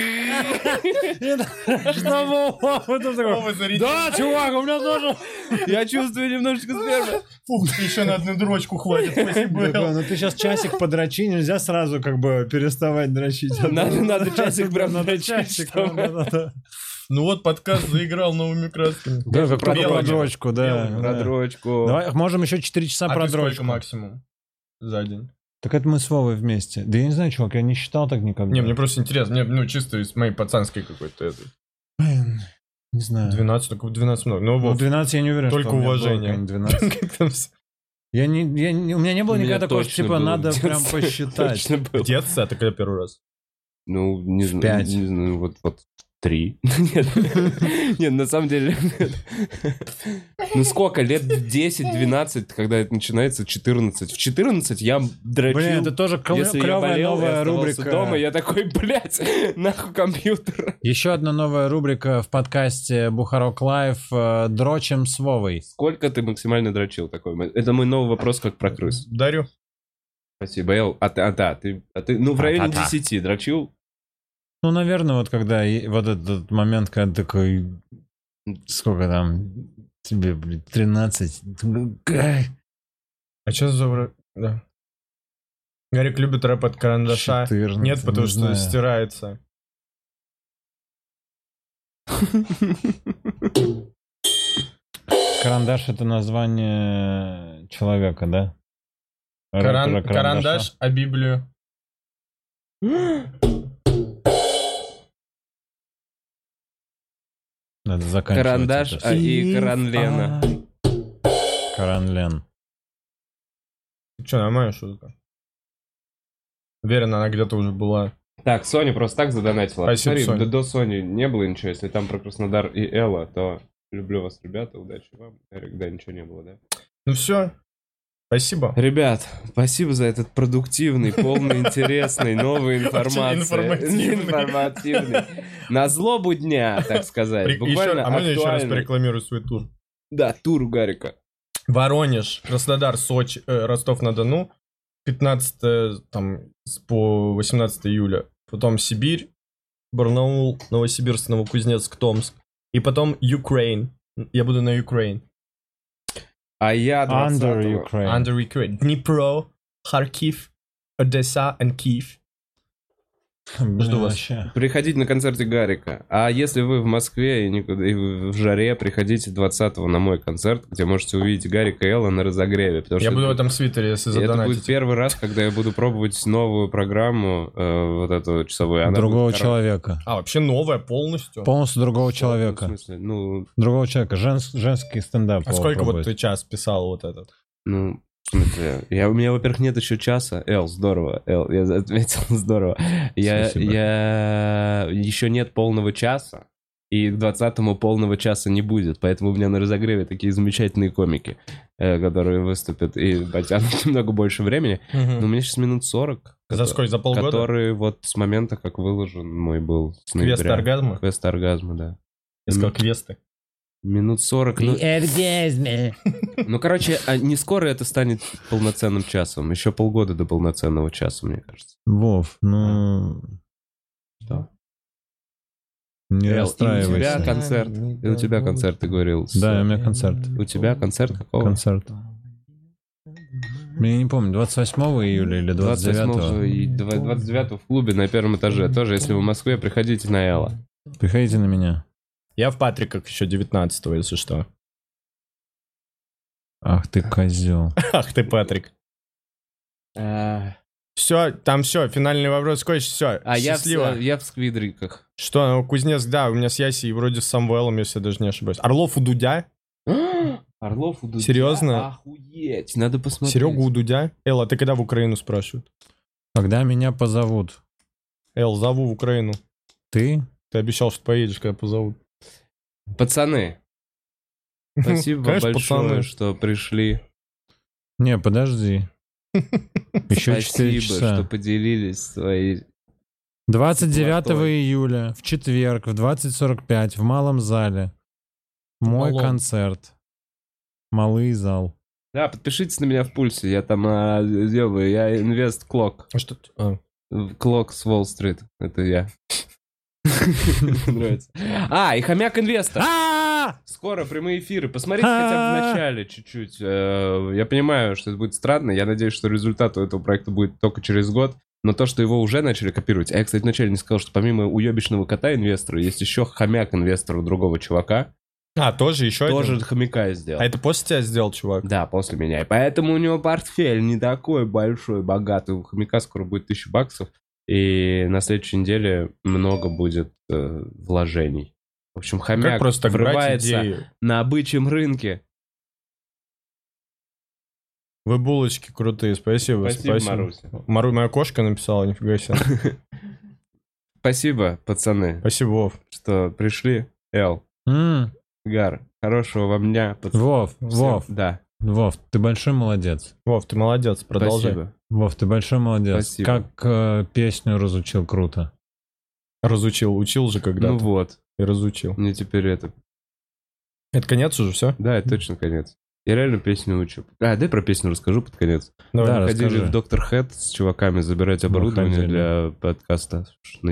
Speaker 3: И что Вова вот он
Speaker 2: Вова
Speaker 3: такой,
Speaker 2: зарядил.
Speaker 3: да, чувак, у меня тоже.
Speaker 1: Я чувствую немножечко спермы.
Speaker 2: Фух, еще на одну дрочку хватит. Спасибо.
Speaker 3: Такой, ну ты сейчас часик подрочи, нельзя сразу как бы переставать дрочить.
Speaker 1: Надо, надо часик прям
Speaker 3: Надо
Speaker 1: дрочить,
Speaker 3: часик.
Speaker 1: чтобы-
Speaker 3: да, да, да.
Speaker 2: Ну вот подкаст заиграл новыми красками.
Speaker 3: Да, как
Speaker 2: Про
Speaker 3: про
Speaker 2: белыми.
Speaker 3: дрочку, да.
Speaker 2: Белыми.
Speaker 1: Про
Speaker 3: да.
Speaker 1: дрочку.
Speaker 3: Давай, можем еще четыре часа
Speaker 2: А
Speaker 3: про
Speaker 2: ты сколько
Speaker 3: дрочку.
Speaker 2: максимум за день?
Speaker 3: Так это мы с Вовой вместе. Да я не знаю, чувак, я не считал так никогда.
Speaker 2: Не, мне просто интересно. Мне, ну, чисто из моей пацанской какой-то этой.
Speaker 3: Блин, не знаю.
Speaker 2: двенадцать, только двенадцать много. Ну,
Speaker 3: Ну,
Speaker 2: Вов,
Speaker 3: двенадцать я не уверен,
Speaker 2: только
Speaker 3: что у меня было
Speaker 2: уважение.
Speaker 3: какое-нибудь двенадцать.
Speaker 2: как там всё?
Speaker 3: Я не, я не- у меня не было
Speaker 1: У меня
Speaker 3: никогда такого, что
Speaker 1: точно
Speaker 3: типа
Speaker 1: было
Speaker 3: надо
Speaker 1: в
Speaker 3: прям
Speaker 1: детстве.
Speaker 3: посчитать.
Speaker 1: Точно было.
Speaker 2: В детстве, а ты когда первый раз?
Speaker 1: Ну, не знаю.
Speaker 3: пять.
Speaker 1: Не знаю, вот, вот. Три. Нет, нет, на самом деле... Ну сколько? Лет десять-двенадцать, когда это начинается, четырнадцать. В четырнадцать я дрочил.
Speaker 3: Блин, это тоже кл-
Speaker 1: Если я
Speaker 3: клевая
Speaker 1: болел,
Speaker 3: новая
Speaker 1: я оставался
Speaker 3: рубрика.
Speaker 1: дома, я такой, блядь, нахуй компьютер.
Speaker 3: Еще одна новая рубрика в подкасте Бухарок Лайв э, «Дрочим с Вовой».
Speaker 1: Сколько ты максимально дрочил такой? Это мой новый вопрос, как про крыс.
Speaker 2: Дарю.
Speaker 1: Спасибо, Эл. А ты, а, да, ты, а ты, ну, в районе
Speaker 3: А-та-та.
Speaker 1: десяти дрочил?
Speaker 3: Ну, наверное, вот когда и- вот этот момент, когда такой, сколько там, тебе, блин, тринадцать.
Speaker 2: А что за... вра- Да. Гарик любит рэп от карандаша.
Speaker 3: четырнадцать,
Speaker 2: Нет, потому
Speaker 3: не
Speaker 2: что
Speaker 3: знаю.
Speaker 2: стирается.
Speaker 3: Карандаш — это название человека, да?
Speaker 2: Каран-
Speaker 3: Рэпера
Speaker 2: Карандаш, а Библию?
Speaker 3: Надо заканчивать
Speaker 1: Карандаш,
Speaker 3: это.
Speaker 1: а и Каранлена.
Speaker 3: Каранлен.
Speaker 2: Че, нормальная шутка? Уверен, она где-то уже была.
Speaker 1: Так, Соня просто так задонатила.
Speaker 2: Спасибо,
Speaker 1: Смотри,
Speaker 2: Соня.
Speaker 1: до, до Сони не было ничего. Если там про Краснодар и Элла, то люблю вас, ребята, удачи вам. Эрик, да, ничего не было, да?
Speaker 2: Ну все. Спасибо.
Speaker 1: Ребят, спасибо за этот продуктивный, полный интересный, новой информации.
Speaker 2: информативный.
Speaker 1: Информативный. На злобу дня, так сказать.
Speaker 2: При- еще-
Speaker 1: Буквально
Speaker 2: а можно еще раз
Speaker 1: актуальный.
Speaker 2: порекламирую свой тур?
Speaker 1: Да, тур у Гарика.
Speaker 2: Воронеж, Краснодар, Сочи, э, Ростов-на-Дону. пятнадцатое там, с- по восемнадцатое июля. Потом Сибирь, Барнаул, Новосибирск, Новокузнецк, Томск. И потом Украine. Я буду на Украine.
Speaker 1: А я
Speaker 3: Under
Speaker 1: двадцатого.
Speaker 3: Ukraine.
Speaker 2: Under Ukraine. Днепро, Харьков, Одесса и Киев.
Speaker 3: Блин,
Speaker 2: Жду вас.
Speaker 3: вообще.
Speaker 1: Приходите на концерте Гарика. А если вы в Москве и, никуда, и вы в жаре, приходите двадцатого на мой концерт, где можете увидеть Гарика и Элла на разогреве. Потому
Speaker 2: Я
Speaker 1: что
Speaker 2: буду в
Speaker 1: это,
Speaker 2: этом свитере, если
Speaker 1: это будет
Speaker 2: задонатите.
Speaker 1: первый раз, когда я буду пробовать новую программу, э, вот эту часовую. Она
Speaker 3: Другого
Speaker 1: будет короткая.
Speaker 3: человека.
Speaker 2: А, вообще новая полностью?
Speaker 3: Полностью другого
Speaker 1: В
Speaker 3: человека.
Speaker 1: смысле, ну,
Speaker 3: Другого человека. Женс- женский стендап.
Speaker 2: А
Speaker 3: Вова
Speaker 2: сколько вот
Speaker 3: пробует.
Speaker 2: ты час писал вот этот?
Speaker 1: ну, в смысле, я, у меня, во-первых, нет еще часа. Эл, здорово. Эл, я ответил, здорово. Я,
Speaker 3: Спасибо.
Speaker 1: я... Еще нет полного часа, и к двадцатому полного часа не будет, поэтому у меня на разогреве такие замечательные комики, э, которые выступят и потянут немного больше времени. Но у меня сейчас минут сорок.
Speaker 2: За сколько? За полгода?
Speaker 1: Которые вот с момента, как выложен мой был с ноября.
Speaker 2: Квест оргазма?
Speaker 1: Квест оргазма, да.
Speaker 2: Я сказал квесты.
Speaker 1: Минут сорок. Ну, ну, короче, а не скоро это станет полноценным часом. Еще полгода до полноценного часа, мне кажется.
Speaker 3: Вов, ну...
Speaker 1: Что?
Speaker 3: Не
Speaker 1: Эл, и у
Speaker 3: расстраивайся.
Speaker 1: тебя концерт. И у тебя концерт, ты говорил. с-
Speaker 3: Да, у меня концерт.
Speaker 1: У тебя концерт какого?
Speaker 3: Концерт. Я не помню, двадцать восьмого июля или двадцать
Speaker 1: двадцать восьмого
Speaker 3: девятого.
Speaker 1: и двадцать девятого в клубе на первом этаже. Тоже, если вы в Москве, приходите на Элла.
Speaker 3: Приходите на меня.
Speaker 2: Я в Патриках еще девятнадцатого, если что.
Speaker 3: Ах ты козел.
Speaker 2: Ах ты, Патрик. Все, там все, финальный вопрос кончится, все,
Speaker 1: А я в,
Speaker 2: счастливо.
Speaker 1: я в Сквидриках.
Speaker 2: Что, ну, Кузнецк, да, у меня с Ясей и вроде с Самвелом, если я даже не ошибаюсь. Орлов у Дудя?
Speaker 1: Орлов у Дудя?
Speaker 2: Серьезно?
Speaker 1: Охуеть, надо посмотреть.
Speaker 2: Серегу у Дудя? Эл, а ты когда в Украину спрашивают?
Speaker 3: Когда меня позовут?
Speaker 2: Эл, зову в Украину.
Speaker 3: Ты?
Speaker 2: Ты обещал, что поедешь, когда позовут.
Speaker 1: Пацаны, спасибо
Speaker 2: Конечно,
Speaker 1: большое,
Speaker 2: пацаны.
Speaker 1: что пришли.
Speaker 3: Не, подожди. Еще четыре
Speaker 1: Спасибо,
Speaker 3: часа.
Speaker 1: что поделились своей...
Speaker 3: двадцать девятого
Speaker 1: теплотой.
Speaker 3: июля, в четверг, в двадцать сорок пять, в малом зале. Мой
Speaker 2: Малом.
Speaker 3: концерт. Малый зал.
Speaker 1: Да, подпишитесь на меня в пульсе, я там а, делаю, я инвест Клок.
Speaker 2: А что? А.
Speaker 1: Клок с Уолл-стрит, это я. Нравится. А, и Хомяк Инвестор.
Speaker 3: А!
Speaker 1: Скоро прямые эфиры. Посмотрите хотя бы в начале чуть-чуть. Э, Я понимаю, что это будет странно. Я надеюсь, что результат у этого проекта будет только через год. Но то, что его уже начали копировать... А я, кстати, вначале не сказал, что помимо уебищного кота инвестора, есть еще хомяк инвестора у другого чувака.
Speaker 2: А, тоже еще
Speaker 1: Тоже
Speaker 2: один?
Speaker 1: хомяка я сделал.
Speaker 2: А это после тебя сделал, чувак?
Speaker 1: Да, после меня. И поэтому у него портфель не такой большой, богатый. У хомяка скоро будет тысяча баксов. И на следующей неделе много будет э, вложений. В общем, хомяк
Speaker 2: Как просто так брать
Speaker 1: врывается
Speaker 2: идею?
Speaker 1: на бычьем рынке.
Speaker 2: Вы булочки крутые, спасибо.
Speaker 1: Спасибо, Маруся.
Speaker 2: Мару, моя кошка написала, нифига себе.
Speaker 1: Спасибо, пацаны,
Speaker 2: Спасибо, Вов.
Speaker 1: что пришли. Эл,
Speaker 3: М,
Speaker 1: Гар, хорошего вам дня, пацаны.
Speaker 3: Вов,
Speaker 1: Всем-
Speaker 3: Вов,
Speaker 1: Да,
Speaker 3: Вов, ты большой молодец.
Speaker 2: Вов, ты молодец, продолжай.
Speaker 1: спасибо.
Speaker 3: Вов, ты большой молодец.
Speaker 1: Спасибо.
Speaker 3: Как э, песню разучил круто.
Speaker 2: Разучил, учил же когда-то
Speaker 1: Ну вот,
Speaker 2: и разучил.
Speaker 1: мне теперь это...
Speaker 2: Это конец уже, все?
Speaker 1: Да, это точно конец. Я реально песню учу. А, дай про песню расскажу под конец.
Speaker 2: Давай.
Speaker 3: Да,
Speaker 1: Мы ходили
Speaker 3: расскажи.
Speaker 1: в Доктор Хэт с чуваками забирать оборудование
Speaker 3: ходили.
Speaker 1: для подкаста.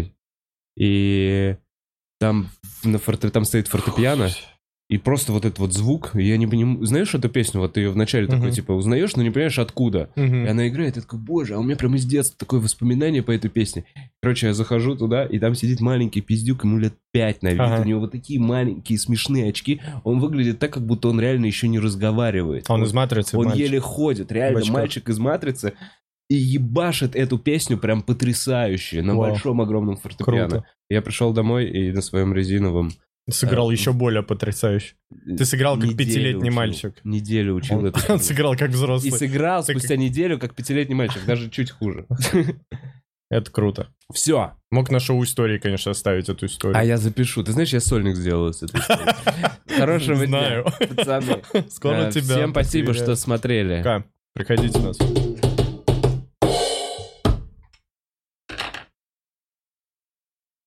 Speaker 1: И там, на форте... там стоит фортепиано, и просто вот этот вот звук, я не понимаю... Знаешь эту песню? Вот ты ее вначале
Speaker 2: Мгм.
Speaker 1: такой, типа, узнаешь, но не понимаешь, откуда.
Speaker 2: Мгм.
Speaker 1: И она играет, и такой, боже, а у меня прям из детства такое воспоминание по этой песне. Короче, я захожу туда, и там сидит маленький пиздюк, ему лет пять на вид.
Speaker 2: Ага.
Speaker 1: У него вот такие маленькие смешные очки. Он выглядит так, как будто он реально еще не разговаривает.
Speaker 2: Он из «Матрицы»
Speaker 1: Он
Speaker 2: мальчик.
Speaker 1: еле ходит, реально
Speaker 2: очках.
Speaker 1: мальчик из «Матрицы». И ебашит эту песню прям потрясающе на
Speaker 2: Вау.
Speaker 1: большом огромном фортепиано.
Speaker 2: Круто.
Speaker 1: Я пришел домой и на своем резиновом...
Speaker 2: Сыграл
Speaker 1: Э,
Speaker 2: еще более потрясающе. Ты сыграл как
Speaker 1: неделю
Speaker 2: пятилетний
Speaker 1: учил.
Speaker 2: мальчик.
Speaker 1: Неделю учил
Speaker 2: Он,
Speaker 1: эту
Speaker 2: он
Speaker 1: песню.
Speaker 2: сыграл как
Speaker 1: И
Speaker 2: взрослый.
Speaker 1: сыграл
Speaker 2: Ты
Speaker 1: спустя неделю, как пятилетний мальчик, даже чуть хуже.
Speaker 2: Это круто.
Speaker 1: Все.
Speaker 2: Мог на шоу истории, конечно, оставить эту историю.
Speaker 1: А я запишу. Ты знаешь, я сольник сделал с этой историей. Хорошего дня,
Speaker 2: Знаю.
Speaker 1: пацаны.
Speaker 2: Скоро
Speaker 1: Э,
Speaker 2: тебя
Speaker 1: Всем спасибо,
Speaker 2: проверяют.
Speaker 1: что смотрели.
Speaker 2: Пока. Приходите у нас.